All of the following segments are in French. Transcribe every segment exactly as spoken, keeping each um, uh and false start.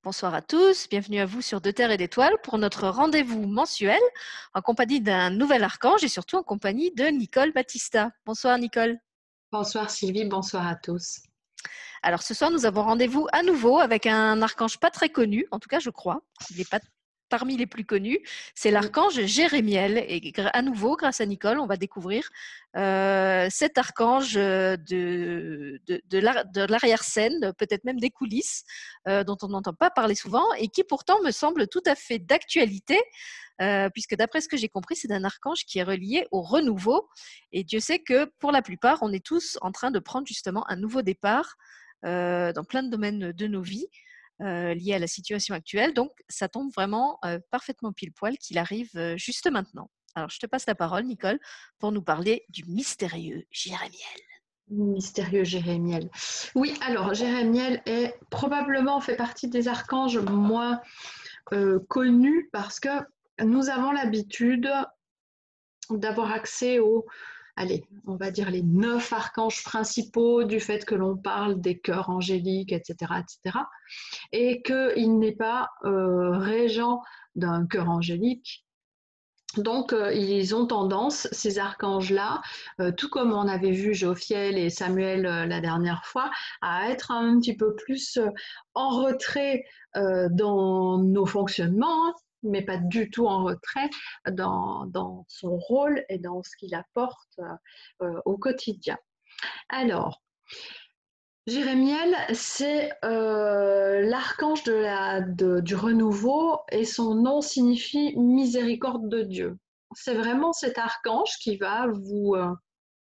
Bonsoir à tous, bienvenue à vous sur De Terre et d'Étoiles pour notre rendez-vous mensuel en compagnie d'un nouvel archange et surtout en compagnie de Nicole Battista. Bonsoir Nicole. Bonsoir Sylvie, bonsoir à tous. Alors ce soir nous avons rendez-vous à nouveau avec un archange pas très connu, en tout cas je crois, il n'est pas parmi les plus connus, c'est l'archange Jérémiel et à nouveau grâce à Nicole on va découvrir euh, cet archange de, de, de l'arrière-scène, peut-être même des coulisses euh, dont on n'entend pas parler souvent et qui pourtant me semble tout à fait d'actualité euh, puisque d'après ce que j'ai compris c'est un archange qui est relié au renouveau et Dieu sait que pour la plupart on est tous en train de prendre justement un nouveau départ euh, dans plein de domaines de nos vies Euh, lié à la situation actuelle. Donc, ça tombe vraiment euh, parfaitement pile poil qu'il arrive euh, juste maintenant. Alors, je te passe la parole, Nicole, pour nous parler du mystérieux Jérémiel. Mystérieux Jérémiel. Oui, alors Jérémiel est probablement fait partie des archanges moins euh, connus parce que nous avons l'habitude d'avoir accès aux, allez, on va dire les neuf archanges principaux du fait que l'on parle des chœurs angéliques, et cetera, et cetera, et qu'il n'est pas euh, régent d'un chœur angélique. Donc, euh, ils ont tendance, ces archanges-là, euh, tout comme on avait vu Jophiel et Samuel euh, la dernière fois, à être un petit peu plus euh, en retrait euh, dans nos fonctionnements, mais pas du tout en retrait dans, dans son rôle et dans ce qu'il apporte euh, au quotidien. Alors, Jérémiel, c'est euh, l'archange de la, de, du renouveau et son nom signifie miséricorde de Dieu. C'est vraiment cet archange qui va vous euh,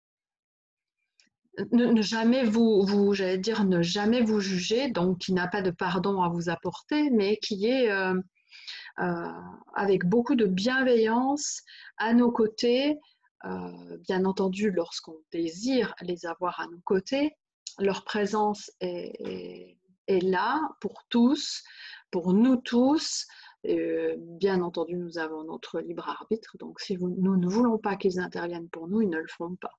ne, ne, jamais vous, vous j'allais dire ne jamais vous juger, donc qui n'a pas de pardon à vous apporter, mais qui est euh, euh, avec beaucoup de bienveillance à nos côtés, euh, bien entendu lorsqu'on désire les avoir à nos côtés. Leur présence est, est, est là pour tous, pour nous tous. Et bien entendu, nous avons notre libre arbitre, donc si vous, nous ne voulons pas qu'ils interviennent pour nous, ils ne le feront pas.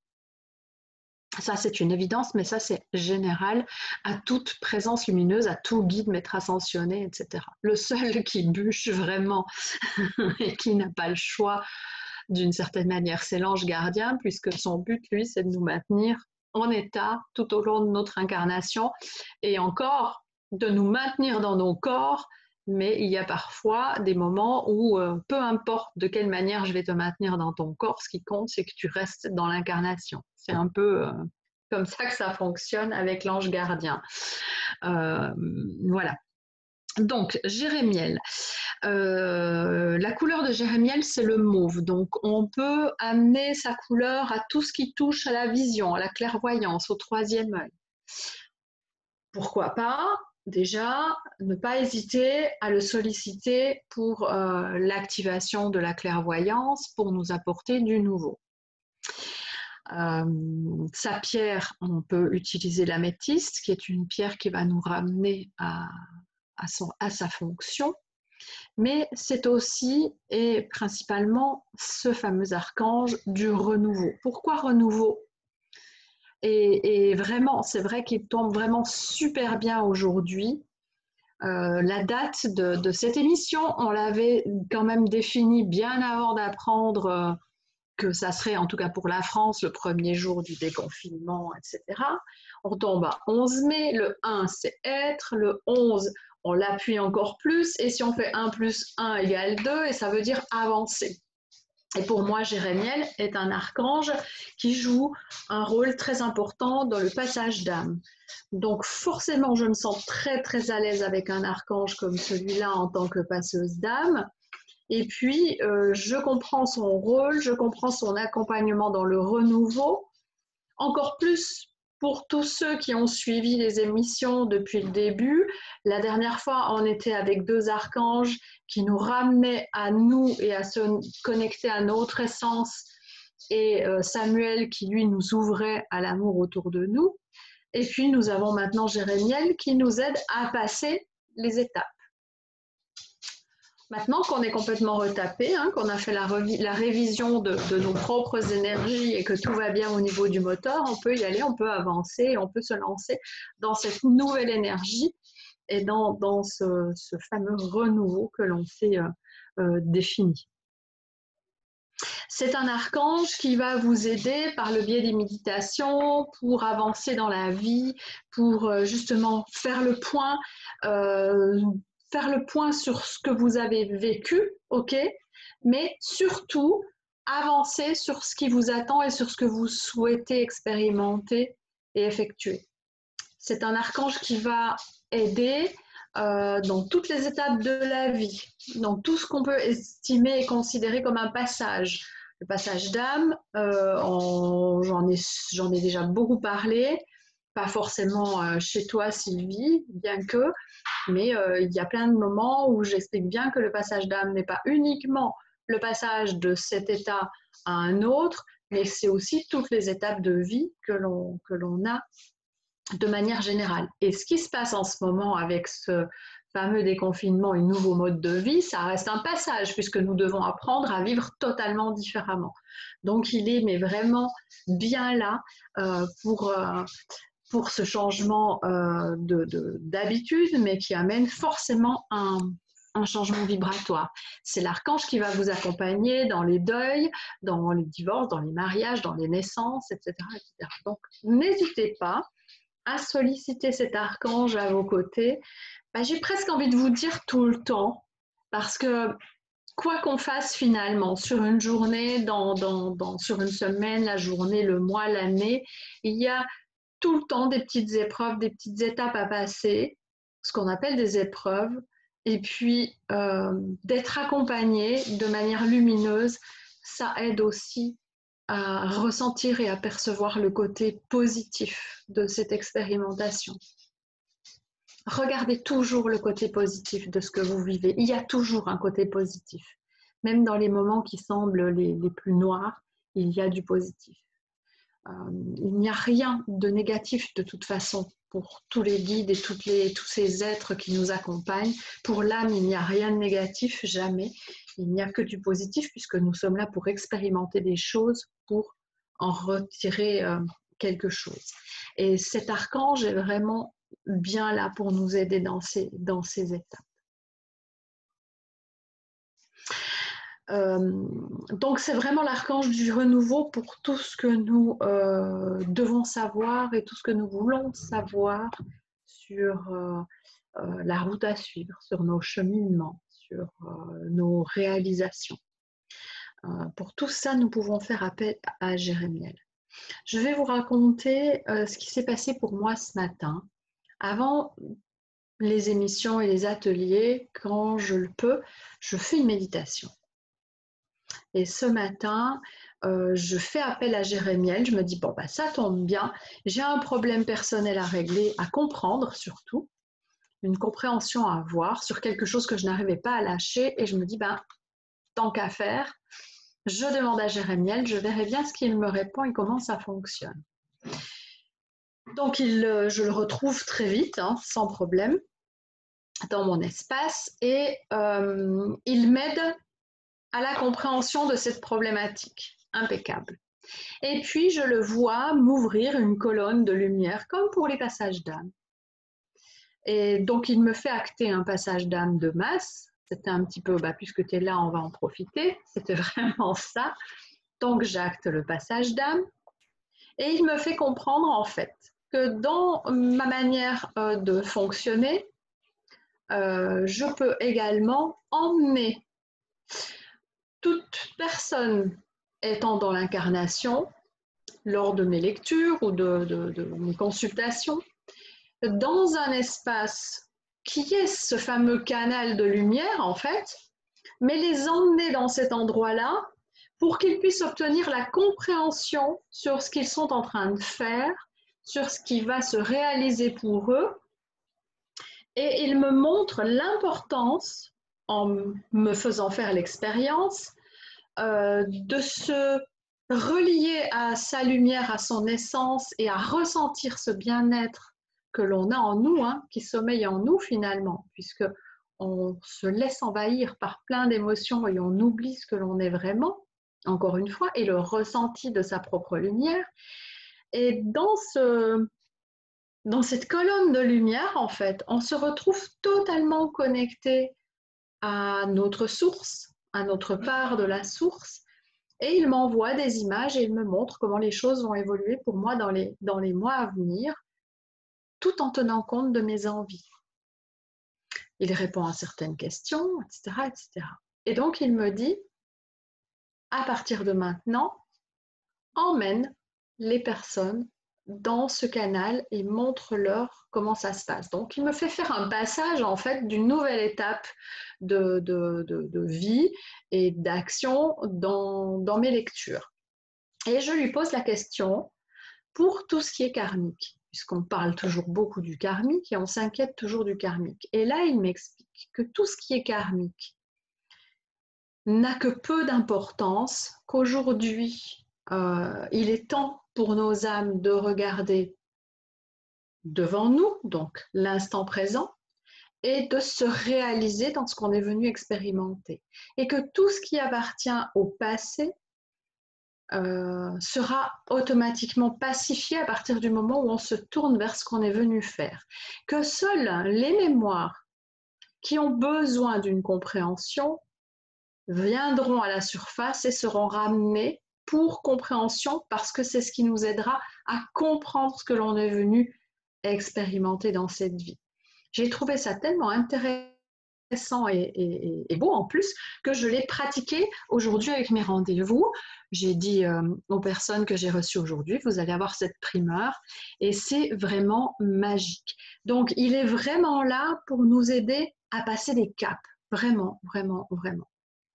Ça, c'est une évidence, mais ça, c'est général à toute présence lumineuse, à tout guide, maître ascensionné, et cetera. Le seul qui bûche vraiment et qui n'a pas le choix d'une certaine manière, c'est l'ange gardien, puisque son but, lui, c'est de nous maintenir en état tout au long de notre incarnation et encore de nous maintenir dans nos corps. Mais il y a parfois des moments où, euh, peu importe de quelle manière je vais te maintenir dans ton corps, ce qui compte, c'est que tu restes dans l'incarnation. C'est un peu euh, comme ça que ça fonctionne avec l'ange gardien. Euh, voilà. Donc, Jérémiel. Euh, la couleur de Jérémiel, c'est le mauve. Donc, on peut amener sa couleur à tout ce qui touche à la vision, à la clairvoyance, au troisième œil. Pourquoi pas? Déjà, ne pas hésiter à le solliciter pour euh, l'activation de la clairvoyance, pour nous apporter du nouveau. Euh, sa pierre, on peut utiliser l'améthyste, qui est une pierre qui va nous ramener à, à, son, à sa fonction. Mais c'est aussi et principalement ce fameux archange du renouveau. Pourquoi renouveau? Et, et vraiment, c'est vrai qu'il tombe vraiment super bien aujourd'hui. Euh, la date de, de cette émission, on l'avait quand même définie bien avant d'apprendre euh, que ça serait, en tout cas pour la France, le premier jour du déconfinement, et cetera. On tombe à onze mai, le un c'est être, le onze on l'appuie encore plus, et si on fait un plus un égale deux, et ça veut dire avancer. Et pour moi, Jérémiel est un archange qui joue un rôle très important dans le passage d'âme. Donc forcément, je me sens très très à l'aise avec un archange comme celui-là en tant que passeuse d'âme. Et puis, euh, je comprends son rôle, je comprends son accompagnement dans le renouveau, encore plus pour tous ceux qui ont suivi les émissions depuis le début. La dernière fois, on était avec deux archanges qui nous ramenaient à nous et à se connecter à notre essence, et euh, Samuel qui, lui, nous ouvrait à l'amour autour de nous. Et puis, nous avons maintenant Jérémiel qui nous aide à passer les étapes. Maintenant qu'on est complètement retapé, hein, qu'on a fait la, la révision de, de nos propres énergies et que tout va bien au niveau du moteur, on peut y aller, on peut avancer, on peut se lancer dans cette nouvelle énergie et dans, dans ce, ce fameux renouveau que l'on s'est euh, euh, défini. C'est un archange qui va vous aider par le biais des méditations pour avancer dans la vie, pour euh, justement faire le point, euh, faire le point sur ce que vous avez vécu, ok, mais surtout avancer sur ce qui vous attend et sur ce que vous souhaitez expérimenter et effectuer. C'est un archange qui va aider euh, dans toutes les étapes de la vie, dans tout ce qu'on peut estimer et considérer comme un passage. Le passage d'âme, euh, j'en ai, j'en ai déjà beaucoup parlé, pas forcément euh, chez toi Sylvie, bien que, mais euh, il y a plein de moments où j'explique bien que le passage d'âme n'est pas uniquement le passage de cet état à un autre, mais c'est aussi toutes les étapes de vie que l'on que l'on a de manière générale. Et ce qui se passe en ce moment avec ce fameux déconfinement et nouveau mode de vie, ça reste un passage puisque nous devons apprendre à vivre totalement différemment. Donc il est mais vraiment bien là euh, pour, euh, pour ce changement euh, de, de, d'habitude, mais qui amène forcément un, un changement vibratoire. C'est l'archange qui va vous accompagner dans les deuils, dans les divorces, dans les mariages, dans les naissances, et cetera et cetera. Donc n'hésitez pas à solliciter cet archange à vos côtés. Ben, j'ai presque envie de vous dire tout le temps, parce que quoi qu'on fasse finalement sur une journée, dans, dans, dans, sur une semaine, la journée, le mois, l'année, il y a tout le temps des petites épreuves, des petites étapes à passer, ce qu'on appelle des épreuves, et puis euh, d'être accompagné de manière lumineuse, ça aide aussi à ressentir et à percevoir le côté positif de cette expérimentation. Regardez toujours le côté positif de ce que vous vivez. Il y a toujours un côté positif. Même dans les moments qui semblent les, les plus noirs, il y a du positif. Euh, il n'y a rien de négatif de toute façon pour tous les guides et toutes les, tous ces êtres qui nous accompagnent. Pour l'âme, il n'y a rien de négatif, jamais. Il n'y a que du positif puisque nous sommes là pour expérimenter des choses, pour en retirer euh, quelque chose. Et cet archange est vraiment bien là pour nous aider dans ces, dans ces étapes. Euh, donc c'est vraiment l'archange du renouveau pour tout ce que nous euh, devons savoir et tout ce que nous voulons savoir sur euh, euh, la route à suivre, sur nos cheminements, sur euh, nos réalisations. Euh, pour tout ça, nous pouvons faire appel à Jérémiel. Je vais vous raconter euh, ce qui s'est passé pour moi ce matin. Avant les émissions et les ateliers, quand je le peux, je fais une méditation. Et ce matin, euh, je fais appel à Jérémiel. Je me dis, bon, bah, ça tombe bien. J'ai un problème personnel à régler, à comprendre surtout. Une compréhension à avoir sur quelque chose que je n'arrivais pas à lâcher. Et je me dis, ben, tant qu'à faire, je demande à Jérémiel, je verrai bien ce qu'il me répond et comment ça fonctionne. Donc, il, je le retrouve très vite, hein, sans problème, dans mon espace. Et euh, il m'aide à la compréhension de cette problématique. Impeccable. Et puis, je le vois m'ouvrir une colonne de lumière, comme pour les passages d'âme. Et donc, il me fait acter un passage d'âme de masse. C'était un petit peu, bah, puisque tu es là, on va en profiter. C'était vraiment ça. Donc, j'acte le passage d'âme. Et il me fait comprendre, en fait, que dans ma manière euh, de fonctionner, euh, je peux également emmener toute personne étant dans l'incarnation, lors de mes lectures ou de, de, de mes consultations, dans un espace qui est ce fameux canal de lumière en fait, mais les emmener dans cet endroit-là pour qu'ils puissent obtenir la compréhension sur ce qu'ils sont en train de faire, sur ce qui va se réaliser pour eux. Et ils me montrent l'importance, en me faisant faire l'expérience, euh, de se relier à sa lumière, à son essence et à ressentir ce bien-être que l'on a en nous, hein, qui sommeille en nous finalement, puisque on se laisse envahir par plein d'émotions et on oublie ce que l'on est vraiment, encore une fois, et le ressenti de sa propre lumière. Et dans ce, dans cette colonne de lumière, en fait, on se retrouve totalement connecté à notre source, à notre part de la source, et il m'envoie des images et il me montre comment les choses vont évoluer pour moi dans les, dans les mois à venir, tout en tenant compte de mes envies. Il répond à certaines questions, et cetera, et cetera. Et donc, il me dit, à partir de maintenant, emmène les personnes dans ce canal et montre-leur comment ça se passe. Donc, il me fait faire un passage, en fait, d'une nouvelle étape de, de, de, de vie et d'action dans, dans mes lectures. Et je lui pose la question pour tout ce qui est karmique, puisqu'on parle toujours beaucoup du karmique et on s'inquiète toujours du karmique. Et là, il m'explique que tout ce qui est karmique n'a que peu d'importance, qu'aujourd'hui, euh, il est temps pour nos âmes de regarder devant nous, donc l'instant présent, et de se réaliser dans ce qu'on est venu expérimenter. Et que tout ce qui appartient au passé euh, sera automatiquement pacifié à partir du moment où on se tourne vers ce qu'on est venu faire. Que seules les mémoires qui ont besoin d'une compréhension viendront à la surface et seront ramenées pour compréhension, parce que c'est ce qui nous aidera à comprendre ce que l'on est venu expérimenter dans cette vie. J'ai trouvé ça tellement intéressant et, et, et beau en plus que je l'ai pratiqué aujourd'hui avec mes rendez-vous. J'ai dit euh, aux personnes que j'ai reçues aujourd'hui, vous allez avoir cette primeur et c'est vraiment magique. Donc il est vraiment là pour nous aider à passer des caps, vraiment, vraiment, vraiment.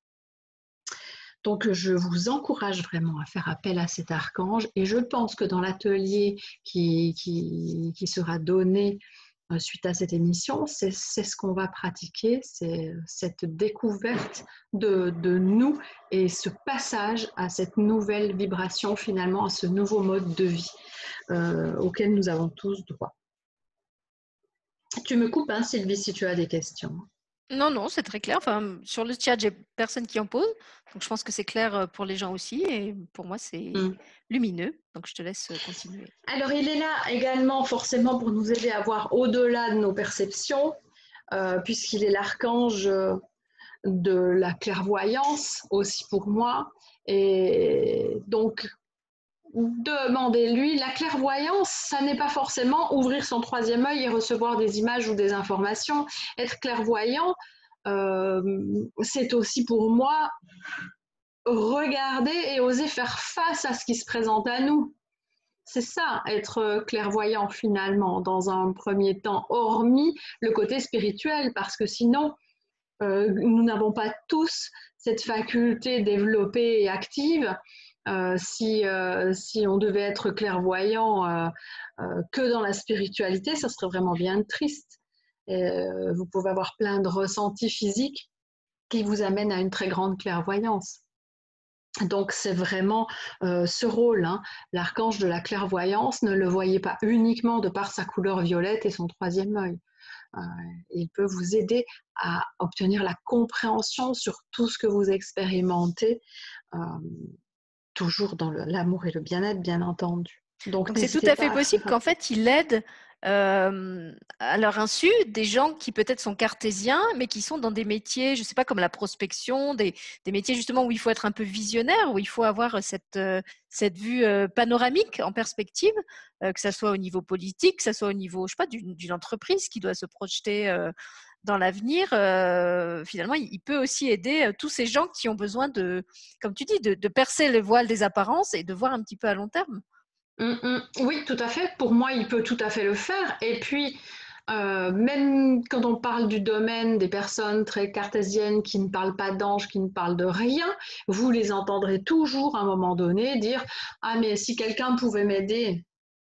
Donc, je vous encourage vraiment à faire appel à cet archange et je pense que dans l'atelier qui, qui, qui sera donné suite à cette émission, c'est ce qu'on va pratiquer, c'est cette découverte de, de nous et ce passage à cette nouvelle vibration, finalement, à ce nouveau mode de vie euh, auquel nous avons tous droit. Tu me coupes, hein, Sylvie, si tu as des questions. Non, non, c'est très clair. Enfin, sur le chat, j'ai personne qui en pose. Donc, je pense que c'est clair pour les gens aussi. Et pour moi, c'est mm. lumineux. Donc, je te laisse continuer. Alors, il est là également forcément pour nous aider à voir au-delà de nos perceptions, euh, puisqu'il est l'archange de la clairvoyance aussi pour moi. Et donc, demandez-lui, la clairvoyance, ça n'est pas forcément ouvrir son troisième œil et recevoir des images ou des informations. Être clairvoyant, euh, c'est aussi pour moi regarder et oser faire face à ce qui se présente à nous. C'est ça, être clairvoyant finalement, dans un premier temps, hormis le côté spirituel, parce que sinon, euh, nous n'avons pas tous cette faculté développée et active. Euh, si, euh, si on devait être clairvoyant euh, euh, que dans la spiritualité, ça serait vraiment bien triste. Et, euh, vous pouvez avoir plein de ressentis physiques qui vous amènent à une très grande clairvoyance. Donc c'est vraiment euh, ce rôle, hein. L'archange de la clairvoyance, ne le voyez pas uniquement de par sa couleur violette et son troisième œil. Euh, il peut vous aider à obtenir la compréhension sur tout ce que vous expérimentez, euh, toujours dans l'amour et le bien-être, bien entendu. Donc, Donc c'est tout à fait possible qu'en fait, il aide euh, à leur insu des gens qui peut-être sont cartésiens, mais qui sont dans des métiers, je ne sais pas, comme la prospection, des, des métiers justement où il faut être un peu visionnaire, où il faut avoir cette, euh, cette vue euh, panoramique en perspective, euh, que ça soit au niveau politique, que ça soit au niveau, je sais pas, d'une, d'une entreprise qui doit se projeter euh, dans l'avenir. Euh, finalement, il peut aussi aider euh, tous ces gens qui ont besoin de, comme tu dis, de, de percer le voile des apparences et de voir un petit peu à long terme. Mmh, mmh. Oui, tout à fait. Pour moi, il peut tout à fait le faire. Et puis, euh, même quand on parle du domaine des personnes très cartésiennes qui ne parlent pas d'anges, qui ne parlent de rien, vous les entendrez toujours à un moment donné dire « Ah, mais si quelqu'un pouvait m'aider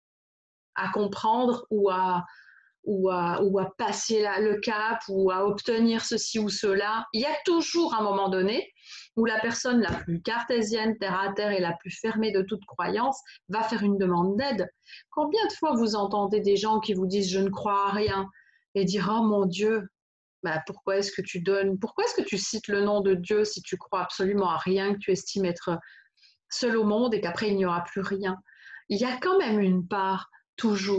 à comprendre ou à, ou à, ou à passer la, le cap ou à obtenir ceci ou cela », il y a toujours un moment donné où la personne la plus cartésienne, terre à terre et la plus fermée de toute croyance va faire une demande d'aide. Combien de fois vous entendez des gens qui vous disent « je ne crois à rien » et dire « oh mon Dieu, bah pourquoi est-ce que tu donnes, pourquoi est-ce que tu cites le nom de Dieu si tu crois absolument à rien, que tu estimes être seul au monde et qu'après il n'y aura plus rien ?» Il y a quand même une part toujours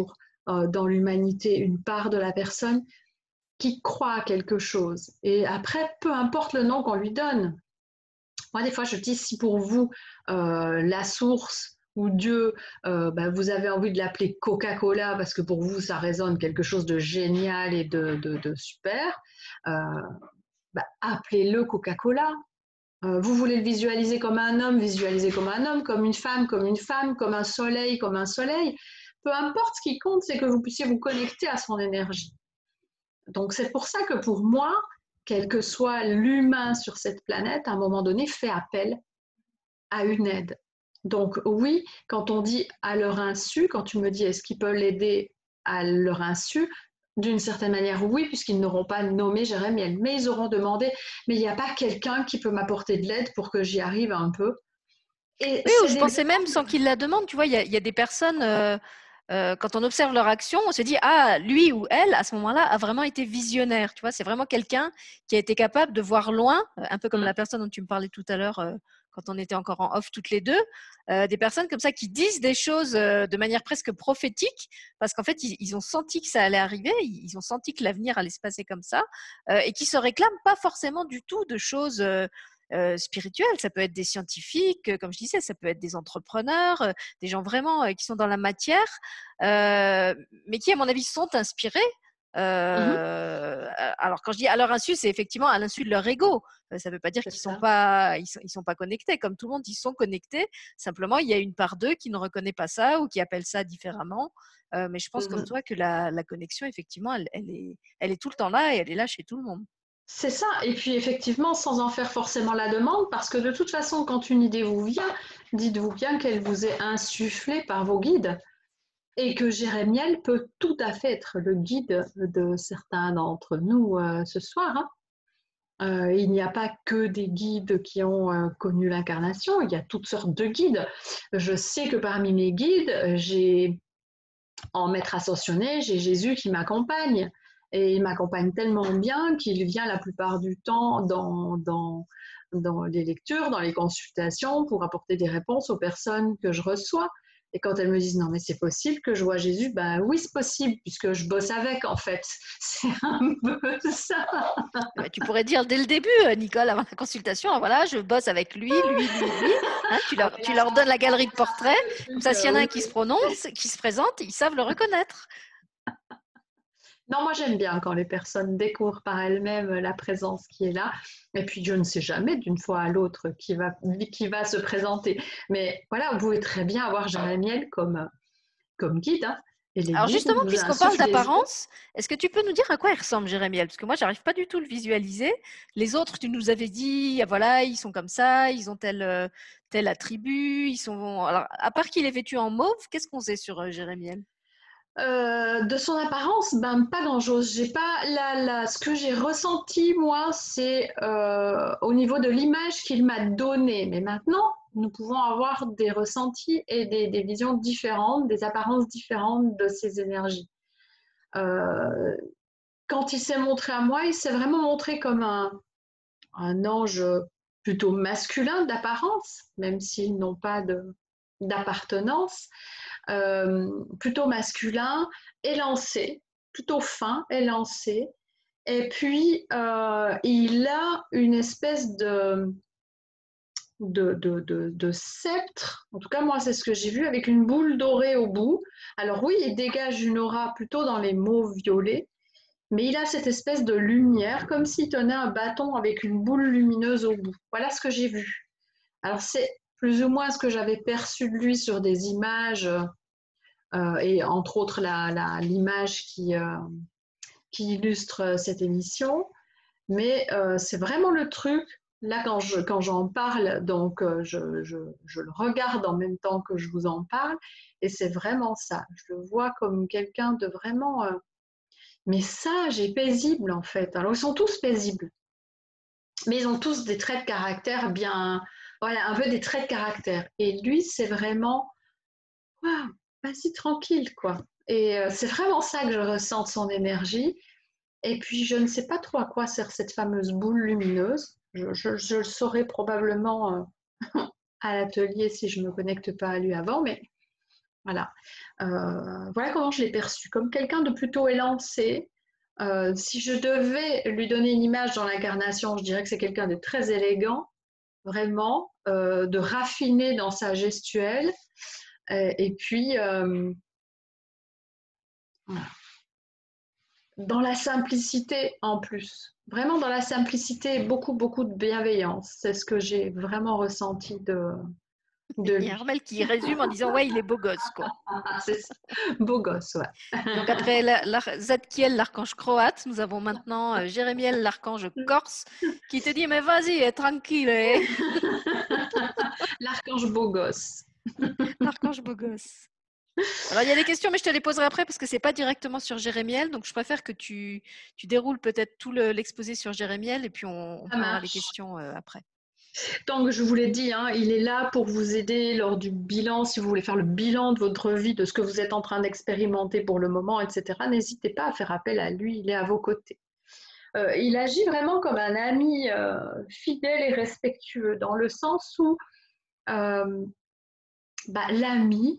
euh, dans l'humanité, une part de la personne qui croit à quelque chose. Et après, peu importe le nom qu'on lui donne. Moi, des fois, je dis, si pour vous, euh, la source ou Dieu, euh, bah, vous avez envie de l'appeler Coca-Cola parce que pour vous, ça résonne quelque chose de génial et de, de, de super, euh, bah, appelez-le Coca-Cola. Euh, vous voulez le visualiser comme un homme, visualisez comme un homme, comme une femme, comme une femme, comme un soleil, comme un soleil. Peu importe, ce qui compte, c'est que vous puissiez vous connecter à son énergie. Donc, c'est pour ça que pour moi, quel que soit l'humain sur cette planète, à un moment donné, fait appel à une aide. Donc oui, quand on dit à leur insu, quand tu me dis est-ce qu'ils peuvent l'aider à leur insu, d'une certaine manière oui, puisqu'ils n'auront pas nommé Jérémiel, mais ils auront demandé, mais il n'y a pas quelqu'un qui peut m'apporter de l'aide pour que j'y arrive un peu. Et oui, je pensais même sans qu'ils la demandent, tu vois, il y, y, a des personnes, euh, euh, quand on observe leur action, on se dit, ah, lui ou elle, à ce moment-là, a vraiment été visionnaire, tu vois, c'est vraiment quelqu'un qui a été capable de voir loin, un peu comme mmh. la personne dont tu me parlais tout à l'heure, euh, quand on était encore en off toutes les deux, euh, des personnes comme ça qui disent des choses euh, de manière presque prophétique, parce qu'en fait, ils, ils ont senti que ça allait arriver, ils ont senti que l'avenir allait se passer comme ça, euh, et qui se réclament pas forcément du tout de choses... Euh, Euh, spirituels, ça peut être des scientifiques, comme je disais, ça peut être des entrepreneurs, euh, des gens vraiment euh, qui sont dans la matière, euh, mais qui, à mon avis, sont inspirés. Euh, mmh. Alors, quand je dis à leur insu, c'est effectivement à l'insu de leur ego. Euh, ça ne veut pas dire c'est qu'ils ne sont pas, ils sont, ils sont pas connectés. Comme tout le monde, ils sont connectés. Simplement, il y a une part d'eux qui ne reconnaît pas ça ou qui appelle ça différemment. Euh, mais je pense, mmh. comme toi, que la, la connexion, effectivement, elle, elle, est, elle est tout le temps là et elle est là chez tout le monde. C'est ça, et puis effectivement, sans en faire forcément la demande, parce que de toute façon, quand une idée vous vient, dites-vous bien qu'elle vous est insufflée par vos guides, et que Jérémiel peut tout à fait être le guide de certains d'entre nous euh, ce soir. Hein. Euh, il n'y a pas que des guides qui ont euh, connu l'incarnation, il y a toutes sortes de guides. Je sais que parmi mes guides, j'ai, en maître ascensionné, j'ai Jésus qui m'accompagne. Et il m'accompagne tellement bien qu'il vient la plupart du temps dans, dans, dans les lectures, dans les consultations, pour apporter des réponses aux personnes que je reçois. Et quand elles me disent non mais c'est possible que je vois Jésus, ben oui c'est possible puisque je bosse avec en fait. C'est un peu ça. Tu pourrais dire dès le début, Nicole, avant la consultation, voilà, je bosse avec lui, lui, lui, lui. Hein, tu, leur, tu leur donnes la galerie de portraits, comme ça s'il y en a un qui se prononce, qui se présente, ils savent le reconnaître. Non, moi j'aime bien quand les personnes découvrent par elles-mêmes la présence qui est là. Et puis je ne sais jamais d'une fois à l'autre qui va, qui va se présenter. Mais voilà, vous pouvez très bien avoir Jérémiel comme, comme guide. Hein. Et les Alors justement, puisqu'on parle d'apparence, est-ce que tu peux nous dire à quoi il ressemble Jérémiel? Parce que moi, j'arrive pas du tout à le visualiser. Les autres, tu nous avais dit, voilà, ils sont comme ça, ils ont tel, tel attribut, ils sont. Alors, à part qu'il est vêtu en mauve, qu'est-ce qu'on sait sur Jérémiel? Euh, de son apparence, ben pas grand-chose. J'ai pas la, la, ce que j'ai ressenti moi, c'est euh, au niveau de l'image qu'il m'a donnée. Mais maintenant, nous pouvons avoir des ressentis et des, des visions différentes, des apparences différentes de ces énergies. Euh, quand il s'est montré à moi, il s'est vraiment montré comme un, un ange plutôt masculin d'apparence, même s'ils n'ont pas de, d'appartenance. Euh, plutôt masculin, élancé, plutôt fin, élancé. Et puis, euh, il a une espèce de, de, de, de, de sceptre, en tout cas moi c'est ce que j'ai vu, avec une boule dorée au bout. Alors oui, il dégage une aura plutôt dans les mauves violets, mais il a cette espèce de lumière, comme s'il tenait un bâton avec une boule lumineuse au bout. Voilà ce que j'ai vu. Alors c'est plus ou moins ce que j'avais perçu de lui sur des images, euh, et entre autres la, la, l'image qui, euh, qui illustre cette émission. Mais euh, c'est vraiment le truc, là quand, je, quand j'en parle, donc euh, je, je, je le regarde en même temps que je vous en parle, et c'est vraiment ça. Je le vois comme quelqu'un de vraiment, euh, mais sage et paisible en fait. Alors ils sont tous paisibles, mais ils ont tous des traits de caractère bien, voilà, un peu des traits de caractère. Et lui, c'est vraiment, waouh, vas-y tranquille quoi. Et euh, c'est vraiment ça que je ressens de son énergie. Et puis, je ne sais pas trop à quoi sert cette fameuse boule lumineuse. Je, je, je le saurai probablement euh, à l'atelier si je ne me connecte pas à lui avant, mais Voilà. Euh, voilà comment je l'ai perçu, comme quelqu'un de plutôt élancé. Euh, si je devais lui donner une image dans l'incarnation, je dirais que c'est quelqu'un de très élégant, vraiment, euh, de raffiné dans sa gestuelle, et, et puis euh, voilà. Dans la simplicité en plus. Vraiment dans la simplicité, beaucoup, beaucoup de bienveillance. C'est ce que j'ai vraiment ressenti de, de Il y a lui. Armel qui résume en disant ouais, il est beau gosse, quoi. Ah, c'est ça. Beau gosse, ouais. Donc après la, la, Zadkiel, l'archange croate, nous avons maintenant euh, Jérémiel, l'archange corse, qui te dit mais vas-y, tranquille, hein. L'archange beau gosse. L'archange beau gosse. Alors il y a des questions, mais je te les poserai après parce que c'est pas directement sur Jérémiel, donc je préfère que tu, tu déroules peut-être tout le, l'exposé sur Jérémiel et puis on, on Ça prendra les marche. questions euh, après. Donc, je vous l'ai dit, hein, il est là pour vous aider lors du bilan, si vous voulez faire le bilan de votre vie, de ce que vous êtes en train d'expérimenter pour le moment, et cetera. N'hésitez pas à faire appel à lui, il est à vos côtés. Euh, il agit vraiment comme un ami euh, fidèle et respectueux, dans le sens où euh, bah, l'ami,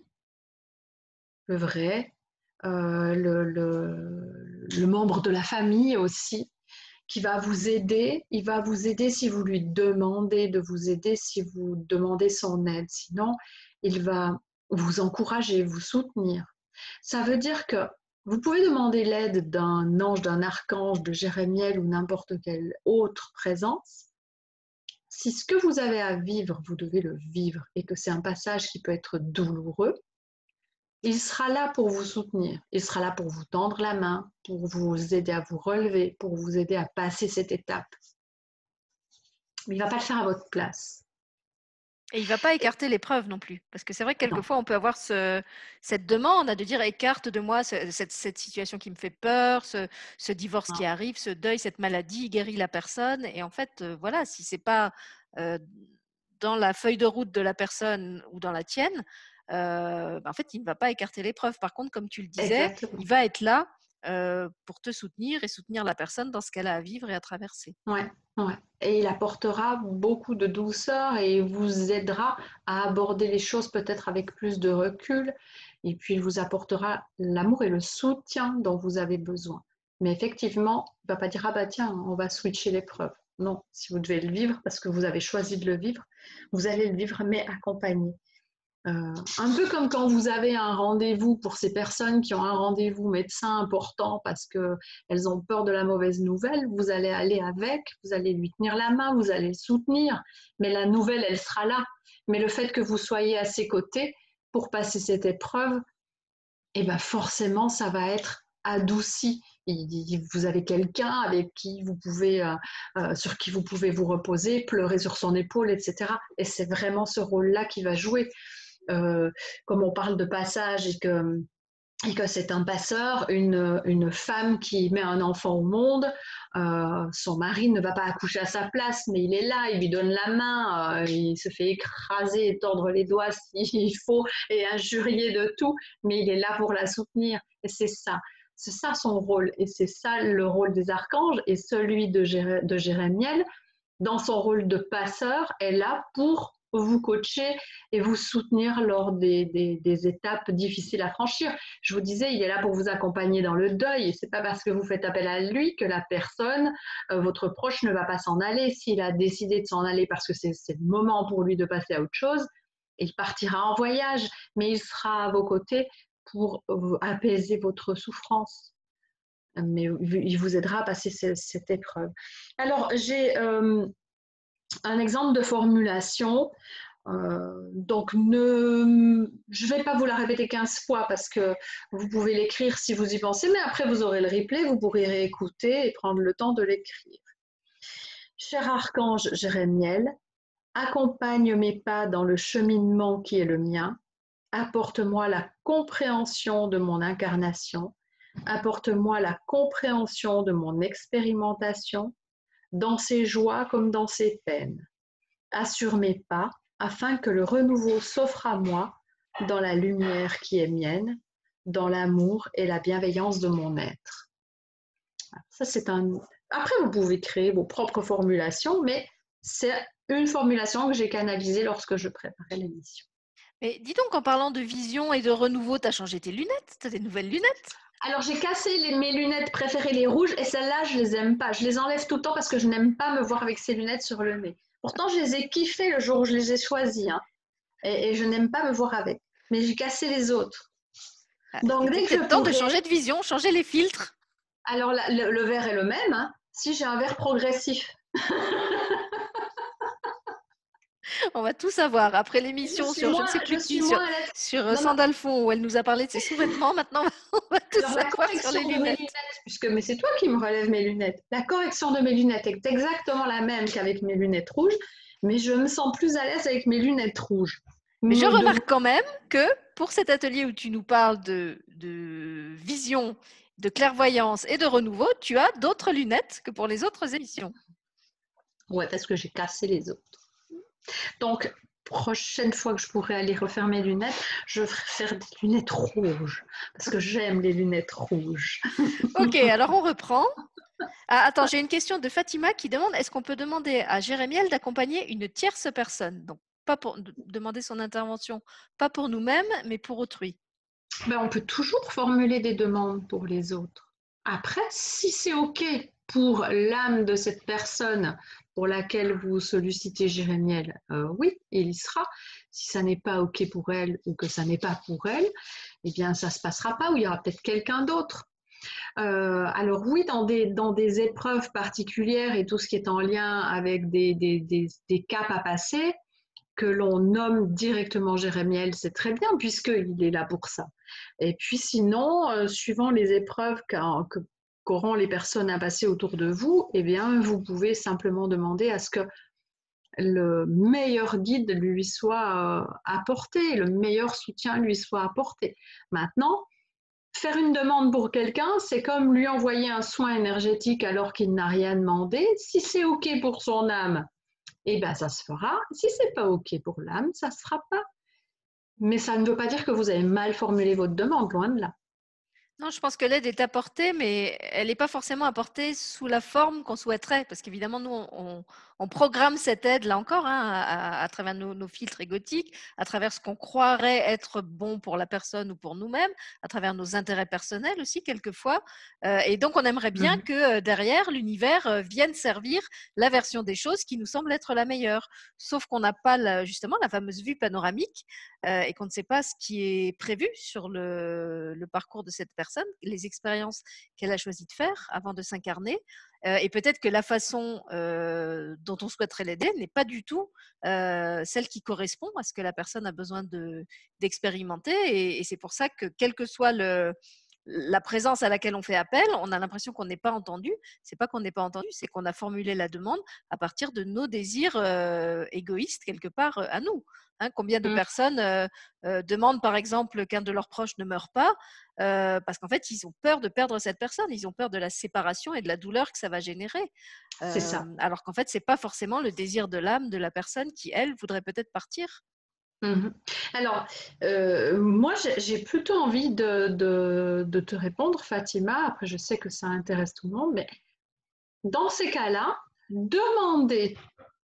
le vrai, euh, le, le, le membre de la famille aussi, qui va vous aider. Il va vous aider si vous lui demandez de vous aider, si vous demandez son aide. Sinon, il va vous encourager, vous soutenir. Ça veut dire que vous pouvez demander l'aide d'un ange, d'un archange, de Jérémiel ou n'importe quelle autre présence. Si ce que vous avez à vivre, vous devez le vivre et que c'est un passage qui peut être douloureux, il sera là pour vous soutenir, il sera là pour vous tendre la main, pour vous aider à vous relever, pour vous aider à passer cette étape. Mais il ne va pas le faire à votre place. Et il ne va pas écarter l'épreuve non plus. Parce que c'est vrai que Non. quelquefois, on peut avoir ce, cette demande de dire écarte de moi ce, cette, cette, situation qui me fait peur, ce, ce divorce Non. qui arrive, ce deuil, cette maladie, guérit la personne. Et en fait, euh, voilà, si ce n'est pas euh, dans la feuille de route de la personne ou dans la tienne, euh, en fait, il ne va pas écarter l'épreuve. Par contre, comme tu le disais, Exactement. il va être là euh, pour te soutenir et soutenir la personne dans ce qu'elle a à vivre et à traverser. Ouais, ouais. Et il apportera beaucoup de douceur et vous aidera à aborder les choses peut-être avec plus de recul. Et puis, il vous apportera l'amour et le soutien dont vous avez besoin. Mais effectivement, il ne va pas dire, ah bah tiens, on va switcher l'épreuve. Non, si vous devez le vivre parce que vous avez choisi de le vivre, vous allez le vivre, mais accompagné. Euh, un peu comme quand vous avez un rendez-vous pour ces personnes qui ont un rendez-vous médecin important parce qu'elles ont peur de la mauvaise nouvelle, vous allez aller avec, vous allez lui tenir la main, vous allez le soutenir, mais la nouvelle, elle sera là. Mais le fait que vous soyez à ses côtés pour passer cette épreuve, eh ben forcément, ça va être adouci. Vous avez quelqu'un avec qui vous pouvez, euh, euh, sur qui vous pouvez vous reposer, pleurer sur son épaule, et cetera. Et c'est vraiment ce rôle-là qui va jouer. Euh, comme on parle de passage et que, et que c'est un passeur, une, une femme qui met un enfant au monde, euh, son mari ne va pas accoucher à sa place, mais il est là, il lui donne la main, euh, il se fait écraser et tordre les doigts s'il faut et injurier de tout, mais il est là pour la soutenir. Et c'est ça. C'est ça son rôle. Et c'est ça le rôle des archanges et celui de, Jéré, de Jérémiel dans son rôle de passeur est là pour vous coacher et vous soutenir lors des, des, des étapes difficiles à franchir. Je vous disais, il est là pour vous accompagner dans le deuil et c'est pas parce que vous faites appel à lui que la personne, euh, votre proche ne va pas s'en aller. S'il a décidé de s'en aller parce que c'est, c'est le moment pour lui de passer à autre chose, il partira en voyage, mais il sera à vos côtés pour apaiser votre souffrance. Mais il vous aidera à passer cette, cette épreuve. Alors, j'ai euh, un exemple de formulation. Euh, donc, ne, je ne vais pas vous la répéter quinze fois parce que vous pouvez l'écrire si vous y pensez, mais après vous aurez le replay, vous pourrez réécouter et prendre le temps de l'écrire. Cher archange Jérémiel, accompagne mes pas dans le cheminement qui est le mien, apporte-moi la compréhension de mon incarnation, apporte-moi la compréhension de mon expérimentation, dans ses joies comme dans ses peines. Assure mes pas, afin que le renouveau s'offre à moi dans la lumière qui est mienne, dans l'amour et la bienveillance de mon être. Ça, c'est un... Après, vous pouvez créer vos propres formulations, mais c'est une formulation que j'ai canalisée lorsque je préparais l'émission. Et dis donc, en parlant de vision et de renouveau, tu as changé tes lunettes? Tu as des nouvelles lunettes? Alors, j'ai cassé les, mes lunettes préférées, les rouges, et celles-là, je les aime pas. Je les enlève tout le temps parce que je n'aime pas me voir avec ces lunettes sur le nez. Pourtant, je les ai kiffées le jour où je les ai choisies, hein, et, et je n'aime pas me voir avec. Mais j'ai cassé les autres. Ah, Donc, il dès était que je peut-être temps de pourrai... changer de vision, changer les filtres. Alors, la- le, le verre est le même, hein. Si j'ai un verre progressif. On va tout savoir. Après Et je l'émission suis sur je ne moins, sais je plus suis qui, sur, moins à l'aise. sur euh, Non, non. Sandalphon, où elle nous a parlé de ses sous-vêtements, maintenant on va tout Alors, la savoir sur correction les de mes lunettes. lunettes, puisque mais c'est toi qui me relèves mes lunettes, la correction de mes lunettes est exactement la même qu'avec mes lunettes rouges, mais je me sens plus à l'aise avec mes lunettes rouges. Mais je Me remarque demande- quand même que pour cet atelier où tu nous parles de, de vision, de clairvoyance et de renouveau, tu as d'autres lunettes que pour les autres émissions. Ouais, parce que j'ai cassé les autres. Donc, prochaine fois que je pourrai aller refaire mes lunettes, je ferai faire des lunettes rouges, parce que j'aime les lunettes rouges. Ok, alors on reprend. Ah, attends, j'ai une question de Fatima qui demande, est-ce qu'on peut demander à Jérémiel d'accompagner une tierce personne? Donc, pas pour de- demander son intervention, pas pour nous-mêmes, mais pour autrui. Ben, on peut toujours formuler des demandes pour les autres. Après, si c'est OK pour l'âme de cette personne pour laquelle vous sollicitez Jérémiel, euh, oui, il y sera. Si ça n'est pas OK pour elle ou que ça n'est pas pour elle, eh bien, ça ne se passera pas ou il y aura peut-être quelqu'un d'autre. Euh, alors oui, dans des, dans des épreuves particulières et tout ce qui est en lien avec des, des, des, des caps à passer, que l'on nomme directement Jérémiel, c'est très bien puisqu'il est là pour ça. Et puis sinon, euh, suivant les épreuves que, qu'auront les personnes à passer autour de vous, eh bien, vous pouvez simplement demander à ce que le meilleur guide lui soit euh, apporté, le meilleur soutien lui soit apporté. Maintenant, faire une demande pour quelqu'un, c'est comme lui envoyer un soin énergétique alors qu'il n'a rien demandé. Si c'est OK pour son âme, eh bien, ça se fera. Si c'est pas OK pour l'âme, ça ne se fera pas. Mais ça ne veut pas dire que vous avez mal formulé votre demande, loin de là. Non, je pense que l'aide est apportée, mais elle n'est pas forcément apportée sous la forme qu'on souhaiterait, parce qu'évidemment, nous, on, on programme cette aide, là encore, hein, à, à travers nos, nos filtres égotiques, à travers ce qu'on croirait être bon pour la personne ou pour nous-mêmes, à travers nos intérêts personnels aussi, quelquefois. Euh, et donc, on aimerait bien Mhm. que euh, derrière, l'univers euh, vienne servir la version des choses qui nous semble être la meilleure. Sauf qu'on n'a pas la, justement la fameuse vue panoramique euh, et qu'on ne sait pas ce qui est prévu sur le, le parcours de cette personne, les expériences qu'elle a choisi de faire avant de s'incarner. Euh, et peut-être que la façon euh, dont on souhaiterait l'aider n'est pas du tout euh, celle qui correspond à ce que la personne a besoin de, d'expérimenter. Et, et c'est pour ça que, quel que soit le, la présence à laquelle on fait appel, on a l'impression qu'on n'est pas entendu. C'est pas qu'on n'est pas entendu, c'est qu'on a formulé la demande à partir de nos désirs euh, égoïstes quelque part euh, à nous. Hein, combien de Mhm. personnes euh, euh, demandent par exemple qu'un de leurs proches ne meure pas euh, parce qu'en fait ils ont peur de perdre cette personne, ils ont peur de la séparation et de la douleur que ça va générer. C'est Euh, ça. alors qu'en fait c'est pas forcément le désir de l'âme de la personne qui elle voudrait peut-être partir. Mhm. Alors, euh, moi, j'ai j'ai plutôt envie de, de- de te répondre, Fatima. Après, je sais que ça intéresse tout le monde, mais dans ces cas-là, demandez.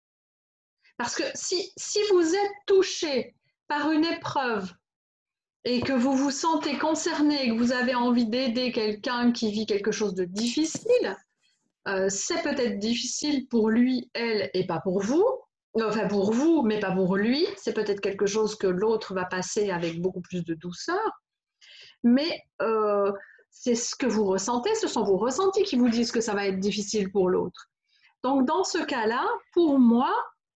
Parce que si, si vous êtes touché par une épreuve et que vous vous sentez concerné et que vous avez envie d'aider quelqu'un qui vit quelque chose de difficile, euh, c'est peut-être difficile pour lui, elle, et pas pour vous. Enfin, pour vous, mais pas pour lui. C'est peut-être quelque chose que l'autre va passer avec beaucoup plus de douceur. Mais euh, c'est ce que vous ressentez, ce sont vos ressentis qui vous disent que ça va être difficile pour l'autre. Donc, dans ce cas-là, pour moi,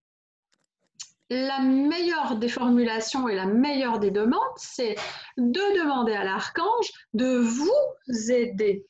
la meilleure des formulations et la meilleure des demandes, c'est de demander à l'archange de vous aider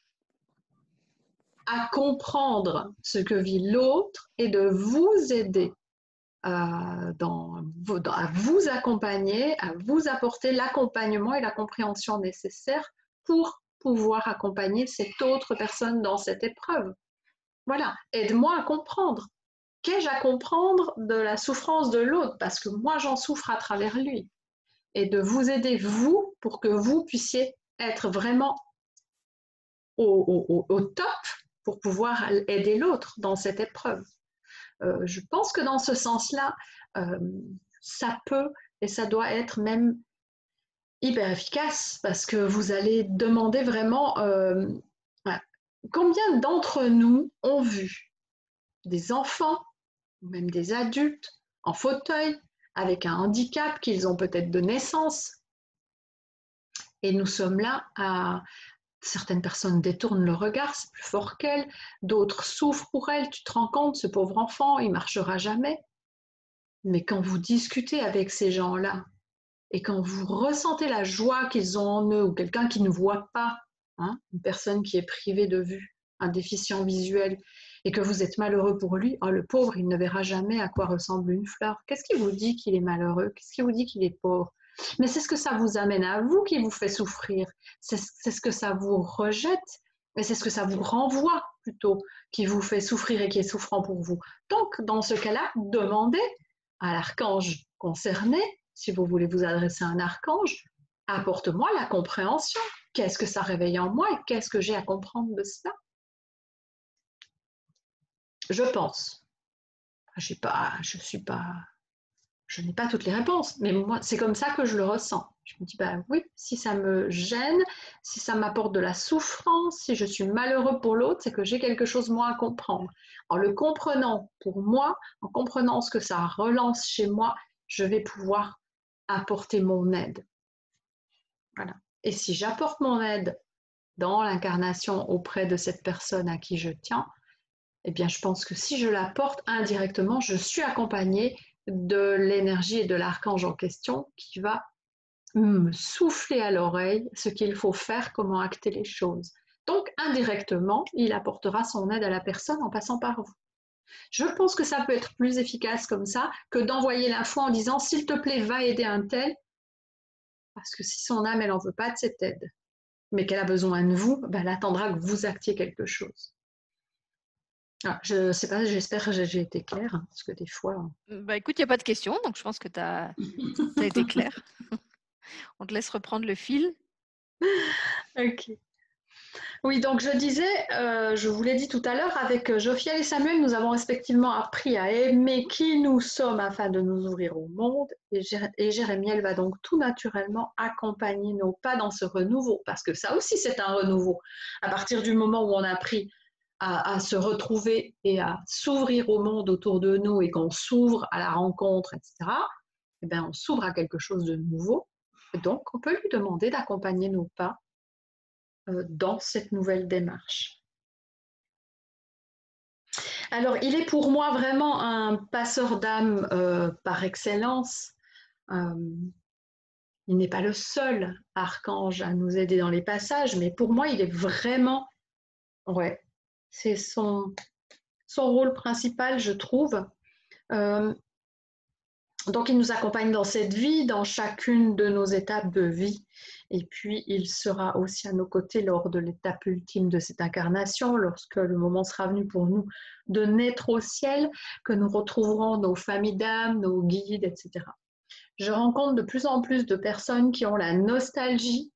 à comprendre ce que vit l'autre et de vous aider euh, dans, dans, à vous accompagner, à vous apporter l'accompagnement et la compréhension nécessaires pour pouvoir accompagner cette autre personne dans cette épreuve. Voilà, aide-moi à comprendre. Qu'ai-je à comprendre de la souffrance de l'autre? Parce que moi, j'en souffre à travers lui. Et de vous aider, vous, pour que vous puissiez être vraiment au, au, au top pour pouvoir aider l'autre dans cette épreuve. Euh, je pense que dans ce sens-là, euh, ça peut Et ça doit être même hyper efficace parce que vous allez demander vraiment euh, voilà. Combien d'entre nous ont vu des enfants ou même des adultes en fauteuil avec un handicap qu'ils ont peut-être de naissance. Et nous sommes là à... Certaines personnes détournent le regard, c'est plus fort qu'elles. D'autres souffrent pour elles. Tu te rends compte, ce pauvre enfant, il ne marchera jamais. Mais quand vous discutez avec ces gens-là, et quand vous ressentez la joie qu'ils ont en eux, ou quelqu'un qui ne voit pas, hein, une personne qui est privée de vue, un déficient visuel, et que vous êtes malheureux pour lui, oh, le pauvre, il ne verra jamais à quoi ressemble une fleur. Qu'est-ce qui vous dit qu'il est malheureux? Qu'est-ce qui vous dit qu'il est pauvre? Mais c'est ce que ça vous amène à vous qui vous fait souffrir. C'est ce que ça vous rejette, et c'est ce que ça vous renvoie plutôt, qui vous fait souffrir et qui est souffrant pour vous. Donc, dans ce cas-là, demandez à l'archange concerné, si vous voulez vous adresser à un archange, apporte-moi la compréhension. Qu'est-ce que ça réveille en moi et qu'est-ce que j'ai à comprendre de cela? Je pense. J'ai pas, je suis pas, je n'ai pas toutes les réponses, mais moi, c'est comme ça que je le ressens. Je me dis, bah oui, si ça me gêne, si ça m'apporte de la souffrance, si je suis malheureux pour l'autre, c'est que j'ai quelque chose moi à comprendre. En le comprenant pour moi, en comprenant ce que ça relance chez moi, je vais pouvoir apporter mon aide. Voilà. Et si j'apporte mon aide dans l'incarnation auprès de cette personne à qui je tiens, eh bien, je pense que si je l'apporte indirectement, je suis accompagnée de l'énergie et de l'archange en question qui va me souffler à l'oreille ce qu'il faut faire, comment acter les choses. Donc, indirectement, il apportera son aide à la personne en passant par vous. Je pense que ça peut être plus efficace comme ça que d'envoyer l'info en disant « s'il te plaît, va aider un tel », parce que si son âme, elle n'en veut pas de cette aide, mais qu'elle a besoin de vous, ben, elle attendra que vous actiez quelque chose. Ah, je ne sais pas, j'espère que j'ai été claire, hein, parce que des fois... Bah, écoute, il n'y a pas de questions, donc je pense que tu as, as été claire. On te laisse reprendre le fil. Ok. Oui, donc je disais, euh, je vous l'ai dit tout à l'heure, avec Jophiel et Samuel, nous avons respectivement appris à aimer qui nous sommes afin de nous ouvrir au monde. Et, Jé et Jérémiel va donc tout naturellement accompagner nos pas dans ce renouveau, parce que ça aussi c'est un renouveau. À partir du moment où on a appris à, à se retrouver et à s'ouvrir au monde autour de nous et qu'on s'ouvre à la rencontre, et cetera, eh bien, on s'ouvre à quelque chose de nouveau. Et donc, on peut lui demander d'accompagner nos pas dans cette nouvelle démarche. Alors, il est pour moi vraiment un passeur d'âme euh, par excellence. Euh, il n'est pas le seul archange à nous aider dans les passages, mais pour moi, il est vraiment, ouais, c'est son, son rôle principal, je trouve. Euh, donc, il nous accompagne dans cette vie, dans chacune de nos étapes de vie. Et puis, il sera aussi à nos côtés lors de l'étape ultime de cette incarnation, lorsque le moment sera venu pour nous de naître au ciel, que nous retrouverons nos familles d'âmes, nos guides, et cetera. Je rencontre de plus en plus de personnes qui ont la nostalgie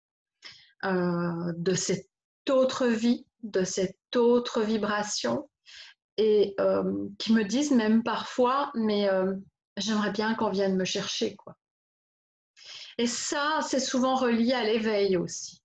euh, de cette autre vie, de cette autre vibration, et euh, qui me disent même parfois, mais... Euh, j'aimerais bien qu'on vienne me chercher, quoi. Et ça, c'est souvent relié à l'éveil aussi.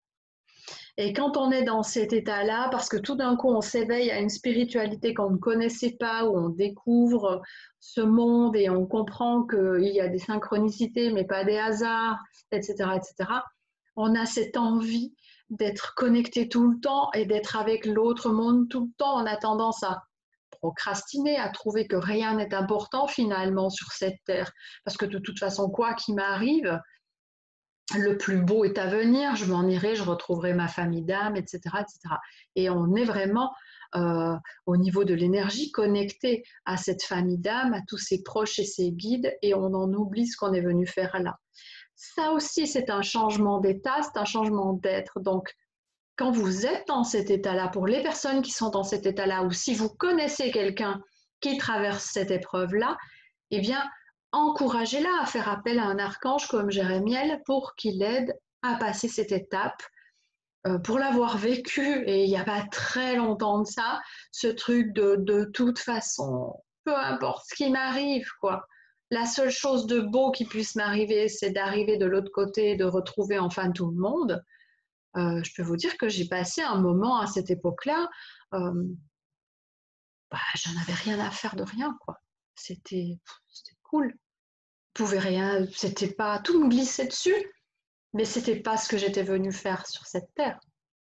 Et quand on est dans cet état-là, parce que tout d'un coup, on s'éveille à une spiritualité qu'on ne connaissait pas, où on découvre ce monde et on comprend qu'il y a des synchronicités, mais pas des hasards, et cetera, et cetera, on a cette envie d'être connecté tout le temps et d'être avec l'autre monde tout le temps. On a tendance à procrastiner, à trouver que rien n'est important finalement sur cette terre, parce que de toute façon, quoi qu'il m'arrive, le plus beau est à venir, je m'en irai, je retrouverai ma famille d'âme, et cetera, et cetera. Et on est vraiment euh, au niveau de l'énergie connecté à cette famille d'âme, à tous ses proches et ses guides, et on en oublie ce qu'on est venu faire là. Ça aussi, c'est un changement d'état, c'est un changement d'être. Donc, quand vous êtes dans cet état-là, pour les personnes qui sont dans cet état-là, ou si vous connaissez quelqu'un qui traverse cette épreuve-là, eh bien, encouragez-la à faire appel à un archange comme Jérémiel pour qu'il aide à passer cette étape. Euh, pour l'avoir vécu, et il n'y a pas très longtemps de ça, ce truc de, de toute façon, peu importe ce qui m'arrive, quoi. la seule chose de beau qui puisse m'arriver, c'est d'arriver de l'autre côté et de retrouver enfin tout le monde, euh, je peux vous dire que j'ai passé un moment à cette époque-là, euh, bah, j'en avais rien à faire de rien, quoi. C'était c'était cool. Je pouvais rien, c'était pas, tout me glissait dessus, mais c'était pas ce que j'étais venue faire sur cette terre.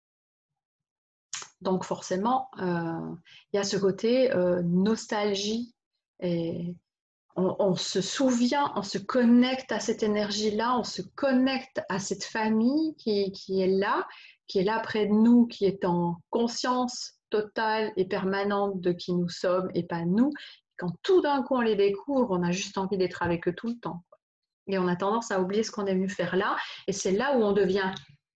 Donc forcément, euh, il y a ce côté euh, nostalgie et on, on se souvient, on se connecte à cette énergie-là, on se connecte à cette famille qui, qui est là, qui est là près de nous, qui est en conscience totale et permanente de qui nous sommes et pas nous. Quand tout d'un coup on les découvre, on a juste envie d'être avec eux tout le temps. Et on a tendance à oublier ce qu'on est venu faire là. Et c'est là où on devient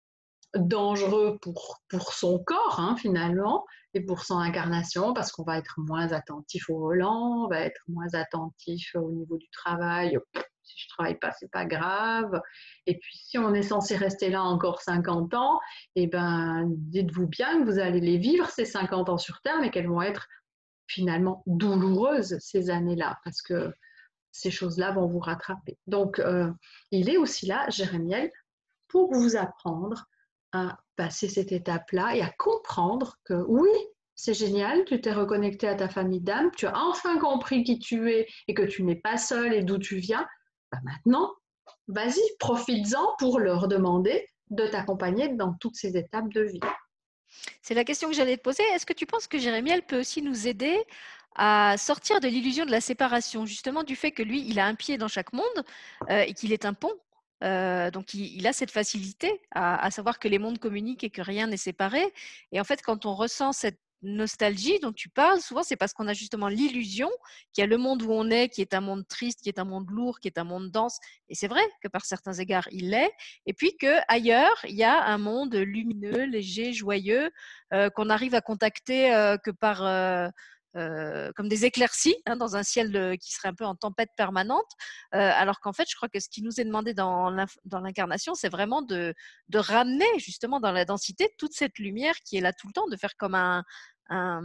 dangereux pour, pour son corps, hein, finalement, et pour son incarnation, parce qu'on va être moins attentif au volant, on va être moins attentif au niveau du travail. Si je ne travaille pas, c'est pas grave. Et puis, si on est censé rester là encore cinquante ans, eh ben, dites-vous bien que vous allez les vivre, ces cinquante ans sur Terre, mais qu'elles vont être finalement douloureuses, ces années-là, parce que ces choses-là vont vous rattraper. Donc, euh, il est aussi là, Jérémiel, pour vous apprendre à passer cette étape-là et à comprendre que oui, c'est génial, tu t'es reconnecté à ta famille d'âme, tu as enfin compris qui tu es et que tu n'es pas seul et d'où tu viens. Ben maintenant, vas-y, profites-en pour leur demander de t'accompagner dans toutes ces étapes de vie. C'est la question que j'allais te poser. Est-ce que tu penses que Jérémiel peut aussi nous aider à sortir de l'illusion de la séparation, justement du fait que lui, il a un pied dans chaque monde euh, et qu'il est un pont. Euh, donc, il, il, a cette facilité à, à savoir que les mondes communiquent et que rien n'est séparé. Et en fait, quand on ressent cette nostalgie dont tu parles, souvent, c'est parce qu'on a justement l'illusion qu'il y a le monde où on est, qui est un monde triste, qui est un monde lourd, qui est un monde dense. Et c'est vrai que par certains égards, il l'est. Et puis qu'ailleurs, il y a un monde lumineux, léger, joyeux, euh, qu'on arrive à contacter euh, que par... Euh, euh, comme des éclaircies hein, dans un ciel de, qui serait un peu en tempête permanente, euh, alors qu'en fait, je crois que ce qui nous est demandé dans l'incarnation, c'est vraiment de, de ramener justement dans la densité toute cette lumière qui est là tout le temps, de faire comme un, un,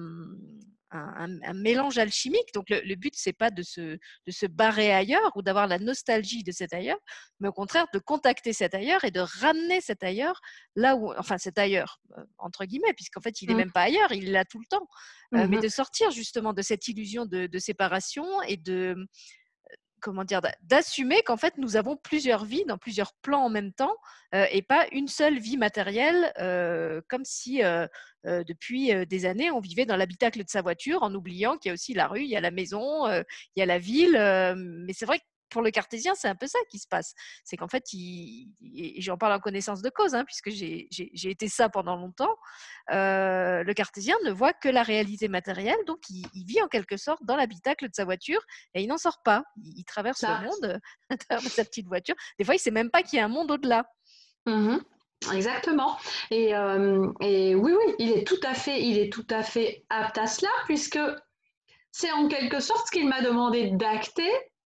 un, un mélange alchimique. Donc le, le but, c'est pas de se, de se barrer ailleurs ou d'avoir la nostalgie de cet ailleurs, mais au contraire de contacter cet ailleurs et de ramener cet ailleurs là où, enfin cet ailleurs, euh, entre guillemets, puisqu'en fait, il n'est mmh. même pas ailleurs, il est là tout le temps. Euh, mmh. Mais de sortir justement de cette illusion de, de séparation et de, comment dire, d'assumer qu'en fait, nous avons plusieurs vies dans plusieurs plans en même temps euh, et pas une seule vie matérielle, euh, comme si euh, euh, depuis des années, on vivait dans l'habitacle de sa voiture en oubliant qu'il y a aussi la rue, il y a la maison, euh, il y a la ville. Euh, mais c'est vrai que pour le cartésien, c'est un peu ça qui se passe. C'est qu'en fait, il, et j'en parle en connaissance de cause, hein, puisque j'ai été ça pendant longtemps, euh, le cartésien ne voit que la réalité matérielle, donc il, il vit en quelque sorte dans l'habitacle de sa voiture et il n'en sort pas. Il, il traverse ça. le monde à travers sa petite voiture. Des fois, il ne sait même pas qu'il y a un monde au-delà. Mmh. Exactement. Et, euh, et oui, oui, il est tout à fait, il est tout à fait apte à cela, puisque c'est en quelque sorte ce qu'il m'a demandé d'acter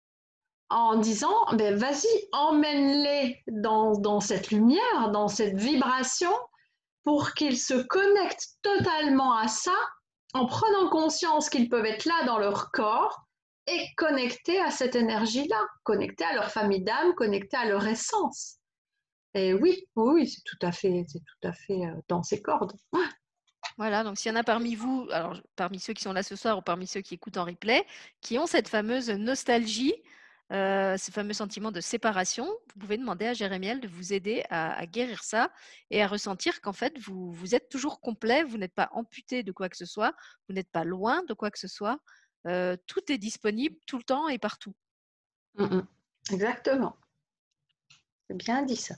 en disant, ben vas-y, emmène-les dans, dans cette lumière, dans cette vibration, pour qu'ils se connectent totalement à ça, en prenant conscience qu'ils peuvent être là dans leur corps et connectés à cette énergie-là, connectés à leur famille d'âme, connectés à leur essence. Et oui, oui, c'est tout à fait, c'est tout à fait dans ses cordes. Voilà, donc s'il y en a parmi vous, alors parmi ceux qui sont là ce soir ou parmi ceux qui écoutent en replay, qui ont cette fameuse nostalgie, euh, ce fameux sentiment de séparation, vous pouvez demander à Jérémiel de vous aider à, à guérir ça et à ressentir qu'en fait, vous, vous êtes toujours complet, vous n'êtes pas amputé de quoi que ce soit, vous n'êtes pas loin de quoi que ce soit, euh, tout est disponible tout le temps et partout. Mmh, exactement. C'est bien dit ça.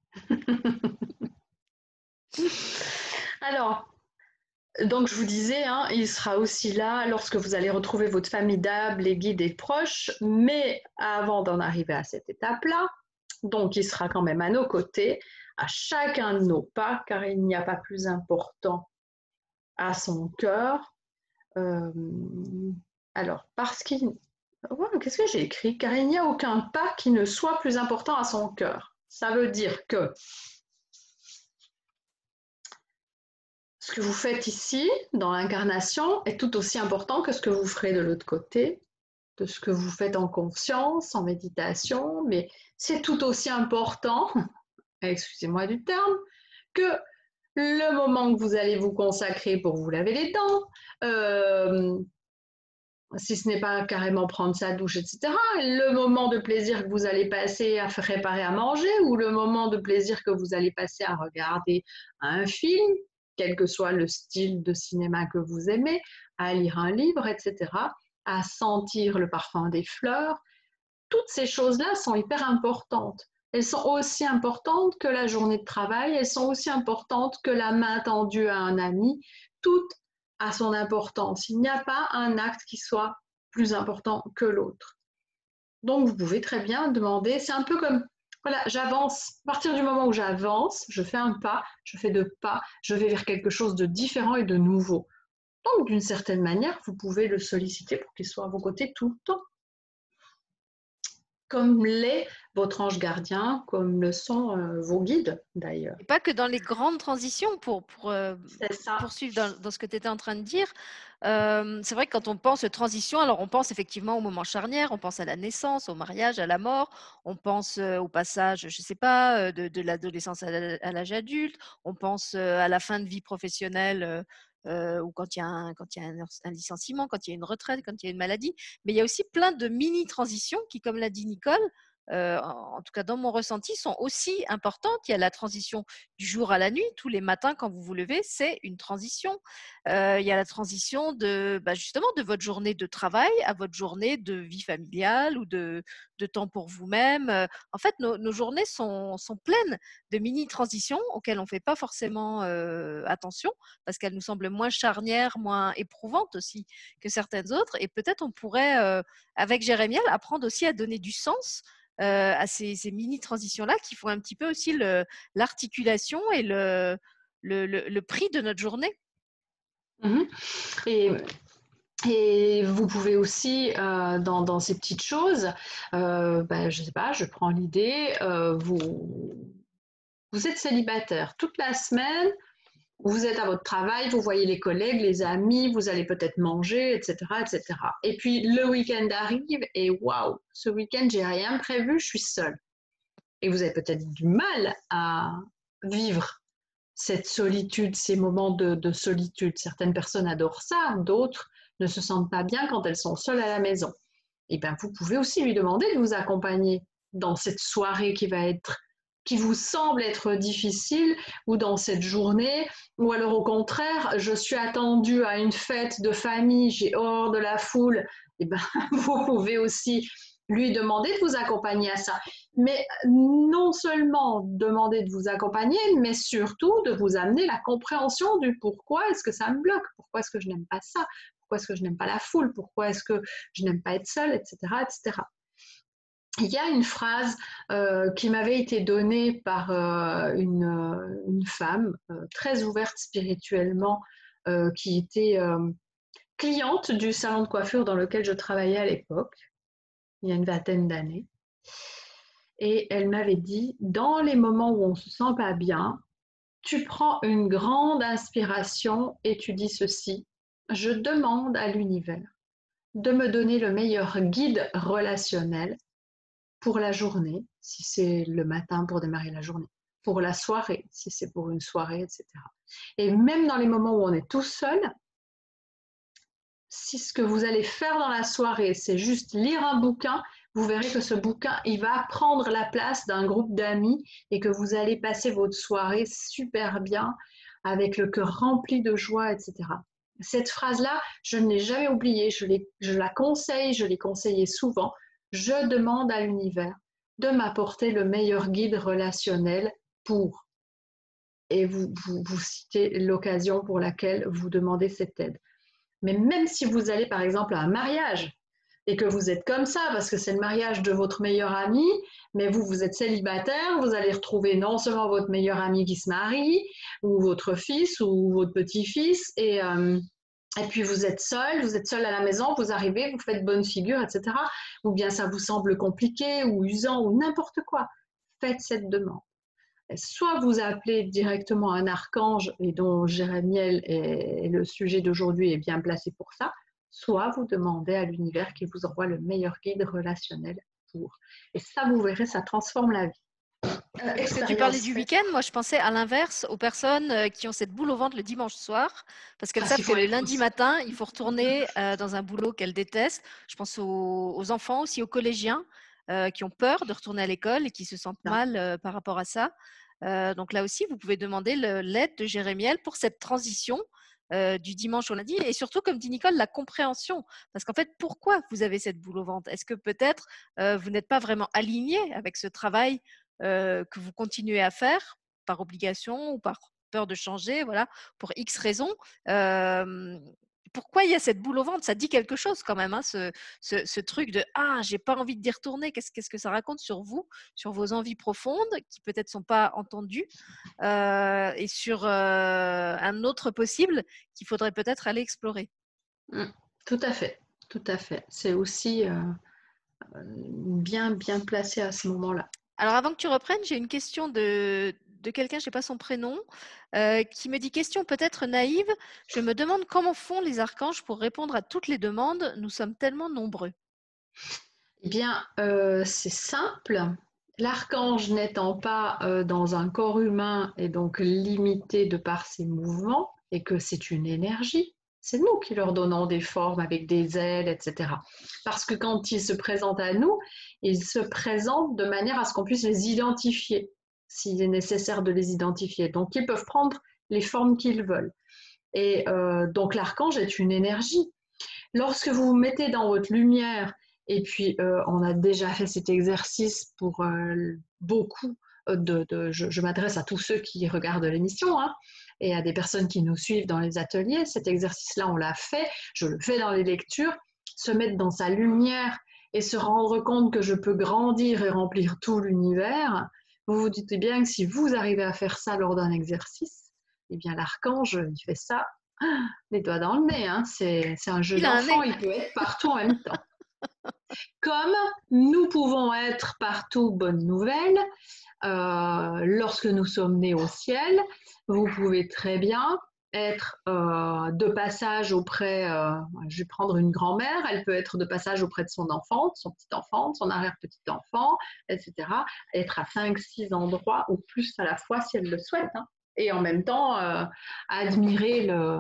Alors, donc je vous disais, hein, il sera aussi là lorsque vous allez retrouver votre famille d'âme, les guides et proches, mais avant d'en arriver à cette étape-là, donc il sera quand même à nos côtés, à chacun de nos pas, car il n'y a pas plus important à son cœur. Euh, alors, parce qu'il... Oh, qu'est-ce que j'ai écrit? Car il n'y a aucun pas qui ne soit plus important à son cœur. Ça veut dire que ce que vous faites ici, dans l'incarnation, est tout aussi important que ce que vous ferez de l'autre côté. de ce que vous faites en conscience, en méditation, mais c'est tout aussi important, excusez-moi du terme, que le moment que vous allez vous consacrer pour vous laver les dents, euh, si ce n'est pas carrément prendre sa douche, et cetera, le moment de plaisir que vous allez passer à préparer à manger ou le moment de plaisir que vous allez passer à regarder un film, quel que soit le style de cinéma que vous aimez, à lire un livre, et cetera, à sentir le parfum des fleurs. Toutes ces choses-là sont hyper importantes. Elles sont aussi importantes que la journée de travail, elles sont aussi importantes que la main tendue à un ami. Tout a son importance. Il n'y a pas un acte qui soit plus important que l'autre. Donc, vous pouvez très bien demander, c'est un peu comme, voilà, j'avance. À partir du moment où j'avance, je fais un pas, je fais deux pas, je vais vers quelque chose de différent et de nouveau. Donc, d'une certaine manière, vous pouvez le solliciter pour qu'il soit à vos côtés tout le temps. Comme l'est votre ange gardien, comme le sont euh, vos guides d'ailleurs. Et pas que dans les grandes transitions, pour, pour euh, C'est ça. poursuivre dans, dans ce que tu étais en train de dire. Euh, c'est vrai que quand on pense transition, alors on pense effectivement au moment charnière, on pense à la naissance, au mariage, à la mort, on pense euh, au passage, je ne sais pas, euh, de, de l'adolescence à l'âge adulte, on pense euh, à la fin de vie professionnelle euh, euh, ou quand il y a, un, quand il y a un, un licenciement, quand il y a une retraite, quand il y a une maladie. Mais il y a aussi plein de mini-transitions qui, comme l'a dit Nicole, euh, en, en tout cas dans mon ressenti, sont aussi importantes. Il y a la transition du jour à la nuit. Tous les matins, quand vous vous levez, c'est une transition. Euh, il y a la transition de, bah, justement, de votre journée de travail à votre journée de vie familiale ou de, de temps pour vous-même. Euh, en fait, nos, nos journées sont, sont pleines de mini-transitions auxquelles on ne fait pas forcément euh, attention parce qu'elles nous semblent moins charnières, moins éprouvantes aussi que certaines autres. Et peut-être on pourrait, euh, avec Jérémiel, apprendre aussi à donner du sens euh, à ces, ces mini-transitions-là qui font un petit peu aussi l'articulation et le, le, le, le prix de notre journée. Mmh. Et, et vous pouvez aussi, euh, dans, dans ces petites choses, euh, ben, je ne sais pas, je prends l'idée, euh, vous, vous êtes célibataire toute la semaine, vous êtes à votre travail, vous voyez les collègues, les amis, vous allez peut-être manger, et cetera, et cetera. Et puis le week-end arrive et waouh, ce week-end, j'ai rien prévu, je suis seule. Et vous avez peut-être du mal à vivre cette solitude, ces moments de, de solitude. Certaines personnes adorent ça, d'autres ne se sentent pas bien quand elles sont seules à la maison. Et bien, vous pouvez aussi lui demander de vous accompagner dans cette soirée qui va être, qui vous semble être difficile, ou dans cette journée, ou alors au contraire, je suis attendue à une fête de famille, j'ai horreur de la foule. Et ben, vous pouvez aussi lui demander de vous accompagner à ça. Mais non seulement demander de vous accompagner, mais surtout de vous amener la compréhension du pourquoi est-ce que ça me bloque, pourquoi est-ce que je n'aime pas ça, pourquoi est-ce que je n'aime pas la foule, pourquoi est-ce que je n'aime pas être seule, et cetera, et cetera. Il y a une phrase euh, qui m'avait été donnée par euh, une, euh, une femme euh, très ouverte spirituellement, euh, qui était euh, cliente du salon de coiffure dans lequel je travaillais à l'époque, il y a une vingtaine d'années. Et elle m'avait dit, dans les moments où on ne se sent pas bien, tu prends une grande inspiration et tu dis ceci: je demande à l'univers de me donner le meilleur guide relationnel pour la journée, si c'est le matin pour démarrer la journée, pour la soirée, si c'est pour une soirée, et cetera. Et même dans les moments où on est tout seul, si ce que vous allez faire dans la soirée, c'est juste lire un bouquin, vous verrez que ce bouquin, il va prendre la place d'un groupe d'amis et que vous allez passer votre soirée super bien, avec le cœur rempli de joie, et cetera. Cette phrase-là, je ne l'ai jamais oubliée, je, je la conseille, je l'ai conseillée souvent. Je demande à l'univers de m'apporter le meilleur guide relationnel pour. Et vous, vous, vous citez l'occasion pour laquelle vous demandez cette aide. Mais même si vous allez par exemple à un mariage et que vous êtes comme ça parce que c'est le mariage de votre meilleur ami, mais vous, vous êtes célibataire, vous allez retrouver non seulement votre meilleur ami qui se marie, ou votre fils, ou votre petit-fils, et, euh, et puis vous êtes seul, vous êtes seul à la maison, vous arrivez, vous faites bonne figure, et cetera. Ou bien ça vous semble compliqué ou usant ou n'importe quoi. Faites cette demande. Soit vous appelez directement un archange, et dont Jérémiel est le sujet d'aujourd'hui est bien placé pour ça, soit vous demandez à l'univers qu'il vous envoie le meilleur guide relationnel pour. Et ça, vous verrez, ça transforme la vie. Euh, parce que tu parlais du week-end, moi je pensais à l'inverse, aux personnes euh, qui ont cette boule au ventre le dimanche soir, parce qu'elles Ah, savent s'il que faut le être lundi matin, il faut retourner euh, dans un boulot qu'elles détestent. Je pense aux, aux enfants, aussi aux collégiens, euh, qui ont peur de retourner à l'école et qui se sentent ça. mal euh, par rapport à ça. Euh, donc là aussi, vous pouvez demander l'aide de Jérémiel pour cette transition euh, du dimanche au lundi, et surtout, comme dit Nicole, la compréhension. Parce qu'en fait, pourquoi vous avez cette boule au ventre? Est-ce que peut-être euh, vous n'êtes pas vraiment aligné avec ce travail euh, que vous continuez à faire par obligation ou par peur de changer, voilà, pour X raisons. Euh, pourquoi il y a cette boule au ventre? Ça dit quelque chose quand même, hein, ce, ce, ce truc de ah, j'ai pas envie d'y retourner. Qu'est-ce, qu'est-ce que ça raconte sur vous, sur vos envies profondes qui peut-être sont pas entendues, euh, et sur euh, un autre possible qu'il faudrait peut-être aller explorer. Mm. Tout à fait, tout à fait. C'est aussi euh, bien, bien placé à ce moment-là. Alors, avant que tu reprennes, j'ai une question de, de quelqu'un, je ne sais pas son prénom, euh, qui me dit question peut-être naïve. Je me demande comment font les archanges pour répondre à toutes les demandes. Nous sommes tellement nombreux. Eh bien, euh, c'est simple. L'archange n'étant pas euh, dans un corps humain et donc limité de par ses mouvements, et que c'est une énergie, c'est nous qui leur donnons des formes avec des ailes, et cetera. Parce que quand ils se présentent à nous, ils se présentent de manière à ce qu'on puisse les identifier, s'il est nécessaire de les identifier. Donc, ils peuvent prendre les formes qu'ils veulent. Et euh, donc, l'archange est une énergie. Lorsque vous vous mettez dans votre lumière, et puis euh, on a déjà fait cet exercice pour euh, beaucoup de, de je, je m'adresse à tous ceux qui regardent l'émission, hein, et à des personnes qui nous suivent dans les ateliers, cet exercice-là on l'a fait, je le fais dans les lectures, se mettre dans sa lumière et se rendre compte que je peux grandir et remplir tout l'univers. Vous vous dites bien que si vous arrivez à faire ça lors d'un exercice, eh bien l'archange il fait ça les doigts dans le nez, hein. C'est, c'est un jeu Il a un d'enfant, nez. il peut être partout en même temps. Comme nous pouvons être partout, bonne nouvelle, euh, lorsque nous sommes nés au ciel, vous pouvez très bien être euh, de passage auprès, euh, je vais prendre une grand-mère, elle peut être de passage auprès de son enfant, de son petit-enfant, de son arrière-petit-enfant, et cetera. Être à cinq, six endroits ou plus à la fois si elle le souhaite, hein. Et en même temps, euh, admirer le,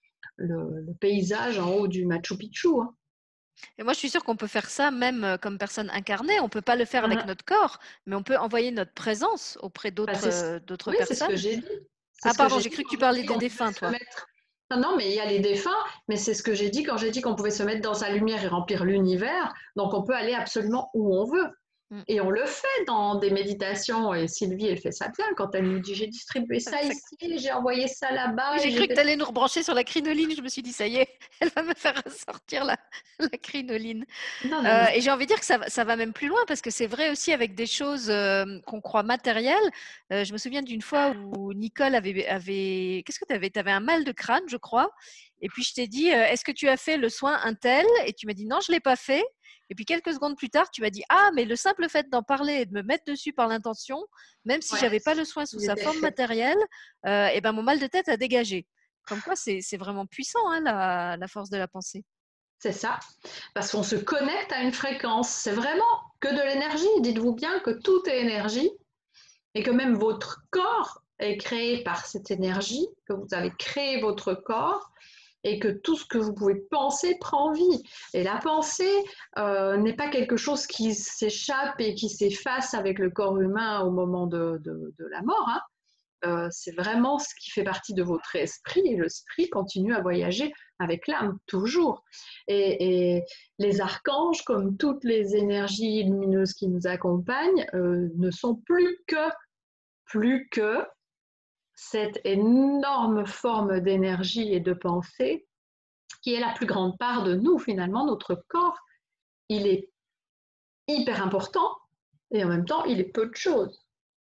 le, le paysage en haut du Machu Picchu, hein. Et moi, je suis sûre qu'on peut faire ça même euh, comme personne incarnée. On ne peut pas le faire avec Mhm. notre corps, mais on peut envoyer notre présence auprès Bah, d'autres c'est, euh, d'autres oui, c'est ce que personnes. j'ai dit. C'est Ah, ce que pardon, j'ai j'ai dit cru que quand tu j'ai parlais dit des qu'on pouvait défunts, se toi. mettre. Non, non, mais il y a les défunts, mais c'est ce que j'ai dit quand j'ai dit qu'on pouvait se mettre dans sa lumière et remplir l'univers. Donc on peut aller absolument où on veut. Mm. Et on le fait dans des méditations. Et Sylvie, elle fait ça bien quand elle nous dit j'ai distribué ça Ça- ici, j'ai envoyé ça Oui, là-bas j'ai et cru j'ai que fait tu ça. allais nous rebrancher sur la crinoline. Je me suis dit, ça y est, elle va me faire ressortir la, la crinoline. Non, non, Euh, non. et j'ai envie de dire que ça, va- ça va même plus loin parce que c'est vrai aussi avec des choses euh, qu'on croit matérielles. Euh, je me souviens d'une fois où Nicole avait, avait qu'est-ce que tu avais? Tu avais un mal de crâne, je crois. Et puis je t'ai dit, euh, est-ce que tu as fait le soin un tel? Et tu m'as dit, non, je ne l'ai pas fait. Et puis quelques secondes plus tard, tu m'as dit, ah, mais le simple fait d'en parler et de me mettre dessus par l'intention, même si Ouais, j'avais pas le soin sous il sa était forme fait. matérielle, euh, et ben mon mal de tête a dégagé. Comme quoi, c'est c'est vraiment puissant, hein, la, la force de la pensée. C'est ça. Parce qu'on se connecte à une fréquence. C'est vraiment que de l'énergie. Dites-vous bien que tout est énergie. Et que même votre corps est créé par cette énergie, que vous avez créé votre corps, et que tout ce que vous pouvez penser prend vie. Et la pensée euh, n'est pas quelque chose qui s'échappe et qui s'efface avec le corps humain au moment de, de, de la mort, hein. Euh, c'est vraiment ce qui fait partie de votre esprit, et l'esprit continue à voyager avec l'âme, toujours. Et, et les archanges, comme toutes les énergies lumineuses qui nous accompagnent, euh, ne sont plus que plus que cette énorme forme d'énergie et de pensée qui est la plus grande part de nous, finalement. Notre corps, il est hyper important et en même temps, il est peu de choses.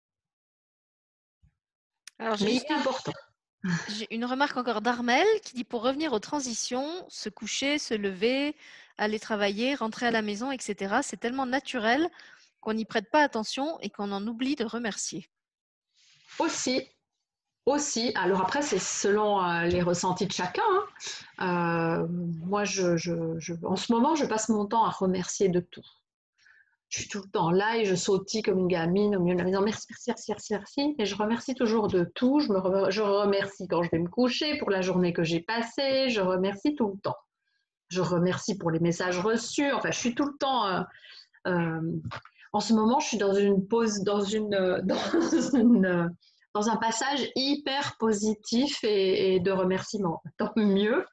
Alors, j'ai Mais il juste est une, important. j'ai une remarque encore d'Armel qui dit pour revenir aux transitions, se coucher, se lever, aller travailler, rentrer à la maison, et cetera. C'est tellement naturel qu'on n'y prête pas attention et qu'on en oublie de remercier. Aussi, Aussi, alors après, c'est selon euh, les ressentis de chacun, hein. Euh, moi, je, je- je- en ce moment, je passe mon temps à remercier de tout. Je suis tout le temps là et je sautille comme une gamine au milieu de la maison. Merci, merci, merci, merci, merci. Et je remercie toujours de tout. Je me re- je remercie quand je vais me coucher pour la journée que j'ai passée. Je remercie tout le temps. Je remercie pour les messages reçus. Enfin, je suis tout le temps. euh, euh, en ce moment, je suis dans une pause, dans une, euh, dans une, euh, dans un passage hyper positif et, et de remerciement. Tant mieux,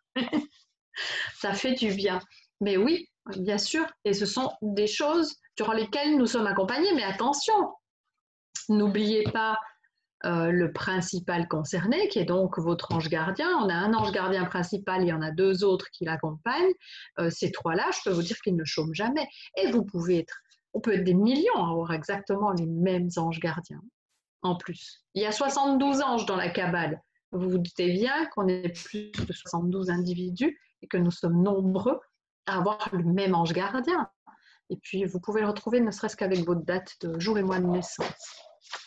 ça fait du bien. Mais oui, bien sûr, et ce sont des choses durant lesquelles nous sommes accompagnés. Mais attention, n'oubliez pas euh, le principal concerné, qui est donc votre ange gardien. On a un ange gardien principal, il y en a deux autres qui l'accompagnent. Euh, ces trois-là, je peux vous dire qu'ils ne chôment jamais. Et vous pouvez être, on peut être des millions à avoir exactement les mêmes anges gardiens en plus. Il y a soixante-douze anges dans la Kabbale. Vous vous doutez bien qu'on est plus de soixante-douze individus et que nous sommes nombreux à avoir le même ange gardien. Et puis, vous pouvez le retrouver ne serait-ce qu'avec votre date de jour et mois de naissance.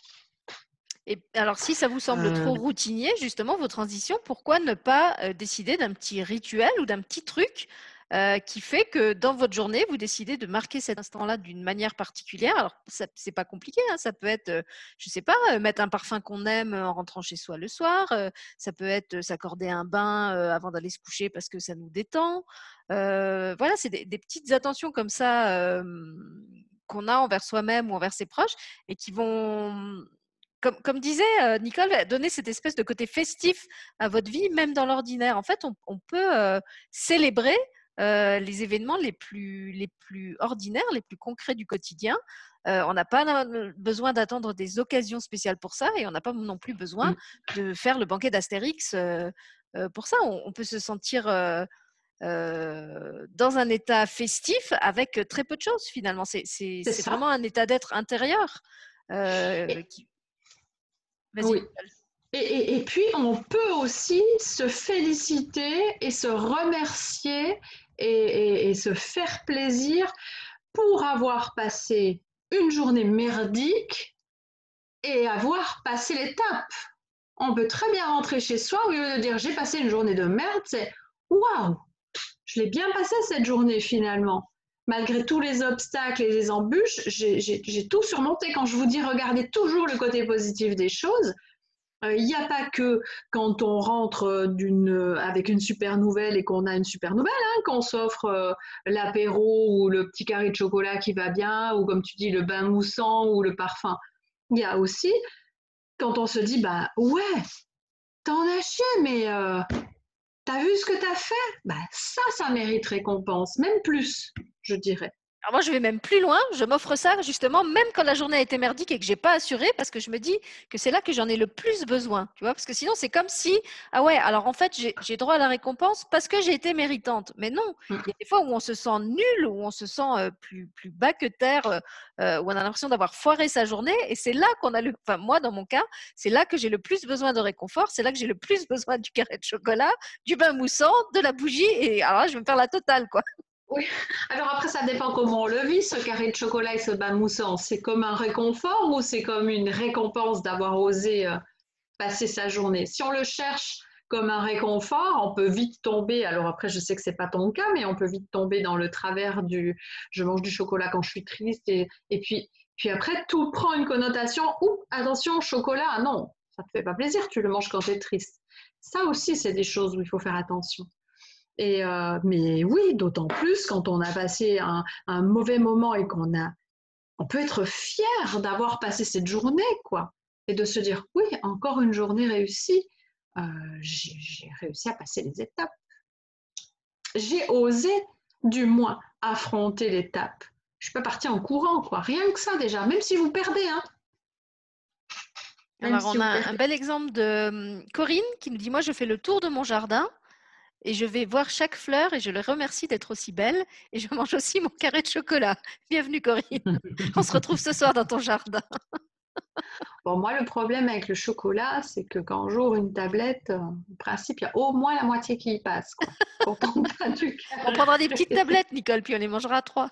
Et alors, si ça vous semble Euh, trop routinier, justement, vos transitions, pourquoi ne pas euh, décider d'un petit rituel ou d'un petit truc euh, qui fait que dans votre journée, vous décidez de marquer cet instant-là d'une manière particulière. Alors, ça, c'est pas compliqué, hein, ça peut être, euh, je sais pas, euh, mettre un parfum qu'on aime en rentrant chez soi le soir. euh, ça peut être euh, s'accorder un bain euh, avant d'aller se coucher parce que ça nous détend. Euh, voilà, c'est des, des petites attentions comme ça euh, qu'on a envers soi-même ou envers ses proches et qui vont comme, comme disait euh, Nicole, donner cette espèce de côté festif à votre vie, même dans l'ordinaire. En fait, on, on peut euh, célébrer euh, les événements les plus, les plus ordinaires, les plus concrets du quotidien. Euh, on n'a pas besoin d'attendre des occasions spéciales pour ça et on n'a pas non plus besoin de faire le banquet d'Astérix euh, euh, pour ça. On, on peut se sentir euh, euh, dans un état festif avec très peu de choses finalement. C'est, c'est, c'est c'est ça. vraiment un état d'être intérieur euh, Et, qui, vas-y. oui. Et, et, et, puis, on peut aussi se féliciter et se remercier et, et, et se faire plaisir pour avoir passé une journée merdique et avoir passé l'étape. On peut très bien rentrer chez soi au lieu de dire j'ai passé une journée de merde, c'est waouh, je l'ai bien passé cette journée finalement. Malgré tous les obstacles et les embûches, j'ai, j'ai, j'ai tout surmonté. Quand je vous dis regardez toujours le côté positif des choses, il n'y a pas que quand on rentre d'une, avec une super nouvelle et qu'on a une super nouvelle, hein, qu'on s'offre euh, l'apéro ou le petit carré de chocolat qui va bien, ou comme tu dis, le bain moussant ou le parfum. Il y a aussi quand on se dit, bah ouais, t'en as chié, mais euh, t'as vu ce que t'as fait? Bah ça, ça mérite récompense, même plus, je dirais. Alors moi, je vais même plus loin. Je m'offre ça justement, même quand la journée a été merdique et que j'ai pas assuré, parce que je me dis que c'est là que j'en ai le plus besoin. Tu vois, parce que sinon, c'est comme si, ah ouais, alors en fait, j'ai, j'ai droit à la récompense parce que j'ai été méritante. Mais non, il y a des fois où on se sent nul, où on se sent euh, plus, plus bas que terre, euh, euh, où on a l'impression d'avoir foiré sa journée. Et c'est là qu'on a le, enfin, moi, dans mon cas, c'est là que j'ai le plus besoin de réconfort. C'est là que j'ai le plus besoin du carré de chocolat, du bain moussant, de la bougie. Et alors là, je vais me faire la totale, quoi. Oui, alors après, ça dépend comment on le vit, ce carré de chocolat et ce bain moussant. C'est comme un réconfort ou c'est comme une récompense d'avoir osé euh, passer sa journée? Si on le cherche comme un réconfort, on peut vite tomber, alors après, je sais que c'est pas ton cas, mais on peut vite tomber dans le travers du je mange du chocolat quand je suis triste et, et puis, puis après, tout prend une connotation ou attention, chocolat, ah non, ça te fait pas plaisir, tu le manges quand tu es triste. Ça aussi, c'est des choses où il faut faire attention. Et euh, mais oui, d'autant plus quand on a passé un, un mauvais moment et qu'on a, on peut être fier d'avoir passé cette journée, quoi, et de se dire oui, encore une journée réussie. Euh, j'ai, j'ai réussi à passer les étapes. J'ai osé, du moins, affronter l'étape. Je suis pas partie en courant, quoi. Rien que ça déjà. Même si vous perdez, hein. Même Alors, si on a vous un perdez. bel exemple de hum, Corinne qui nous dit, moi, je fais le tour de mon jardin et je vais voir chaque fleur et je le remercie d'être aussi belle et je mange aussi mon carré de chocolat. Bienvenue, Corinne. On se retrouve ce soir dans ton jardin. Bon, moi, le problème avec le chocolat, c'est que quand j'ouvre une tablette, euh, en principe, il y a au moins la moitié qui y passe, quoi. Quand on a du On prendra des petites carré. tablettes, Nicole, puis on les mangera à trois.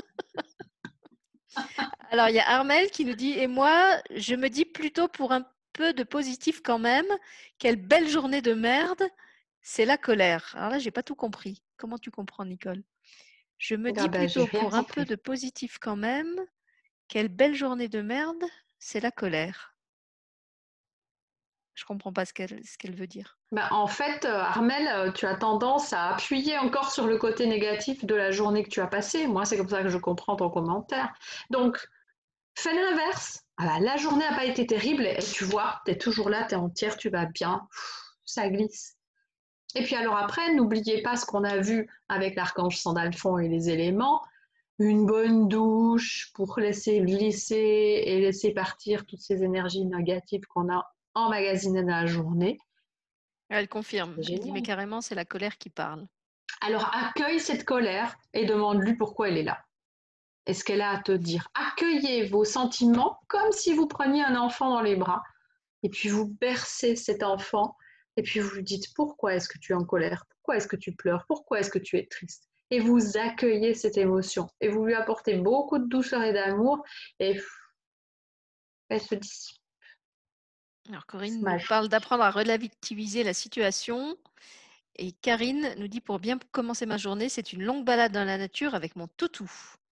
Alors, il y a Armel qui nous dit, et moi, je me dis plutôt pour un peu de positif quand même. Quelle belle journée de merde, c'est la colère. Alors là, j'ai pas tout compris. Comment tu comprends, Nicole? Je me Ah dis ben, j'ai plutôt rien pour un peu compris. de positif quand même. Quelle belle journée de merde, c'est la colère. Je comprends pas ce qu'elle ce qu'elle veut dire. Ben, en fait, euh, Armel, euh, tu as tendance à appuyer encore sur le côté négatif de la journée que tu as passée. Moi, c'est comme ça que je comprends ton commentaire. Donc, fais l'inverse. Ah ben, la journée n'a pas été terrible et tu vois, tu es toujours là, tu es entière, tu vas bien. Pff, ça glisse. Et puis alors après, n'oubliez pas ce qu'on a vu avec l'archange Sandalphon et les éléments. Une bonne douche pour laisser glisser et laisser partir toutes ces énergies négatives qu'on a emmagasinées dans la journée. Elle confirme. C'est Elle dit mais génial. carrément, c'est la colère qui parle. Alors accueille cette colère et demande-lui pourquoi elle est là. Est-ce qu'elle a à te dire? Accueillez vos sentiments comme si vous preniez un enfant dans les bras et puis vous bercez cet enfant et puis vous lui dites pourquoi est-ce que tu es en colère? Pourquoi est-ce que tu pleures? Pourquoi est-ce que tu es triste? Et vous accueillez cette émotion et vous lui apportez beaucoup de douceur et d'amour et elle se dissipe. Alors C'est Corinne nous magique. parle d'apprendre à relativiser la situation. Et Karine nous dit pour bien commencer ma journée, c'est une longue balade dans la nature avec mon toutou.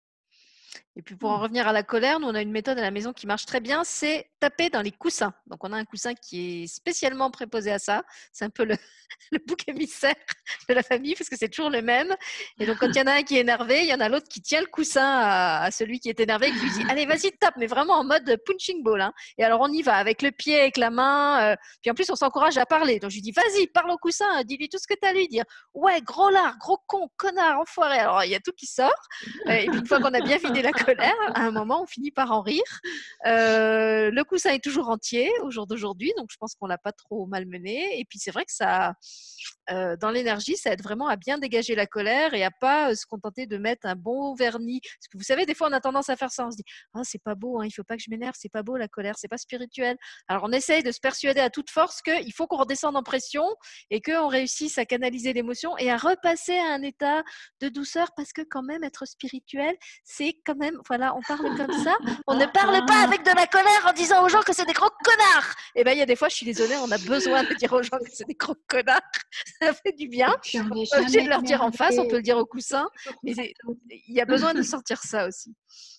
Et puis pour en revenir à la colère, nous on a une méthode à la maison qui marche très bien, c'est taper dans les coussins. Donc on a un coussin qui est spécialement préposé à ça. C'est un peu le, le bouc émissaire de la famille parce que c'est toujours le même. Et donc quand il y en a un qui est énervé, il y en a l'autre qui tient le coussin à, à celui qui est énervé et qui lui dit allez vas-y tape, mais vraiment en mode punching ball. Hein. Et alors on y va avec le pied, avec la main. Euh, puis en plus on s'encourage à parler. Donc je lui dis vas-y parle au coussin, dis-lui tout ce que tu as à lui dire. Ouais gros lard, gros con, connard, enfoiré. Alors il y a tout qui sort. Euh, et puis une fois qu'on a bien vidé la colère, à un moment, on finit par en rire. Euh, le coussin est toujours entier au jour d'aujourd'hui, donc je pense qu'on l'a pas trop malmené. Et puis c'est vrai que ça, euh, dans l'énergie, ça aide vraiment à bien dégager la colère et à pas euh, se contenter de mettre un bon vernis. Parce que vous savez, des fois, on a tendance à faire ça. On se dit, ah, c'est pas beau, hein, il faut pas que je m'énerve, c'est pas beau la colère, c'est pas spirituel. Alors on essaye de se persuader à toute force qu'il faut qu'on redescende en pression et qu'on réussisse à canaliser l'émotion et à repasser à un état de douceur parce que quand même être spirituel, c'est quand même, voilà, on parle comme ça, on ne parle pas avec de la colère en disant aux gens que c'est des gros connards. Et bien il y a des fois, je suis désolée, on a besoin de dire aux gens que c'est des gros connards, ça fait du bien. Et puis on On n'est n'est pas obligé jamais de leur dire en face, on peut énervé. le dire au C'est coussin, toujours mais très doux. il y a besoin de sortir ça aussi.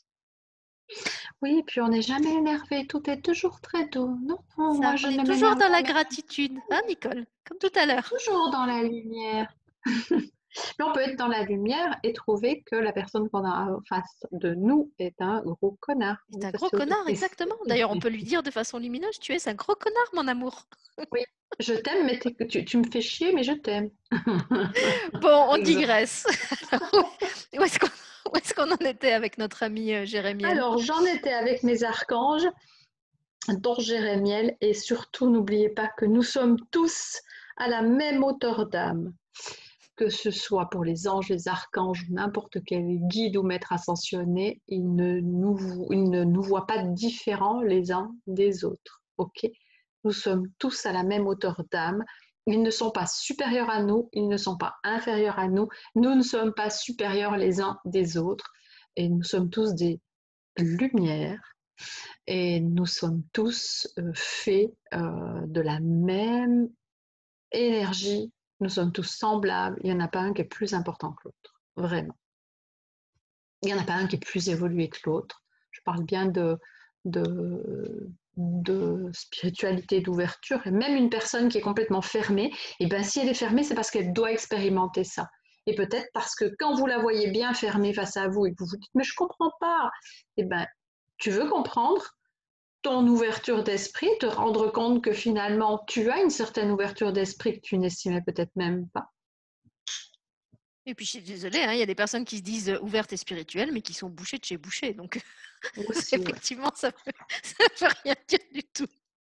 Oui, et puis on n'est jamais énervé. Tout est toujours très doux. Non, non, Ça, moi je on est ne toujours m'énerve dans la jamais. gratitude, hein Nicole, comme tout à l'heure. Toujours dans la lumière. Mais on peut être dans la lumière et trouver que la personne qu'on a en face de nous est un gros connard. C'est Oui, un ça gros c'est aussi connard, possible. exactement. D'ailleurs, on peut lui dire de façon lumineuse, tu es un gros connard, mon amour. Oui, je t'aime, mais t'es- tu, tu me fais chier, mais je t'aime. Bon, on Exemple. digresse. Où est-ce qu'on où est-ce qu'on en était avec notre ami euh, Jérémiel? Alors, j'en étais avec mes archanges, dont Jérémiel, et surtout, n'oubliez pas que nous sommes tous à la même hauteur d'âme. Que ce soit pour les anges, les archanges, n'importe quel guide ou maître ascensionné, ils ne nous, ils ne nous voient pas différents les uns des autres. Ok? Nous sommes tous à la même hauteur d'âme. Ils ne sont pas supérieurs à nous, ils ne sont pas inférieurs à nous. Nous ne sommes pas supérieurs les uns des autres. Et nous sommes tous des lumières. Et nous sommes tous euh, faits euh, de la même énergie, nous sommes tous semblables, il n'y en a pas un qui est plus important que l'autre, vraiment. Il n'y en a pas un qui est plus évolué que l'autre. Je parle bien de, de, de spiritualité, d'ouverture, et même une personne qui est complètement fermée, et ben si elle est fermée, c'est parce qu'elle doit expérimenter ça. Et peut-être parce que quand vous la voyez bien fermée face à vous et que vous vous dites mais je comprends pas, et ben tu veux comprendre, ton ouverture d'esprit, te rendre compte que finalement tu as une certaine ouverture d'esprit que tu n'estimais peut-être même pas. Et puis je suis désolée, hein, il y a des personnes qui se disent euh, ouvertes et spirituelles, mais qui sont bouchées de chez bouchées. Donc Aussi, ouais. effectivement, ça ne veut, veut rien dire du tout.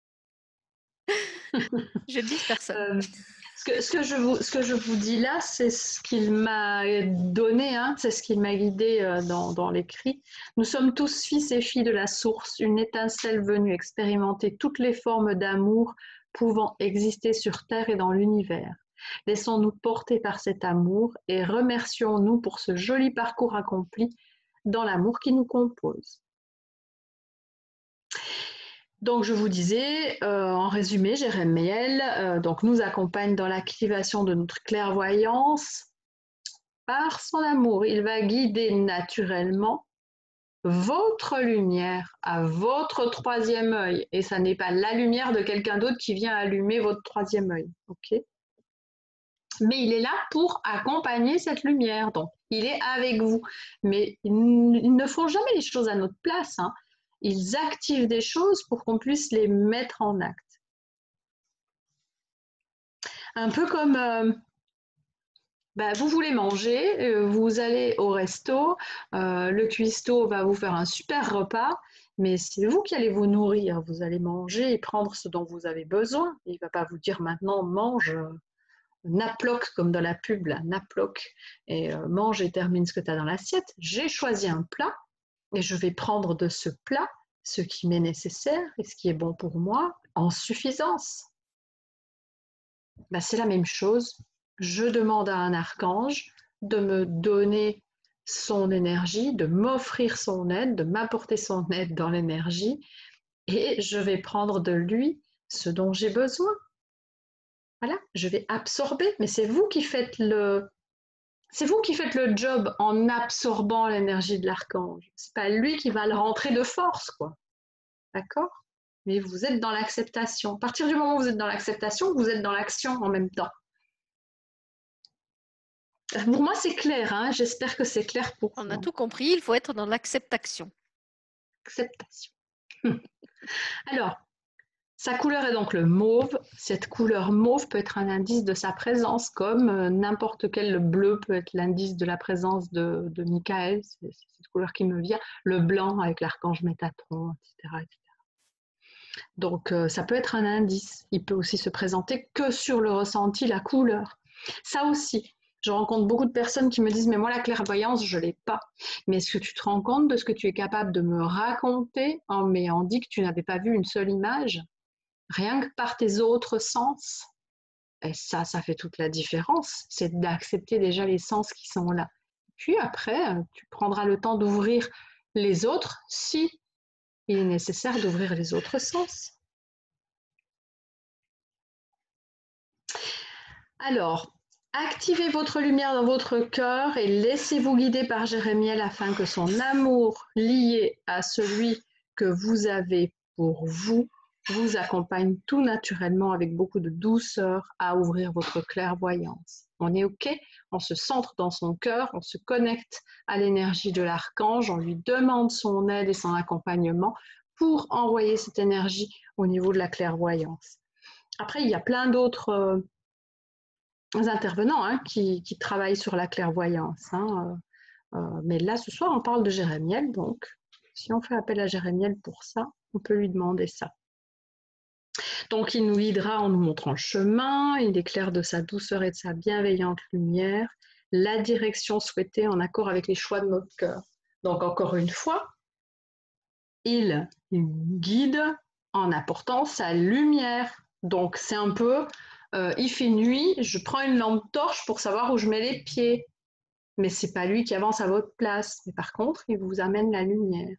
Je ne vise personne. Euh, ce, que, ce, que je vous, ce que je vous dis là, c'est ce qu'il m'a donné, hein, c'est ce qu'il m'a guidé euh, dans, dans l'écrit. Nous sommes tous fils et filles de la source, une étincelle venue expérimenter toutes les formes d'amour pouvant exister sur Terre et dans l'univers. Laissons-nous porter par cet amour et remercions-nous pour ce joli parcours accompli dans l'amour qui nous compose. Donc, je vous disais, euh, en résumé, Jérémiel euh, donc, nous accompagne dans l'activation de notre clairvoyance par son amour. Il va guider naturellement votre lumière à votre troisième œil. Et ça n'est pas la lumière de quelqu'un d'autre qui vient allumer votre troisième œil. Okay, mais il est là pour accompagner cette lumière. Donc, il est avec vous. Mais ils ne font jamais les choses à notre place. Hein. Ils activent des choses pour qu'on puisse les mettre en acte. Un peu comme euh, bah, vous voulez manger, euh, vous allez au resto, euh, le cuistot va vous faire un super repas, mais c'est vous qui allez vous nourrir. Vous allez manger et prendre ce dont vous avez besoin. Il ne va pas vous dire maintenant mange euh, naploc comme dans la pub, là, naploc, et euh, mange et termine ce que tu as dans l'assiette. J'ai choisi un plat et je vais prendre de ce plat ce qui m'est nécessaire et ce qui est bon pour moi en suffisance. Ben, c'est la même chose. Je demande à un archange de me donner son énergie, de m'offrir son aide, de m'apporter son aide dans l'énergie et je vais prendre de lui ce dont j'ai besoin. Voilà, je vais absorber, mais c'est vous qui faites le, c'est vous qui faites le job en absorbant l'énergie de l'archange. C'est pas lui qui va le rentrer de force, quoi. D'accord? Mais vous êtes dans l'acceptation. À partir du moment où vous êtes dans l'acceptation, vous êtes dans l'action en même temps. Pour moi, c'est clair. Hein. J'espère que c'est clair pour On vous. a tout compris, il faut être dans l'acceptation. Acceptation. Alors, sa couleur est donc le mauve. Cette couleur mauve peut être un indice de sa présence, comme euh, n'importe quel bleu peut être l'indice de la présence de, de Michael. C'est cette couleur qui me vient. Le blanc avec l'archange Métatron, et cetera, et cetera. Donc, euh, ça peut être un indice. Il peut aussi se présenter que sur le ressenti, la couleur. Ça aussi, je rencontre beaucoup de personnes qui me disent « mais moi, la clairvoyance, je ne l'ai pas ». Mais est-ce que tu te rends compte de ce que tu es capable de me raconter en m'ayant dit que tu n'avais pas vu une seule image, rien que par tes autres sens? Et ça, ça fait toute la différence. C'est d'accepter déjà les sens qui sont là. Puis après, tu prendras le temps d'ouvrir les autres si il est nécessaire d'ouvrir les autres sens. Alors, activez votre lumière dans votre cœur et laissez-vous guider par Jérémiel afin que son amour lié à celui que vous avez pour vous vous accompagne tout naturellement avec beaucoup de douceur à ouvrir votre clairvoyance. On est OK, on se centre dans son cœur, on se connecte à l'énergie de l'archange, on lui demande son aide et son accompagnement pour envoyer cette énergie au niveau de la clairvoyance. Après, il y a plein d'autres euh, intervenants hein, qui, qui travaillent sur la clairvoyance. Hein, euh, euh, mais là, ce soir, on parle de Jérémiel, donc si on fait appel à Jérémiel pour ça, on peut lui demander ça. Donc, il nous guidera en nous montrant le chemin, il éclaire de sa douceur et de sa bienveillante lumière la direction souhaitée en accord avec les choix de notre cœur. Donc, encore une fois, il guide en apportant sa lumière. Donc, c'est un peu, euh, il fait nuit, je prends une lampe torche pour savoir où je mets les pieds. Mais ce n'est pas lui qui avance à votre place. Mais par contre, il vous amène la lumière.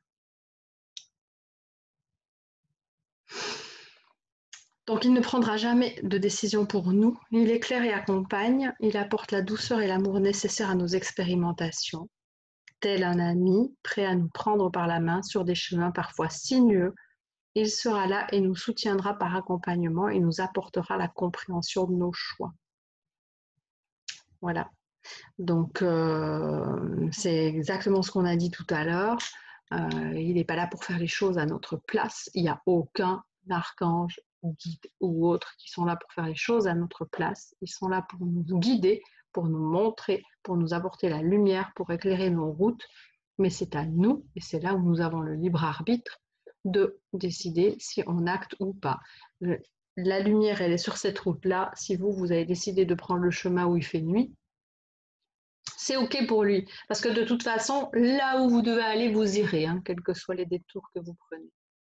Donc, il ne prendra jamais de décision pour nous. Il éclaire et accompagne. Il apporte la douceur et l'amour nécessaires à nos expérimentations. Tel un ami, prêt à nous prendre par la main sur des chemins parfois sinueux, il sera là et nous soutiendra par accompagnement et nous apportera la compréhension de nos choix. Voilà. Donc, euh, c'est exactement ce qu'on a dit tout à l'heure. Euh, il n'est pas là pour faire les choses à notre place. Il n'y a aucun archange, guide ou autre qui sont là pour faire les choses à notre place. Ils sont là pour nous guider, pour nous montrer, pour nous apporter la lumière, pour éclairer nos routes. Mais c'est à nous, et c'est là où nous avons le libre arbitre, de décider si on acte ou pas. La lumière, elle est sur cette route-là. Si vous, vous avez décidé de prendre le chemin où il fait nuit, c'est OK pour lui. Parce que de toute façon, là où vous devez aller, vous irez, hein, quels que soient les détours que vous prenez.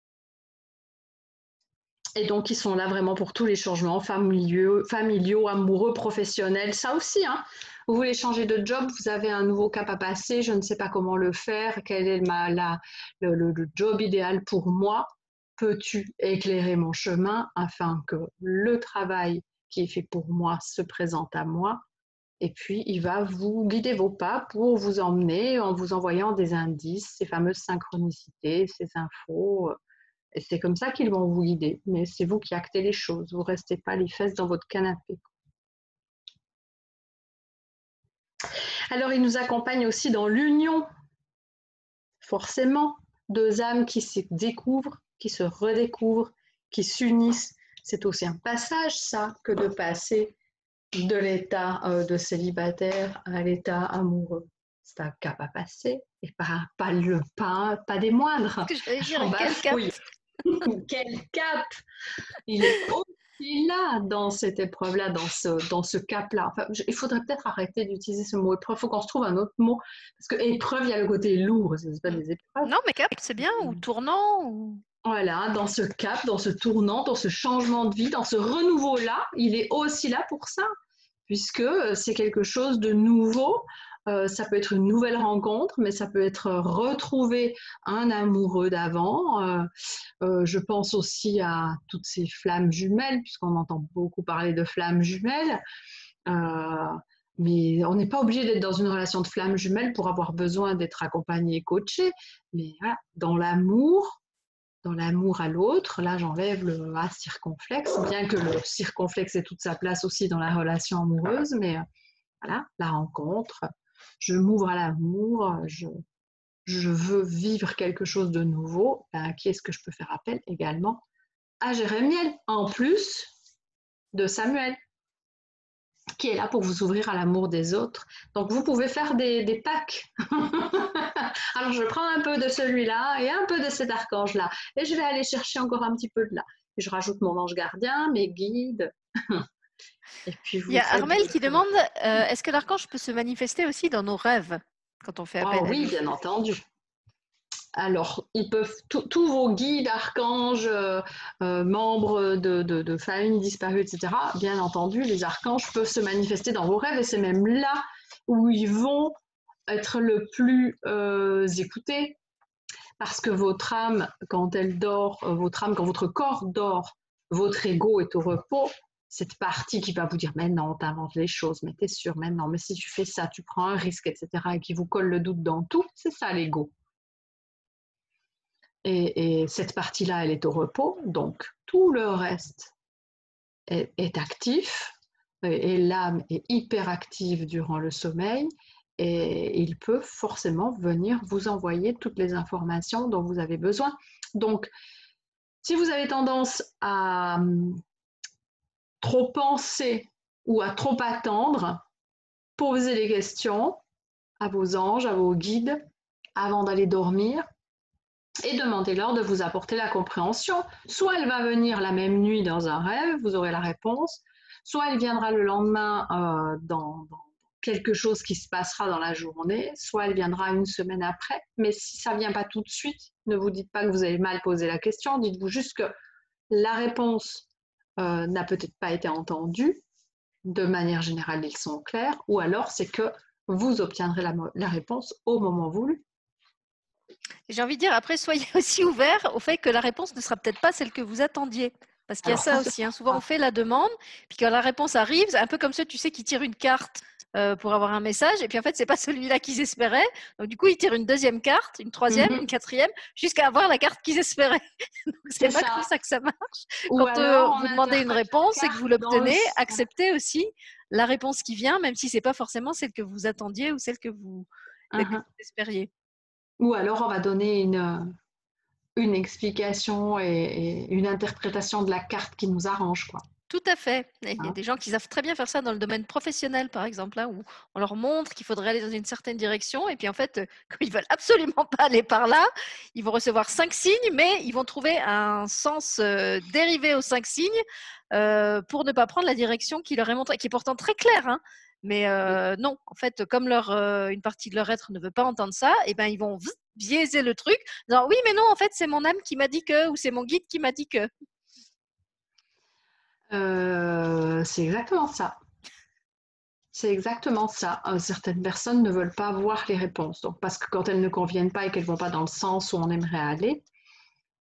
Et donc, ils sont là vraiment pour tous les changements familiaux, familiaux amoureux, professionnels. Ça aussi, hein. Vous voulez changer de job, vous avez un nouveau cap à passer, je ne sais pas comment le faire, quel est ma, la, le, le, le job idéal pour moi. peux-tu éclairer mon chemin afin que le travail qui est fait pour moi se présente à moi? Et puis, il va vous guider vos pas pour vous emmener en vous envoyant des indices, ces fameuses synchronicités, ces infos. Et c'est comme ça qu'ils vont vous guider. Mais c'est vous qui actez les choses. Vous ne restez pas les fesses dans votre canapé. Alors, il nous accompagne aussi dans l'union. Forcément, deux âmes qui se découvrent, qui se redécouvrent, qui s'unissent. C'est aussi un passage, ça, que de passer de l'état euh, de célibataire à l'état amoureux. C'est un cap à passer, et pas, pas, le, pas, pas des moindres. Que j'allais dire, J'en quel cap? bafouille. Quel cap! Il est aussi là, dans cette épreuve-là, dans ce, dans ce cap-là. Enfin, il faudrait peut-être arrêter d'utiliser ce mot épreuve. Il faut qu'on se trouve un autre mot. Parce que épreuve, il y a le côté lourd. C'est pas des épreuves. Non, mais cap, c'est bien. Ou tournant. Ou... Voilà, dans ce cap, dans ce tournant, dans ce changement de vie, dans ce renouveau-là, il est aussi là pour ça. Puisque c'est quelque chose de nouveau. Euh, ça peut être une nouvelle rencontre, mais ça peut être retrouver un amoureux d'avant. Euh, euh, je pense aussi à toutes ces flammes jumelles, puisqu'on entend beaucoup parler de flammes jumelles. Euh, mais on n'est pas obligé d'être dans une relation de flammes jumelles pour avoir besoin d'être accompagné et coaché. Mais voilà, dans l'amour, dans l'amour à l'autre, là j'enlève le A circonflexe, bien que le circonflexe ait toute sa place aussi dans la relation amoureuse, mais euh, voilà, la rencontre, je m'ouvre à l'amour, je, je veux vivre quelque chose de nouveau, ben, à qui est-ce que je peux faire appel également? À Jérémiel, en plus de Samuel, qui est là pour vous ouvrir à l'amour des autres. Donc vous pouvez faire des, des packs. Alors je prends un peu de celui-là et un peu de cet archange-là, et je vais aller chercher encore un petit peu de là. Et je rajoute mon ange gardien, mes guides. Et puis vous Il y a faites Armel qui votre... demande euh, est-ce que l'archange peut se manifester aussi dans nos rêves quand on fait appel Oh à oui, lui? bien entendu. Alors, ils peuvent, tous vos guides, archanges, euh, euh, membres de, de, de familles disparues, et cetera, bien entendu, les archanges peuvent se manifester dans vos rêves et c'est même là où ils vont être le plus euh, écoutés. Parce que votre âme, quand elle dort, euh, votre âme, quand votre corps dort, votre ego est au repos, cette partie qui va vous dire mais non, t'inventes les choses, mais t'es sûr, mais non, mais si tu fais ça, tu prends un risque, et cetera, et qui vous colle le doute dans tout, c'est ça l'ego. Et, et cette partie-là, elle est au repos, donc tout le reste est, est actif, et, et l'âme est hyper active durant le sommeil, et il peut forcément venir vous envoyer toutes les informations dont vous avez besoin. Donc, si vous avez tendance à hum, trop penser ou à trop attendre, posez des questions à vos anges, à vos guides, avant d'aller dormir, et demandez-leur de vous apporter la compréhension. Soit elle va venir la même nuit dans un rêve, vous aurez la réponse, soit elle viendra le lendemain euh, dans, dans quelque chose qui se passera dans la journée, soit elle viendra une semaine après. Mais si ça ne vient pas tout de suite, ne vous dites pas que vous avez mal posé la question, dites-vous juste que la réponse euh, n'a peut-être pas été entendue. De manière générale, ils sont clairs, ou alors c'est que vous obtiendrez la, la réponse au moment voulu. J'ai envie de dire, après, soyez aussi ouverts au fait que la réponse ne sera peut-être pas celle que vous attendiez. Parce qu'il y a Alors, ça, ça, aussi. Hein. Souvent, on fait la demande, puis quand la réponse arrive, c'est un peu comme ceux, tu sais, qui tirent une carte euh, pour avoir un message, et puis en fait, c'est pas celui-là qu'ils espéraient. Donc, du coup, ils tirent une deuxième carte, une troisième, mm-hmm. une quatrième, jusqu'à avoir la carte qu'ils espéraient. Donc, c'est, c'est pas ça. Comme ça que ça marche. Ou quand alors, euh, vous demandez une réponse et que vous l'obtenez, le... acceptez aussi la réponse qui vient, même si c'est pas forcément celle que vous attendiez ou celle que vous, uh-huh. que vous espériez. Ou alors, on va donner une, une explication et, et une interprétation de la carte qui nous arrange, quoi. Tout à fait. Et il y a des gens qui savent très bien faire ça dans le domaine professionnel, par exemple, là, où on leur montre qu'il faudrait aller dans une certaine direction. Et puis, en fait, comme ils veulent absolument pas aller par là, ils vont recevoir cinq signes, mais ils vont trouver un sens euh, dérivé aux cinq signes euh, pour ne pas prendre la direction qui leur est montrée, qui est pourtant très claire. Hein. Mais euh, non, en fait, comme leur, euh, une partie de leur être ne veut pas entendre ça, et ben, ils vont biaiser le truc. Disant, oui, mais non, en fait, c'est mon âme qui m'a dit que, ou c'est mon guide qui m'a dit que. Euh, c'est exactement ça. C'est exactement ça. Euh, certaines personnes ne veulent pas voir les réponses. Donc, parce que quand elles ne conviennent pas et qu'elles ne vont pas dans le sens où on aimerait aller,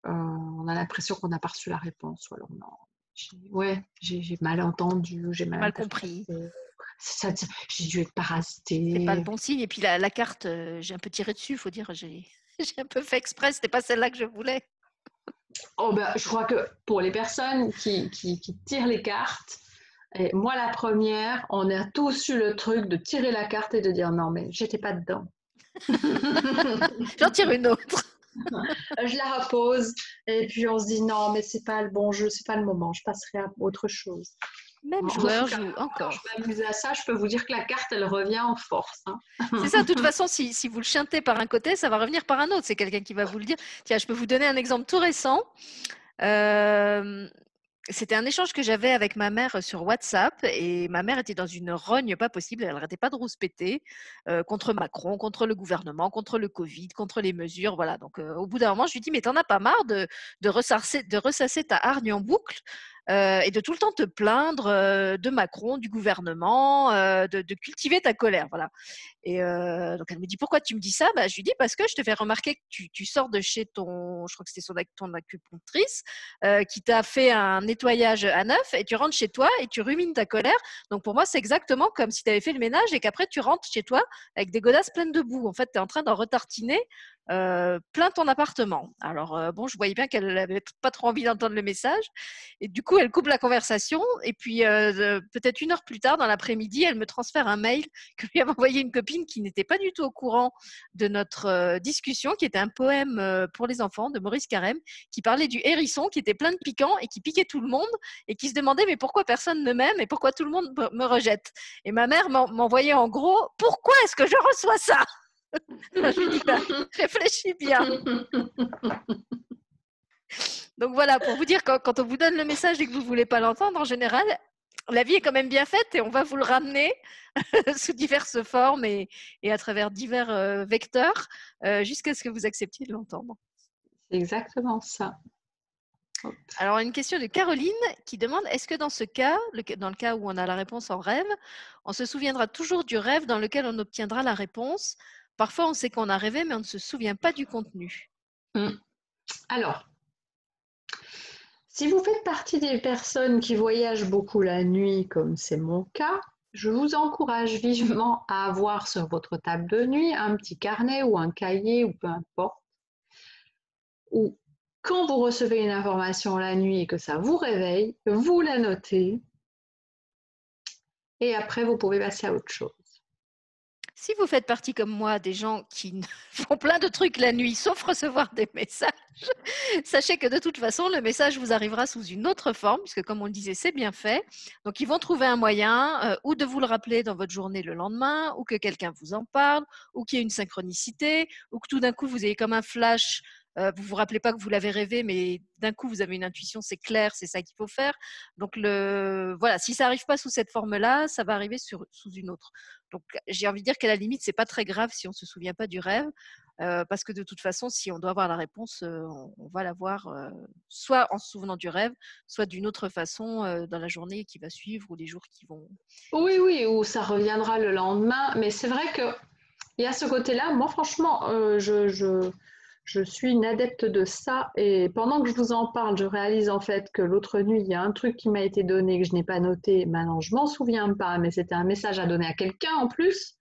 euh, on a l'impression qu'on n'a pas reçu la réponse. Ou alors, non, j'ai, ouais, j'ai, j'ai mal entendu, j'ai mal Mal interprété. compris. Ça, j'ai dû être C'est pas parasitée. le bon signe. Et puis la, la carte, euh, j'ai un peu tiré dessus, il faut dire. J'ai j'ai un peu fait exprès, c'était pas celle-là que je voulais. Oh ben, je crois que pour les personnes qui, qui, qui tirent les cartes, et moi la première, on a tous eu le truc de tirer la carte et de dire non mais j'étais pas dedans. J'en tire une autre. Je la repose et puis on se dit non mais c'est pas le bon jeu, c'est pas le moment, je passerai à autre chose. Même En tout joueur cas, joue quand je encore. m'amuse à ça, je peux vous dire que la carte elle revient en force. Hein. C'est ça, de toute façon, si, si vous le chantez par un côté, ça va revenir par un autre. C'est quelqu'un qui va vous le dire. Tiens, je peux vous donner un exemple tout récent. Euh, C'était un échange que j'avais avec ma mère sur WhatsApp et ma mère était dans une rogne pas possible. Elle n'arrêtait pas de rouspéter euh, contre Macron, contre le gouvernement, contre le Covid, contre les mesures. Voilà. Donc, euh, au bout d'un moment, je lui dis, mais t'en as pas marre de, de, ressasser, de ressasser ta hargne en boucle euh, et de tout le temps te plaindre euh, de Macron, du gouvernement, euh, de, de cultiver ta colère. Voilà. Et euh, donc elle me dit pourquoi tu me dis ça, bah, je lui dis parce que je te fais remarquer que tu, tu sors de chez ton, je crois que c'était son, ton acupunctrice, euh, qui t'a fait un nettoyage à neuf et tu rentres chez toi et tu rumines ta colère. Donc pour moi c'est exactement comme si tu avais fait le ménage et qu'après tu rentres chez toi avec des godasses pleines de boue. En fait tu es en train d'en retartiner euh, plein ton appartement. Alors euh, bon, je voyais bien qu'elle n'avait pas trop envie d'entendre le message et du coup elle coupe la conversation et puis euh, peut-être une heure plus tard dans l'après-midi elle me transfère un mail que lui avait envoyé une copine qui n'était pas du tout au courant de notre euh, discussion, qui était un poème euh, pour les enfants de Maurice Carême, qui parlait du hérisson, qui était plein de piquants et qui piquait tout le monde et qui se demandait mais pourquoi personne ne m'aime et pourquoi tout le monde me rejette. Et ma mère m'envoyait en gros pourquoi est-ce que je reçois ça. Je lui dis bah, réfléchis bien. Donc voilà, pour vous dire, quand, quand on vous donne le message et que vous ne voulez pas l'entendre, en général, la vie est quand même bien faite et on va vous le ramener sous diverses formes et, et à travers divers euh, vecteurs euh, jusqu'à ce que vous acceptiez de l'entendre. C'est exactement ça. Hop. Alors, une question de Caroline qui demande, est-ce que dans ce cas, le, dans le cas où on a la réponse en rêve, on se souviendra toujours du rêve dans lequel on obtiendra la réponse? Parfois, on sait qu'on a rêvé, mais on ne se souvient pas du contenu. Mmh. Alors, si vous faites partie des personnes qui voyagent beaucoup la nuit, comme c'est mon cas, je vous encourage vivement à avoir sur votre table de nuit un petit carnet ou un cahier ou peu importe, où quand vous recevez une information la nuit et que ça vous réveille, vous la notez et après vous pouvez passer à autre chose. Si vous faites partie comme moi des gens qui font plein de trucs la nuit sauf recevoir des messages, sachez que de toute façon, le message vous arrivera sous une autre forme, puisque comme on le disait, c'est bien fait. Donc, ils vont trouver un moyen euh, ou de vous le rappeler dans votre journée le lendemain, ou que quelqu'un vous en parle, ou qu'il y ait une synchronicité, ou que tout d'un coup, vous ayez comme un flash. Euh, vous vous rappelez pas que vous l'avez rêvé, mais d'un coup, vous avez une intuition, c'est clair, c'est ça qu'il faut faire. Donc, le, voilà, si ça n'arrive pas sous cette forme-là, ça va arriver sur, sous une autre. Donc, j'ai envie de dire qu'à la limite, c'est pas très grave si on ne se souvient pas du rêve. Euh, parce que de toute façon, si on doit avoir la réponse, euh, on, on va l'avoir euh, soit en se souvenant du rêve, soit d'une autre façon euh, dans la journée qui va suivre ou les jours qui vont. Oui, oui, ou ça reviendra le lendemain, mais c'est vrai que il y a ce côté-là. Moi, franchement, euh, je, je, je suis une adepte de ça. Et pendant que je vous en parle, je réalise en fait que l'autre nuit, il y a un truc qui m'a été donné que je n'ai pas noté. Maintenant, je m'en souviens pas, mais c'était un message à donner à quelqu'un en plus.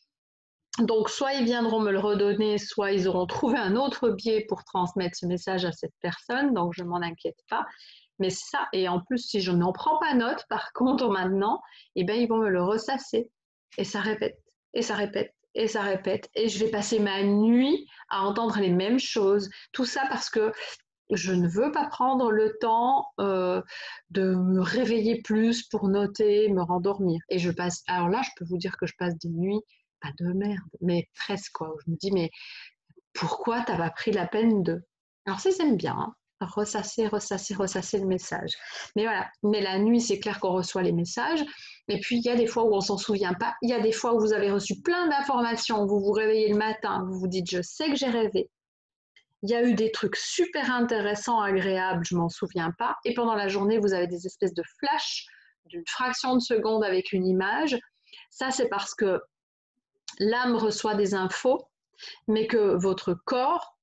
Donc, soit ils viendront me le redonner, soit ils auront trouvé un autre biais pour transmettre ce message à cette personne. Donc, je ne m'en inquiète pas. Mais ça, et en plus, si je n'en prends pas note, par contre, maintenant, eh ben, ils vont me le ressasser. Et ça répète, et ça répète, et ça répète. Et je vais passer ma nuit à entendre les mêmes choses. Tout ça parce que je ne veux pas prendre le temps euh, de me réveiller plus pour noter, me rendormir. Et je passe, alors là, je peux vous dire que je passe des nuits, pas de merde, mais presque quoi. Où je me dis, mais pourquoi t'as pas pris la peine de. Alors ça, j'aime bien, hein, ressasser, ressasser, ressasser le message. Mais voilà, mais la nuit, c'est clair qu'on reçoit les messages. Et puis, il y a des fois où on s'en souvient pas. Il y a des fois où vous avez reçu plein d'informations. Vous vous réveillez le matin, vous vous dites, je sais que j'ai rêvé. Il y a eu des trucs super intéressants, agréables, je m'en souviens pas. Et pendant la journée, vous avez des espèces de flashs d'une fraction de seconde avec une image. Ça, c'est parce que l'âme reçoit des infos, mais que votre corps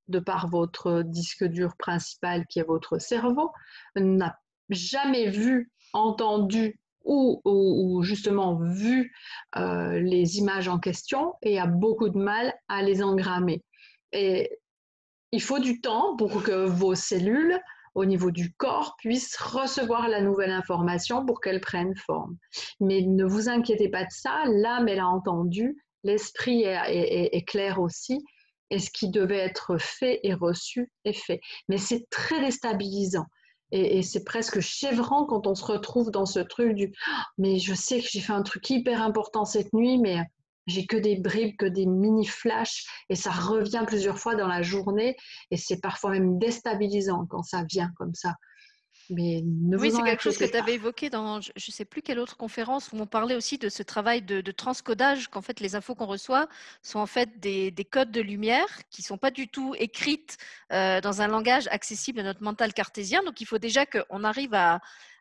de par votre disque dur principal qui est votre cerveau, n'a jamais vu, entendu ou, ou, ou justement vu euh, les images en question et a beaucoup de mal à les engrammer. Et il faut du temps pour que vos cellules au niveau du corps puissent recevoir la nouvelle information pour qu'elle prenne forme. Mais ne vous inquiétez pas de ça, l'âme elle a entendu, l'esprit est, est, est clair aussi, et ce qui devait être fait et reçu est fait. Mais c'est très déstabilisant. Et, et c'est presque chevrant quand on se retrouve dans ce truc du oh, mais je sais que j'ai fait un truc hyper important cette nuit, mais j'ai que des bribes, que des mini flashs, et ça revient plusieurs fois dans la journée, et c'est parfois même déstabilisant quand ça vient comme ça. Mais ne Oui, vous c'est en quelque chose que inquiétez tu pas. avais évoqué dans, je ne sais plus quelle autre conférence, où on parlait aussi de ce travail de, de transcodage, qu'en fait les infos qu'on reçoit sont en fait des, des codes de lumière qui ne sont pas du tout écrites euh, dans un langage accessible à notre mental cartésien. Donc il faut déjà qu'on arrive à,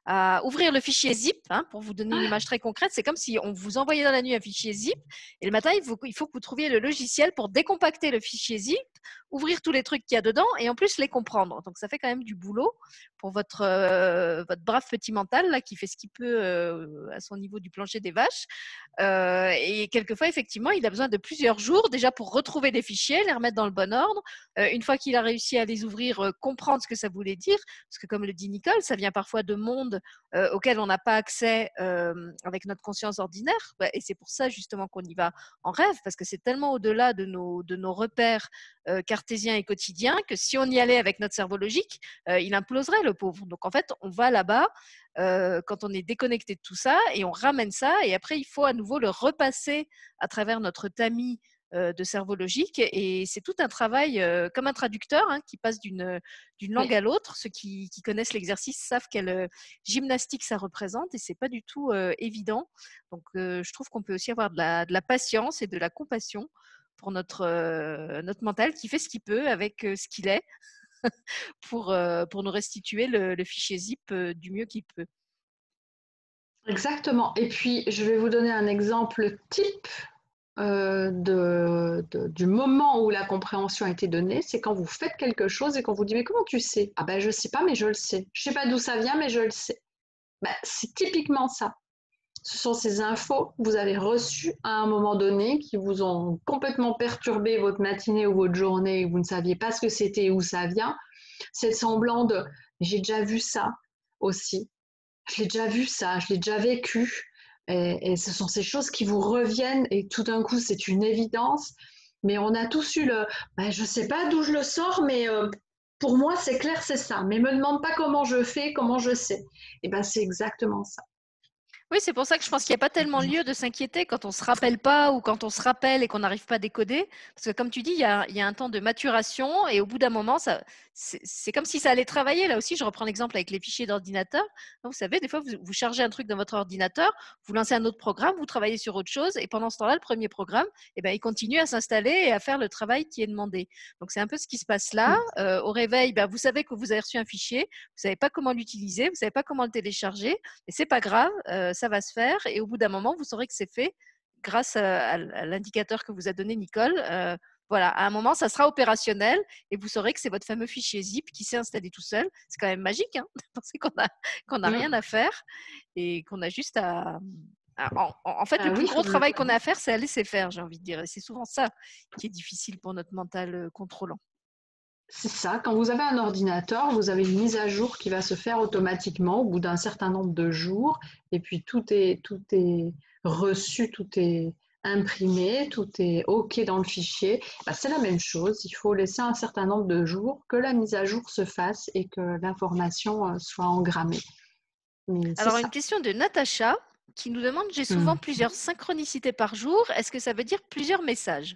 à ouvrir le fichier zip, hein, pour vous donner une image très concrète. C'est comme si on vous envoyait dans la nuit un fichier zip, et le matin, il faut, il faut que vous trouviez le logiciel pour décompacter le fichier zip, ouvrir tous les trucs qu'il y a dedans, et en plus les comprendre. Donc ça fait quand même du boulot pour votre, euh, votre brave petit mental là, qui fait ce qu'il peut euh, à son niveau du plancher des vaches. Euh, et quelquefois, effectivement, il a besoin de plusieurs jours déjà pour retrouver des fichiers, les remettre dans le bon ordre. Euh, une fois qu'il a réussi à les ouvrir, euh, comprendre ce que ça voulait dire, parce que comme le dit Nicole, ça vient parfois de mondes euh, auxquels on n'a pas accès euh, avec notre conscience ordinaire. Et c'est pour ça justement qu'on y va en rêve, parce que c'est tellement au-delà de nos, de nos repères euh, cartésiens et quotidiens que si on y allait avec notre cerveau logique, euh, il imploserait le pauvre. Donc en fait, on va là-bas euh, quand on est déconnecté de tout ça et on ramène ça, et après il faut à nouveau le repasser à travers notre tamis euh, de cerveau logique, et c'est tout un travail euh, comme un traducteur hein, qui passe d'une, d'une langue Oui. à l'autre. Ceux qui, qui connaissent l'exercice savent quelle euh, gymnastique ça représente, et c'est pas du tout euh, évident. Donc euh, je trouve qu'on peut aussi avoir de la, de la patience et de la compassion pour notre, euh, notre mental qui fait ce qu'il peut avec euh, ce qu'il est pour, euh, pour nous restituer le, le fichier zip euh, du mieux qu'il peut. Exactement. Et puis, je vais vous donner un exemple type euh, de, de, du moment où la compréhension a été donnée. C'est quand vous faites quelque chose et qu'on vous dit, mais comment tu sais? Ah ben, je sais pas, mais je le sais. Je sais pas d'où ça vient, mais je le sais. Ben, c'est typiquement ça. Ce sont ces infos que vous avez reçues à un moment donné qui vous ont complètement perturbé votre matinée ou votre journée, et vous ne saviez pas ce que c'était, où ça vient. C'est semblant de j'ai déjà vu ça aussi, je l'ai déjà vu ça, je l'ai déjà vécu. Et, et ce sont ces choses qui vous reviennent et tout d'un coup c'est une évidence. Mais on a tous eu le ben, je ne sais pas d'où je le sors, mais euh, pour moi c'est clair, c'est ça. Mais me demande pas comment je fais, comment je sais. Et ben c'est exactement ça. Oui, c'est pour ça que je pense qu'il n'y a pas tellement lieu de s'inquiéter quand on ne se rappelle pas ou quand on se rappelle et qu'on n'arrive pas à décoder. Parce que comme tu dis, il y a, il y a un temps de maturation et au bout d'un moment, ça, c'est, c'est comme si ça allait travailler. Là aussi, je reprends l'exemple avec les fichiers d'ordinateur. Vous savez, des fois, vous, vous chargez un truc dans votre ordinateur, vous lancez un autre programme, vous travaillez sur autre chose, et pendant ce temps-là, le premier programme, eh ben, il continue à s'installer et à faire le travail qui est demandé. Donc, c'est un peu ce qui se passe là. Euh, au réveil, ben, vous savez que vous avez reçu un fichier, vous ne savez pas comment l'utiliser, vous ne savez pas comment le télécharger, et c'est pas grave. Euh, ça va se faire, et au bout d'un moment, vous saurez que c'est fait grâce à, à l'indicateur que vous a donné Nicole. Euh, voilà, à un moment, ça sera opérationnel et vous saurez que c'est votre fameux fichier zip qui s'est installé tout seul. C'est quand même magique, hein, de penser qu'on a, qu'on n'a rien à faire et qu'on a juste à. à en, en, fait, Ah le plus oui, gros travail qu'on a à faire, c'est à laisser faire, j'ai envie de dire. Et c'est souvent ça qui est difficile pour notre mental euh, contrôlant. c'est ça. Quand vous avez un ordinateur, vous avez une mise à jour qui va se faire automatiquement au bout d'un certain nombre de jours. Et puis tout est, tout est reçu, tout est imprimé, tout est OK dans le fichier. Ben, c'est la même chose. Il faut laisser un certain nombre de jours que la mise à jour se fasse et que l'information euh, soit engrammée. Mais c'est Alors, une ça. question de Natacha qui nous demande, j'ai souvent Hum. plusieurs synchronicités par jour. Est-ce que ça veut dire plusieurs messages?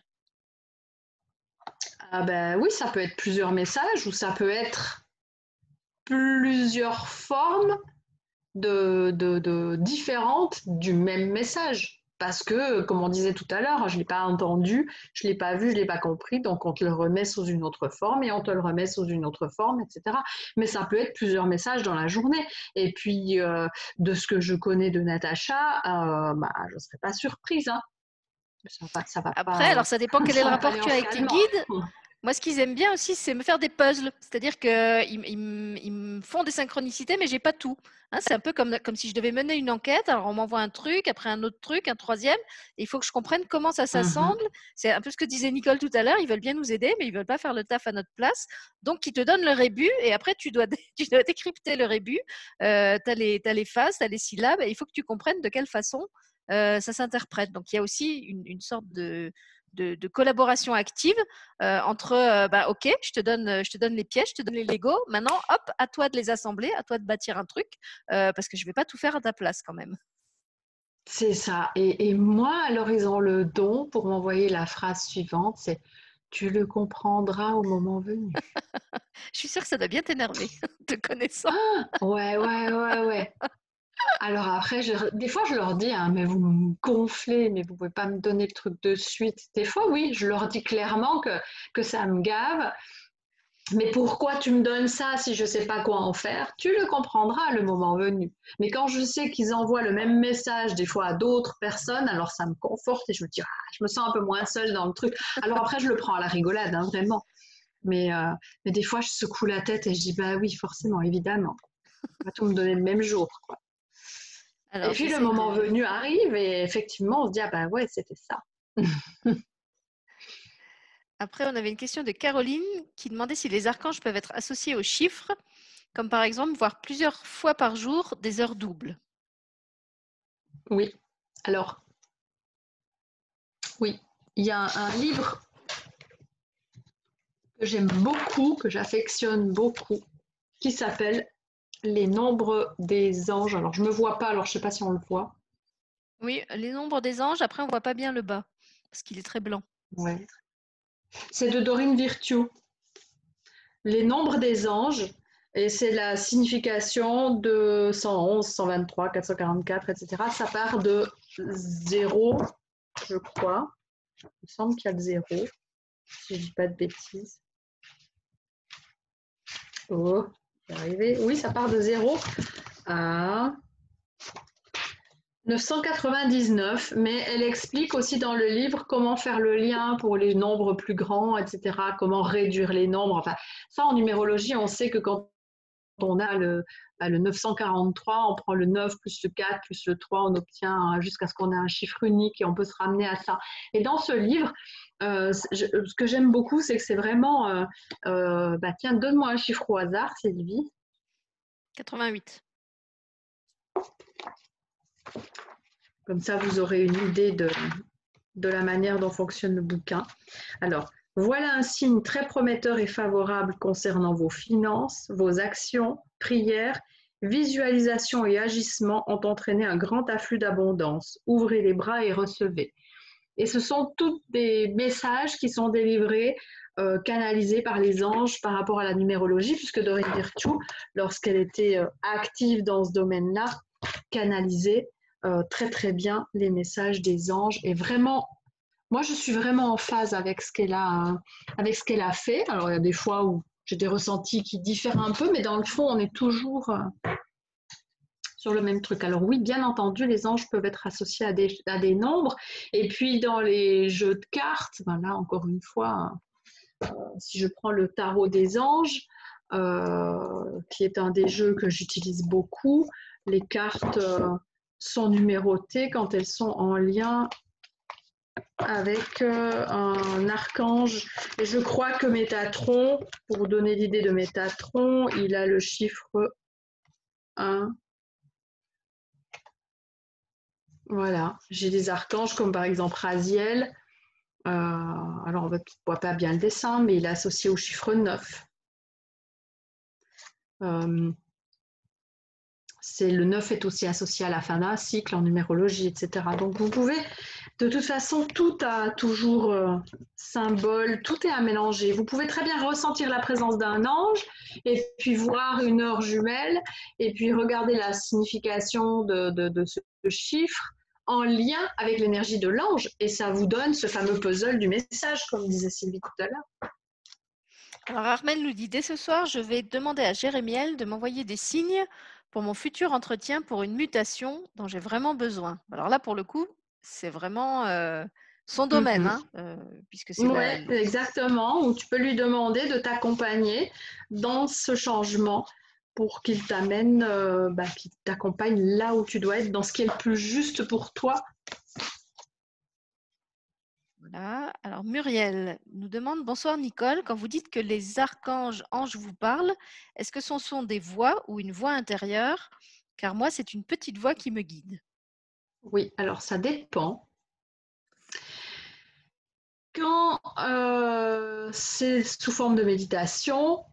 Ah ben oui, ça peut être plusieurs messages ou ça peut être plusieurs formes de, de, de différentes du même message. Parce que, comme on disait tout à l'heure, je ne l'ai pas entendu, je ne l'ai pas vu, je ne l'ai pas compris, donc on te le remet sous une autre forme et on te le remet sous une autre forme, et cetera. Mais ça peut être plusieurs messages dans la journée. Et puis, euh, de ce que je connais de Natacha, euh, bah, je ne serais pas surprise. Hein. Ça va, ça va Après, pas, alors ça dépend quel est ça le va pas rapport aller que en tu as avec tes calmant. guides. Moi, ce qu'ils aiment bien aussi, c'est me faire des puzzles. C'est-à-dire qu'ils ils, m- ils me font des synchronicités, mais j'ai pas tout. Hein, c'est un peu comme, comme si je devais mener une enquête. Alors, on m'envoie un truc, après un autre truc, un troisième. Et il faut que je comprenne comment ça Mhm. s'assemble. C'est un peu ce que disait Nicole tout à l'heure. Ils veulent bien nous aider, mais ils veulent pas faire le taf à notre place. Donc, ils te donnent le rébut et après, tu dois, dé- tu dois décrypter le rébut. Euh, tu as les, t'as les phases, tu as les syllabes et il faut que tu comprennes de quelle façon euh, ça s'interprète. Donc, il y a aussi une, une sorte de, de, de collaboration active euh, entre, euh, bah, ok, je te, donne, je te donne les pièces, je te donne les Legos. Maintenant, hop, à toi de les assembler, à toi de bâtir un truc, euh, parce que je ne vais pas tout faire à ta place quand même. C'est ça. Et, et moi, alors, ils ont le don pour m'envoyer la phrase suivante, c'est tu le comprendras au moment venu. Je suis sûre que ça doit bien t'énerver, te connaissant. Ouais, ouais, ouais, ouais. Alors après, je- des fois, je leur dis, hein, mais vous me gonflez, mais vous pouvez pas me donner le truc de suite. Des fois, oui, je leur dis clairement que, que ça me gave. Mais pourquoi tu me donnes ça si je sais pas quoi en faire? Tu le comprendras le moment venu. Mais quand je sais qu'ils envoient le même message des fois à d'autres personnes, alors ça me conforte et je me dis, ah, je me sens un peu moins seule dans le truc. Alors après, je le prends à la rigolade, hein, vraiment. Mais, euh, mais des fois, je secoue la tête et je dis, bah oui, forcément, évidemment. On va tout me donner le même jour, quoi. Et Alors, puis le j'essaye moment de. venu arrive et effectivement, on se dit, ah bah ouais, c'était ça. Après, on avait une question de Caroline qui demandait si les archanges peuvent être associés aux chiffres, comme par exemple voir plusieurs fois par jour des heures doubles. Oui. Alors, oui, il y a un, un livre que j'aime beaucoup, que j'affectionne beaucoup, qui s'appelle Les nombres des anges. Alors, je ne me vois pas, alors je ne sais pas si on le voit. Oui, les nombres des anges, après, on ne voit pas bien le bas, parce qu'il est très blanc. Ouais. C'est de Dorine Virtue. Les nombres des anges, et c'est la signification de cent onze, cent vingt-trois, quatre cent quarante-quatre, et cetera. Ça part de zéro, je crois. Il me semble qu'il y a le zéro, si je ne dis pas de bêtises. Oh, c'est arrivé. Oui, ça part de zéro à neuf cent quatre-vingt-dix-neuf, mais elle explique aussi dans le livre comment faire le lien pour les nombres plus grands, et cetera, comment réduire les nombres. Enfin, ça, en numérologie, on sait que quand on a le, bah, le neuf cent quarante-trois, on prend le neuf plus le quatre plus le trois, on obtient jusqu'à ce qu'on ait un chiffre unique et on peut se ramener à ça. Et dans ce livre, euh, je, ce que j'aime beaucoup, c'est que c'est vraiment, euh, euh, bah, tiens, donne-moi un chiffre au hasard, Sylvie. quatre-vingt-huit. Comme ça, vous aurez une idée de, de la manière dont fonctionne le bouquin. Alors, voilà un signe très prometteur et favorable concernant vos finances, vos actions, prières, visualisations et agissements ont entraîné un grand afflux d'abondance. Ouvrez les bras et recevez. Et ce sont tous des messages qui sont délivrés, euh, canalisés par les anges par rapport à la numérologie, puisque Dorine Virtue, lorsqu'elle était euh, active dans ce domaine-là, canalisait euh, très très bien les messages des anges. Et vraiment, moi je suis vraiment en phase avec ce qu'elle a, avec ce qu'elle a fait. Alors il y a des fois où j'ai des ressentis qui diffèrent un peu, mais dans le fond, on est toujours euh, sur le même truc. Alors oui, bien entendu, les anges peuvent être associés à des, à des nombres. Et puis dans les jeux de cartes, ben là encore une fois, euh, si je prends le tarot des anges, euh, qui est un des jeux que j'utilise beaucoup, les cartes euh, sont numérotées quand elles sont en lien avec euh, un archange. Et je crois que Métatron, pour vous donner l'idée de Métatron, il a le chiffre un. Voilà, j'ai des archanges comme par exemple Raziel. Euh, alors on ne voit pas bien le dessin, mais il est associé au chiffre neuf. Euh, c'est, le neuf est aussi associé à la fin d'un cycle en numérologie, et cetera. Donc vous pouvez, de toute façon, tout a toujours euh, symbole, tout est à mélanger. Vous pouvez très bien ressentir la présence d'un ange et puis voir une heure jumelle et puis regarder la signification de, de, de ce chiffre en lien avec l'énergie de l'ange et ça vous donne ce fameux puzzle du message, comme disait Sylvie tout à l'heure. Alors, Armel nous dit, dès ce soir, je vais demander à Jérémiel de m'envoyer des signes pour mon futur entretien pour une mutation dont j'ai vraiment besoin. Alors là, pour le coup, c'est vraiment euh, Son domaine, Mhm. hein, euh, puisque c'est Oui, la... exactement. Ou tu peux lui demander de t'accompagner dans ce changement pour qu'il t'amène, euh, bah, qu'il t'accompagne là où tu dois être, dans ce qui est le plus juste pour toi. Voilà. Alors Muriel nous demande, bonsoir Nicole, quand vous dites que les archanges anges vous parlent, est-ce que ce sont des voix ou une voix intérieure? Car moi, c'est une petite voix qui me guide. Oui, alors ça dépend. Quand euh, c'est sous forme de méditation,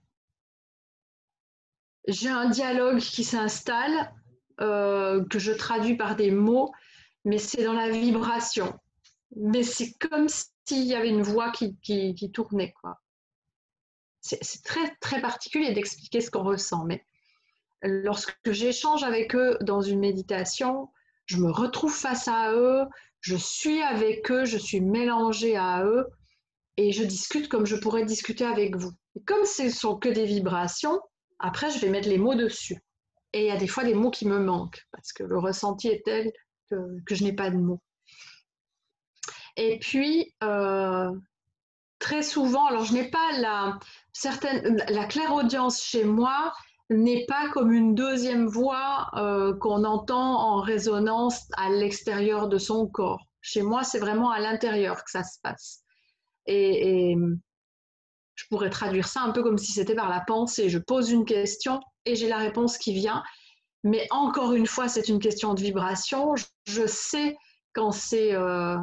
j'ai un dialogue qui s'installe, euh, que je traduis par des mots, mais c'est dans la vibration. Mais c'est comme s'il y avait une voix qui, qui, qui tournait, quoi. C'est, c'est très, très particulier d'expliquer ce qu'on ressent, mais lorsque j'échange avec eux dans une méditation, je me retrouve face à eux, je suis avec eux, je suis mélangée à eux, et je discute comme je pourrais discuter avec vous. Et comme ce sont que des vibrations, après, je vais mettre les mots dessus. Et il y a des fois des mots qui me manquent, parce que le ressenti est tel que, que je n'ai pas de mots. Et puis, euh, très souvent, alors je n'ai pas la, certaine, la clairaudience chez moi n'est pas comme une deuxième voix euh, qu'on entend en résonance à l'extérieur de son corps. Chez moi, c'est vraiment à l'intérieur que ça se passe. Et, et je pourrais traduire ça un peu comme si c'était par la pensée. Je pose une question et j'ai la réponse qui vient. Mais encore une fois, c'est une question de vibration. Je sais quand c'est euh,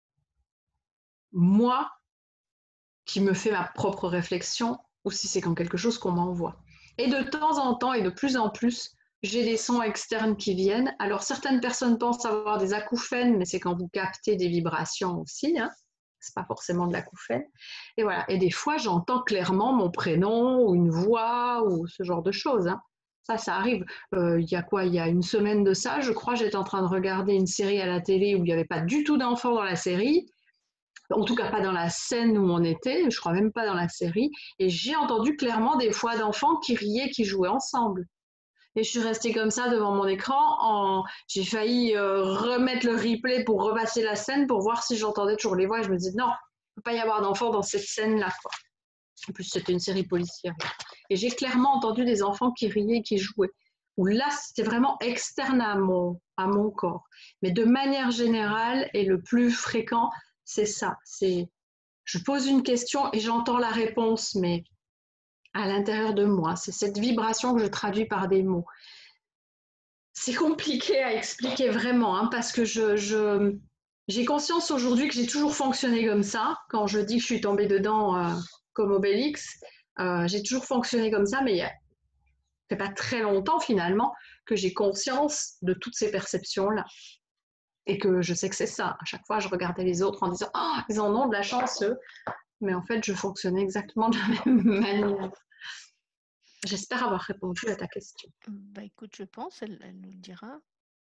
moi qui me fait ma propre réflexion ou si c'est quand quelque chose qu'on m'envoie. Et de temps en temps et de plus en plus, j'ai des sons externes qui viennent. Alors certaines personnes pensent avoir des acouphènes, mais c'est quand vous captez des vibrations aussi, hein. C'est pas forcément de l'acouphène. Et voilà. Et des fois, j'entends clairement mon prénom ou une voix ou ce genre de choses, hein. Ça, ça arrive. Euh, il y a quoi? Il y a une semaine de ça, je crois, j'étais en train de regarder une série à la télé où il n'y avait pas du tout d'enfants dans la série. En tout cas, pas dans la scène où on était, je crois même pas dans la série. Et j'ai entendu clairement des fois d'enfants qui riaient, qui jouaient ensemble. Et je suis restée comme ça devant mon écran. En... J'ai failli euh, remettre le replay pour repasser la scène pour voir si j'entendais toujours les voix. Et je me disais, non, il ne peut pas y avoir d'enfants dans cette scène-là, quoi. En plus, c'était une série policière. Et j'ai clairement entendu des enfants qui riaient, qui jouaient. Où là, c'était vraiment externe à mon, à mon corps. Mais de manière générale, et le plus fréquent, c'est ça. C'est, je pose une question et j'entends la réponse, mais à l'intérieur de moi. C'est cette vibration que je traduis par des mots. C'est compliqué à expliquer vraiment, hein, parce que je, je, j'ai conscience aujourd'hui que j'ai toujours fonctionné comme ça. Quand je dis que je suis tombée dedans euh, comme Obélix, euh, j'ai toujours fonctionné comme ça, mais il y a fait pas très longtemps finalement que j'ai conscience de toutes ces perceptions-là. Et que je sais que c'est ça. À chaque fois, je regardais les autres en disant « Ah, oh, ils en ont de la chance, eux !» Mais en fait, je fonctionnais exactement de la même manière. J'espère avoir répondu à ta question. Bah, écoute, je pense, elle, elle nous le dira.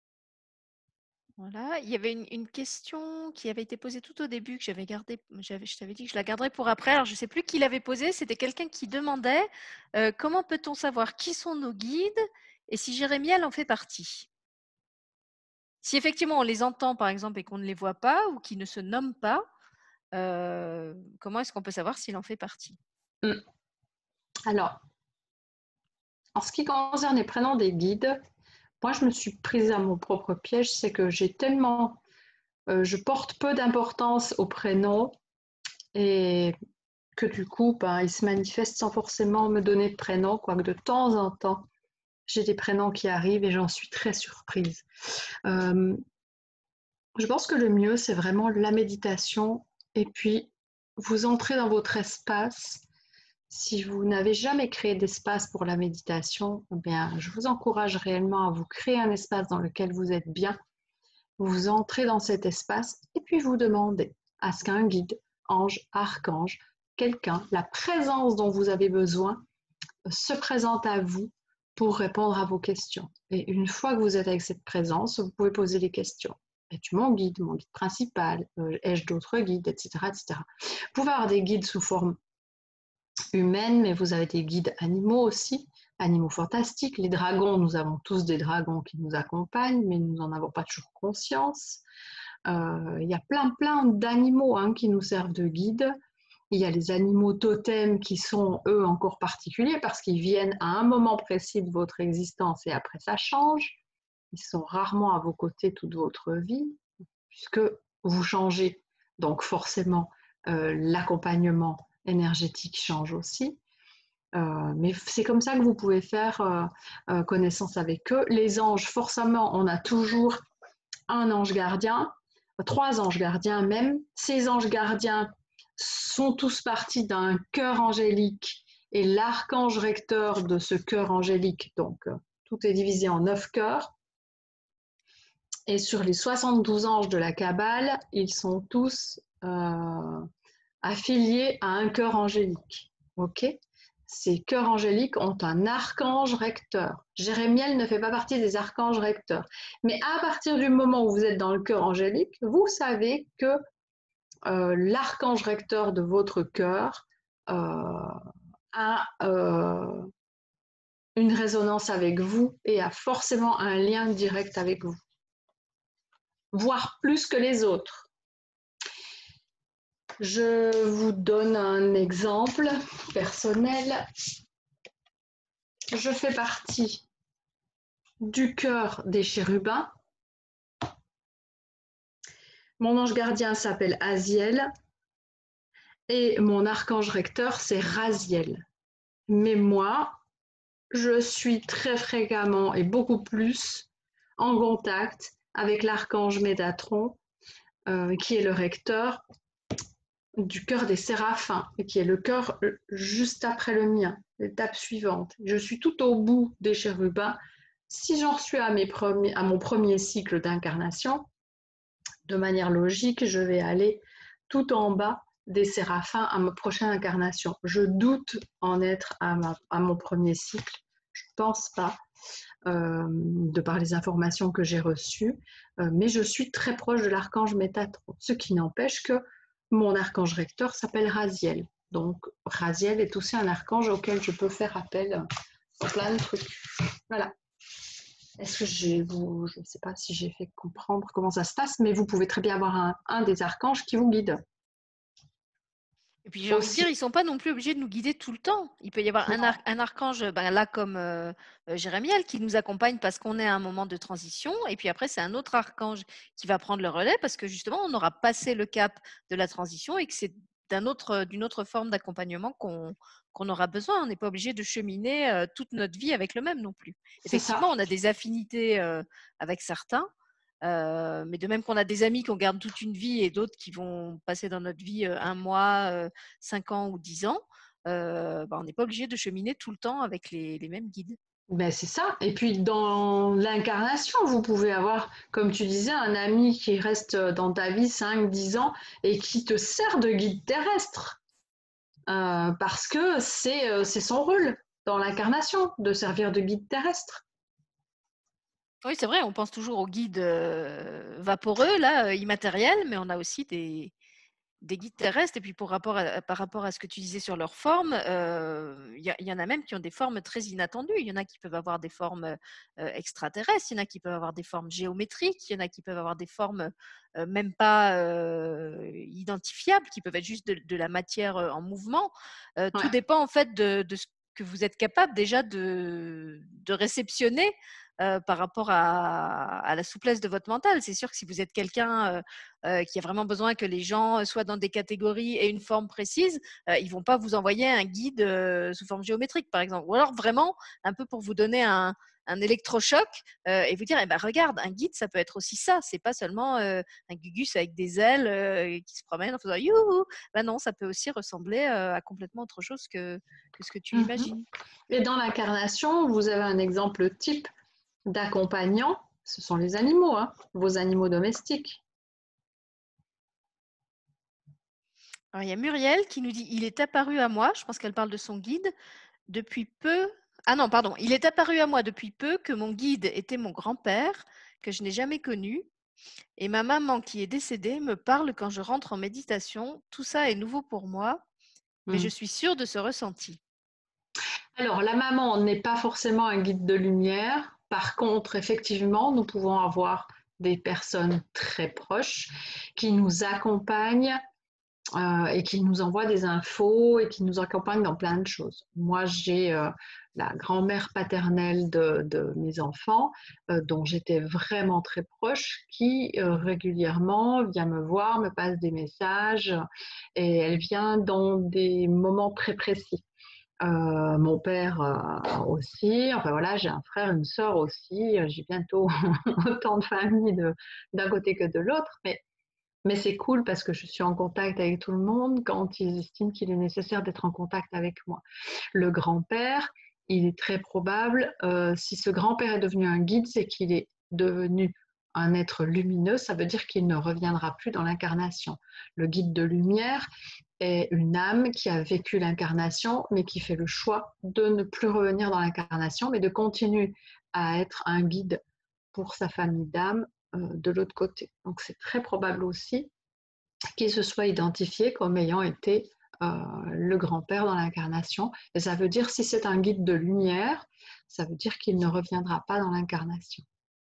Voilà. Il y avait une, une question qui avait été posée tout au début que j'avais gardée. J'avais, je t'avais dit que je la garderais pour après. Alors, je ne sais plus qui l'avait posée. C'était quelqu'un qui demandait euh, comment peut-on savoir qui sont nos guides et si Jérémiel en fait partie. Si effectivement on les entend, par exemple, et qu'on ne les voit pas ou qu'ils ne se nomment pas, euh, comment est-ce qu'on peut savoir s'il en fait partie? Mmh. Alors, en ce qui concerne les prénoms des guides, moi, je me suis prise à mon propre piège. C'est que j'ai tellement... Euh, je porte peu d'importance aux prénoms et que du coup, ben, ils se manifestent sans forcément me donner de prénom, quoique de temps en temps, j'ai des prénoms qui arrivent et j'en suis très surprise. Euh, je pense que le mieux, c'est vraiment la méditation et puis vous entrez dans votre espace. Si vous n'avez jamais créé d'espace pour la méditation, eh bien, je vous encourage réellement à vous créer un espace dans lequel vous êtes bien. Vous entrez dans cet espace et puis vous demandez à ce qu'un guide, ange, archange, quelqu'un, la présence dont vous avez besoin, se présente à vous pour répondre à vos questions. Et une fois que vous êtes avec cette présence, vous pouvez poser les questions. Es-tu mon guide, mon guide principal? Ai-je d'autres guides, et cetera, et cetera. Vous pouvez avoir des guides sous forme humaine, mais vous avez des guides animaux aussi, animaux fantastiques. Les dragons, nous avons tous des dragons qui nous accompagnent, mais nous n'en avons pas toujours conscience. Euh, il y a plein, plein d'animaux hein, qui nous servent de guides. Il y a les animaux totems qui sont, eux, encore particuliers parce qu'ils viennent à un moment précis de votre existence et après ça change. Ils sont rarement à vos côtés toute votre vie puisque vous changez. Donc forcément, euh, l'accompagnement énergétique change aussi. Euh, mais c'est comme ça que vous pouvez faire euh, euh, connaissance avec eux. Les anges, forcément, on a toujours un ange gardien, trois anges gardiens même. Ces anges gardiens sont tous partis d'un cœur angélique et l'archange recteur de ce cœur angélique, donc euh, tout est divisé en neuf cœurs. Et sur les soixante-douze anges de la Kabbale, ils sont tous euh, affiliés à un cœur angélique. Ok ? Ces cœurs angéliques ont un archange recteur. Jérémiel ne fait pas partie des archanges recteurs. Mais à partir du moment où vous êtes dans le cœur angélique, vous savez que euh, l'archange recteur de votre cœur euh, a euh, une résonance avec vous et a forcément un lien direct avec vous, voire plus que les autres. Je vous donne un exemple personnel. Je fais partie du cœur des chérubins. Mon ange gardien s'appelle Aziel et mon archange recteur c'est Raziel. Mais moi, je suis très fréquemment et beaucoup plus en contact avec l'archange Métatron, euh, qui est le recteur du cœur des séraphins, et qui est le cœur juste après le mien, l'étape suivante. Je suis tout au bout des chérubins. Si j'en suis à, mes premiers, à mon premier cycle d'incarnation, de manière logique, je vais aller tout en bas des séraphins à ma prochaine incarnation. Je doute en être à, ma, à mon premier cycle. Je ne pense pas, euh, de par les informations que j'ai reçues, euh, mais je suis très proche de l'archange Métatron, ce qui n'empêche que mon archange recteur s'appelle Raziel. Donc Raziel est aussi un archange auquel je peux faire appel pour plein de trucs. Voilà. Est-ce que j'ai, vous, je ne sais pas si j'ai fait comprendre comment ça se passe, mais vous pouvez très bien avoir un, un des archanges qui vous guide. Et puis j'ai envie de dire, ils ne sont pas non plus obligés de nous guider tout le temps. Il peut y avoir un, ar un archange, ben là comme euh, Jérémiel, qui nous accompagne parce qu'on est à un moment de transition. Et puis après, c'est un autre archange qui va prendre le relais parce que justement, on aura passé le cap de la transition et que c'est d'un autre, d'une autre forme d'accompagnement qu'on qu'on aura besoin. On n'est pas obligé de cheminer euh, toute notre vie avec le même non plus. Effectivement, on a des affinités euh, avec certains. Euh, mais de même qu'on a des amis qu'on garde toute une vie et d'autres qui vont passer dans notre vie euh, un mois, euh, cinq ans ou dix ans, euh, bah, on n'est pas obligé de cheminer tout le temps avec les, les mêmes guides. Ben c'est ça. Et puis dans l'incarnation, vous pouvez avoir, comme tu disais, un ami qui reste dans ta vie cinq, dix ans et qui te sert de guide terrestre. Euh, parce que c'est euh, c'est son rôle dans l'incarnation, de servir de guide terrestre. Oui, c'est vrai, on pense toujours aux guides euh, vaporeux, là, euh, immatériels, mais on a aussi des, des guides terrestres. Et puis pour rapport à, par rapport à ce que tu disais sur leur forme, il euh, y, y en a même qui ont des formes très inattendues. Il y en a qui peuvent avoir des formes euh, extraterrestres, il y en a qui peuvent avoir des formes géométriques, il y en a qui peuvent avoir des formes euh, même pas euh, identifiables, qui peuvent être juste de, de la matière euh, en mouvement. Euh, Ouais. Tout dépend en fait de, de ce que vous êtes capable déjà de, de réceptionner euh, par rapport à, à la souplesse de votre mental. C'est sûr que si vous êtes quelqu'un euh, euh, qui a vraiment besoin que les gens soient dans des catégories et une forme précise, euh, ils ne vont pas vous envoyer un guide euh, sous forme géométrique, par exemple. Ou alors vraiment, un peu pour vous donner un, un électrochoc euh, et vous dire, eh ben, regarde, un guide, ça peut être aussi ça. C'est pas seulement euh, un gugus avec des ailes euh, qui se promène en faisant youhou. Ben non, ça peut aussi ressembler euh, à complètement autre chose que, que ce que tu Mm-hmm. imagines. Et dans l'incarnation, vous avez un exemple type d'accompagnant, ce sont les animaux, hein, vos animaux domestiques. Alors, il y a Muriel qui nous dit, il est apparu à moi, je pense qu'elle parle de son guide, depuis peu. Ah non, pardon, il est apparu à moi depuis peu que mon guide était mon grand-père, que je n'ai jamais connu, et ma maman qui est décédée me parle quand je rentre en méditation. Tout ça est nouveau pour moi, mais Mm. je suis sûre de ce ressenti. Alors, la maman n'est pas forcément un guide de lumière. Par contre, effectivement, nous pouvons avoir des personnes très proches qui nous accompagnent euh, et qui nous envoient des infos et qui nous accompagnent dans plein de choses. Moi, j'ai euh, la grand-mère paternelle de, de mes enfants, euh, dont j'étais vraiment très proche, qui euh, régulièrement vient me voir, me passe des messages, et elle vient dans des moments très précis. Euh, mon père euh, aussi, enfin voilà, j'ai un frère, une sœur aussi, j'ai bientôt autant de familles d'un côté que de l'autre, mais, mais c'est cool parce que je suis en contact avec tout le monde quand ils estiment qu'il est nécessaire d'être en contact avec moi. Le grand-père, il est très probable, euh, si ce grand-père est devenu un guide, c'est qu'il est devenu un être lumineux, ça veut dire qu'il ne reviendra plus dans l'incarnation. Le guide de lumière est une âme qui a vécu l'incarnation, mais qui fait le choix de ne plus revenir dans l'incarnation, mais de continuer à être un guide pour sa famille d'âmes euh, de l'autre côté. Donc c'est très probable aussi qu'il se soit identifié comme ayant été euh, le grand-père dans l'incarnation. Et ça veut dire, si c'est un guide de lumière, ça veut dire qu'il ne reviendra pas dans l'incarnation.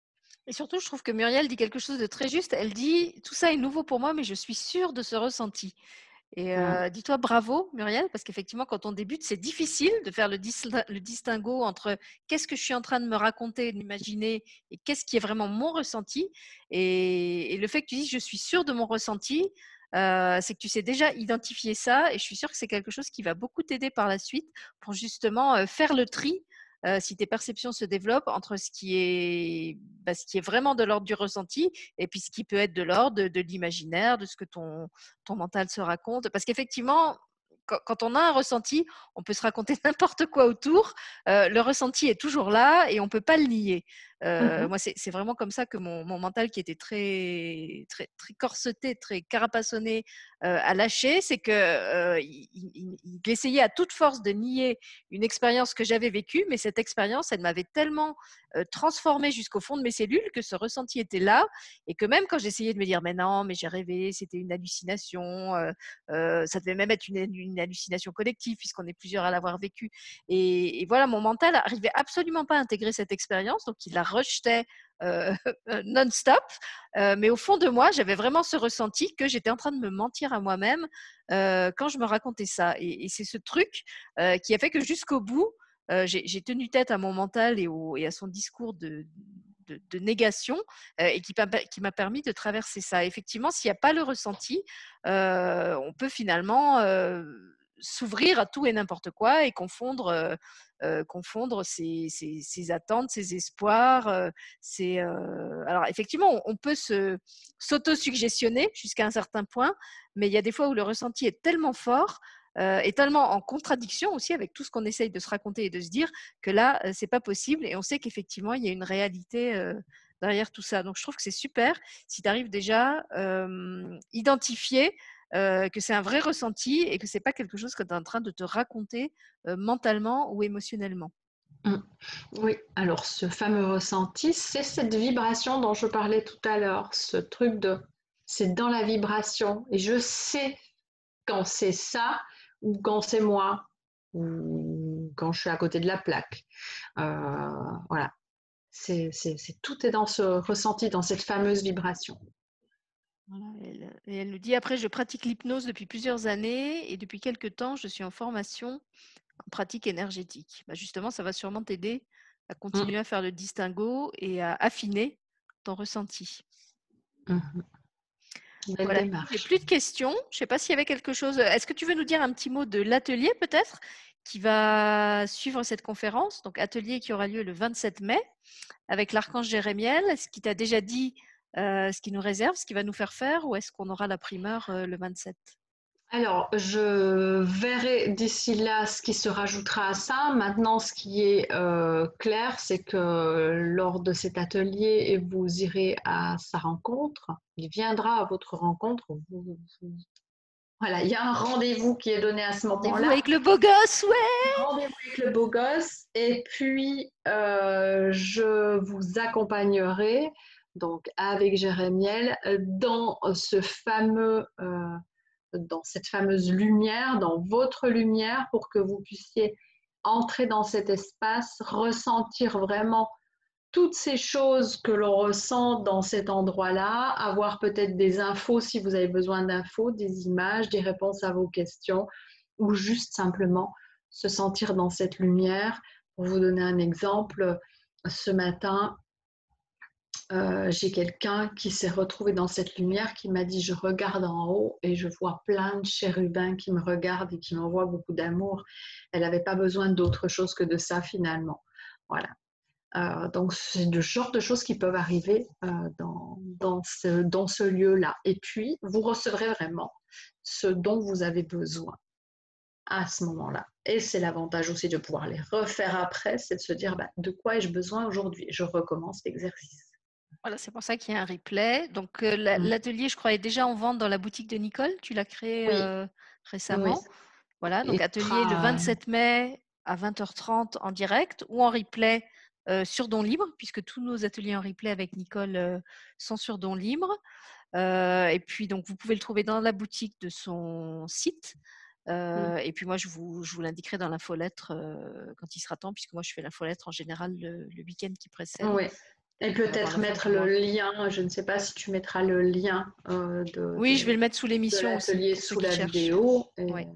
Et surtout, je trouve que Muriel dit quelque chose de très juste. Elle dit, tout ça est nouveau pour moi, mais je suis sûre de ce ressenti. Et euh, dis-toi bravo, Muriel, parce qu'effectivement, quand on débute, c'est difficile de faire le, dis le distinguo entre qu'est-ce que je suis en train de me raconter, de m'imaginer, et qu'est-ce qui est vraiment mon ressenti. Et, et le fait que tu dises je suis sûre de mon ressenti, euh, c'est que tu sais déjà identifier ça. Et je suis sûre que c'est quelque chose qui va beaucoup t'aider par la suite pour justement euh, faire le tri. Euh, si tes perceptions se développent entre ce qui est, bah, ce qui est vraiment de l'ordre du ressenti et puis ce qui peut être de l'ordre de, de l'imaginaire, de ce que ton, ton mental se raconte. Parce qu'effectivement, quand, quand on a un ressenti, on peut se raconter n'importe quoi autour. Euh, le ressenti est toujours là et on ne peut pas le nier. Euh, mmh. Moi, c'est vraiment comme ça que mon, mon mental, qui était très, très, très corseté, très carapassonné, euh, a lâché. C'est qu'il euh, il, il, il essayait à toute force de nier une expérience que j'avais vécue, mais cette expérience, elle m'avait tellement euh, transformée jusqu'au fond de mes cellules que ce ressenti était là et que même quand j'essayais de me dire mais non, mais j'ai rêvé, c'était une hallucination, euh, euh, ça devait même être une, une hallucination collective puisqu'on est plusieurs à l'avoir vécu. Et, et voilà, mon mental n'arrivait absolument pas à intégrer cette expérience, donc il la rejetait euh, non-stop. Euh, mais au fond de moi, j'avais vraiment ce ressenti que j'étais en train de me mentir à moi-même euh, quand je me racontais ça. Et, et c'est ce truc euh, qui a fait que jusqu'au bout, euh, j'ai tenu tête à mon mental et, au, et à son discours de, de, de négation euh, et qui, qui m'a permis de traverser ça. Effectivement, s'il n'y a pas le ressenti, euh, on peut finalement euh, s'ouvrir à tout et n'importe quoi et confondre, euh, euh, confondre ses, ses, ses attentes, ses espoirs. Euh, ses, euh... Alors effectivement, on, on peut se s'auto-suggestionner jusqu'à un certain point, mais il y a des fois où le ressenti est tellement fort euh, est tellement en contradiction aussi avec tout ce qu'on essaye de se raconter et de se dire que là, euh, c'est pas possible. Et on sait qu'effectivement, il y a une réalité euh, derrière tout ça. Donc, je trouve que c'est super si tu arrives déjà à euh, identifier euh, que c'est un vrai ressenti et que c'est pas quelque chose que tu es en train de te raconter euh, mentalement ou émotionnellement. Mmh. Oui, alors ce fameux ressenti, c'est cette vibration dont je parlais tout à l'heure, ce truc de c'est dans la vibration et je sais quand c'est ça ou quand c'est moi ou quand je suis à côté de la plaque. Euh, voilà, c'est, c'est, c'est, tout est dans ce ressenti, dans cette fameuse vibration. Voilà, elle, et elle nous dit après, je pratique l'hypnose depuis plusieurs années et depuis quelques temps, je suis en formation en pratique énergétique. Bah justement, ça va sûrement t'aider à continuer mmh. à faire le distinguo et à affiner ton ressenti. Mmh. Belle voilà, démarche. J'ai plus de questions. Je ne sais pas s'il y avait quelque chose. Est-ce que tu veux nous dire un petit mot de l'atelier peut-être qui va suivre cette conférence? Donc atelier qui aura lieu le vingt-sept mai avec l'archange Jérémiel. Est-ce qu'il t'a déjà dit euh, ce qu'il nous réserve, ce qu'il va nous faire faire, ou est-ce qu'on aura la primeur euh, le vingt-sept? Alors, je verrai d'ici là ce qui se rajoutera à ça. Maintenant, ce qui est euh, clair, c'est que lors de cet atelier, vous irez à sa rencontre. Il viendra à votre rencontre. Vous, vous... Voilà, il y a un rendez-vous qui est donné à ce moment-là. Rendez-vous avec le beau gosse, ouais. Rendez-vous avec le beau gosse. Et puis, euh, je vous accompagnerai, donc avec Jérémiel, dans ce fameux... Euh, dans cette fameuse lumière, dans votre lumière, pour que vous puissiez entrer dans cet espace, ressentir vraiment toutes ces choses que l'on ressent dans cet endroit-là, avoir peut-être des infos si vous avez besoin d'infos, des images, des réponses à vos questions, ou juste simplement se sentir dans cette lumière. Pour vous donner un exemple, ce matin, euh, j'ai quelqu'un qui s'est retrouvé dans cette lumière qui m'a dit: je regarde en haut et je vois plein de chérubins qui me regardent et qui m'envoient beaucoup d'amour. Elle n'avait pas besoin d'autre chose que de ça finalement. Voilà. Euh, donc c'est le genre de choses qui peuvent arriver euh, dans, dans ce, dans ce lieu-là. Et puis, vous recevrez vraiment ce dont vous avez besoin à ce moment-là. Et c'est l'avantage aussi de pouvoir les refaire après, c'est de se dire bah, de quoi ai-je besoin aujourd'hui? Je recommence l'exercice. Voilà, c'est pour ça qu'il y a un replay. Donc, euh, la- Mm. l'atelier, je crois, est déjà en vente dans la boutique de Nicole. Tu l'as créé Oui, euh, oui. récemment. Voilà, donc Et atelier le sera, vingt-sept mai à vingt heures trente en direct ou en replay euh, sur Don Libre, puisque tous nos ateliers en replay avec Nicole euh, sont sur Don Libre. Euh, et puis, donc, vous pouvez le trouver dans la boutique de son site. Euh, et puis moi, je vous, je vous l'indiquerai dans l'infolettre euh, quand il sera temps, puisque moi, je fais l'infolettre en général le, le week-end qui précède oui. Et avant peut-être la fin mettre du le mois. lien, je ne sais pas si tu mettras le lien euh, de, Oui, je vais de, le mettre sous de l'émission aussi, l'atelier pour ceux sous qui la cherchent. vidéo. Et... Oui.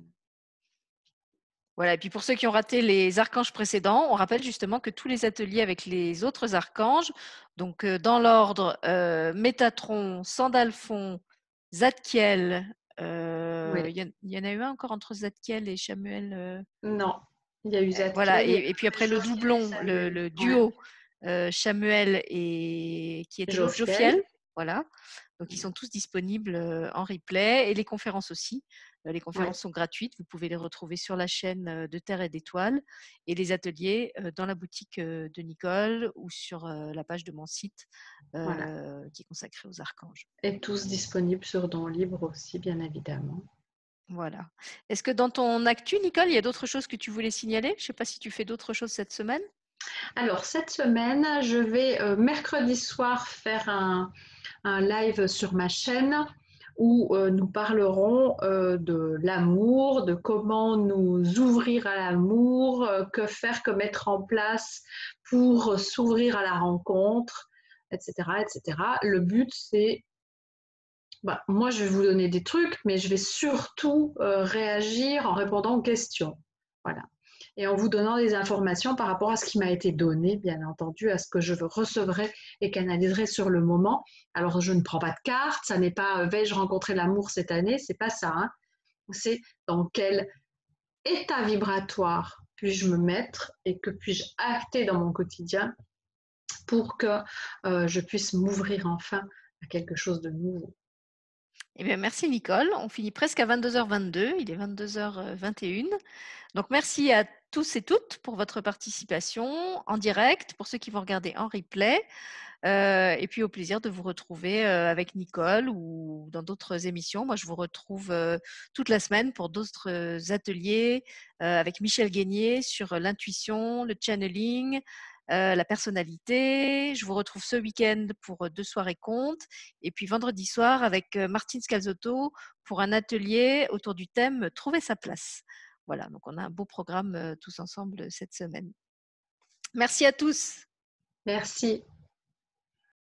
Voilà, et puis pour ceux qui ont raté les archanges précédents, on rappelle justement que tous les ateliers avec les autres archanges, donc euh, dans l'ordre euh, Métatron, Sandalphon, Zadkiel, euh, Oui. il y, y, en a eu un encore entre Zadkiel et Chamuel. Euh, Non, il y a eu euh, voilà, Zadkiel, il y a et, et eu puis après le Jophiel et doublon, le, Samuel. le Ouais. duo euh, Chamuel et qui était l'autre Jophiel. Jophiel, voilà. Donc ils sont tous disponibles euh, en replay et les conférences aussi. Euh, les conférences Ouais. sont gratuites, vous pouvez les retrouver sur la chaîne euh, de Terre et d'Étoiles et les ateliers euh, dans la boutique euh, de Nicole ou sur euh, la page de mon site Voilà. euh, qui est consacrée aux archanges. Et tous disponibles sur Don Libre aussi, bien évidemment. Voilà. Est-ce que dans ton actu, Nicole, il y a d'autres choses que tu voulais signaler? Je ne sais pas si tu fais d'autres choses cette semaine. Alors, cette semaine, je vais euh, mercredi soir faire un, un live sur ma chaîne où euh, nous parlerons euh, de l'amour, de comment nous ouvrir à l'amour, euh, que faire, que mettre en place pour s'ouvrir à la rencontre, et cetera, et cetera. Le but, c'est, bah, moi, je vais vous donner des trucs, mais je vais surtout euh, réagir en répondant aux questions. Voilà. Et en vous donnant des informations par rapport à ce qui m'a été donné, bien entendu, à ce que je recevrai et canaliserai sur le moment. Alors, je ne prends pas de carte, ça n'est pas euh, vais-je rencontrer l'amour cette année, c'est pas ça. Hein. C'est dans quel état vibratoire puis-je me mettre et que puis-je acter dans mon quotidien pour que euh, je puisse m'ouvrir enfin à quelque chose de nouveau. Eh bien, merci Nicole. On finit presque à vingt-deux heures vingt-deux. Il est vingt-deux heures vingt et une. Donc, merci à tous et toutes pour votre participation en direct, pour ceux qui vont regarder en replay. Euh, et puis, au plaisir de vous retrouver euh, avec Nicole ou dans d'autres émissions. Moi, je vous retrouve euh, toute la semaine pour d'autres euh, ateliers euh, avec Michel Guénier sur l'intuition, le channeling, euh, la personnalité. Je vous retrouve ce week-end pour deux soirées contes. Et puis vendredi soir avec euh, Martine Scalzotto pour un atelier autour du thème Trouver sa place. Voilà, donc on a un beau programme euh, tous ensemble cette semaine. Merci à tous. Merci.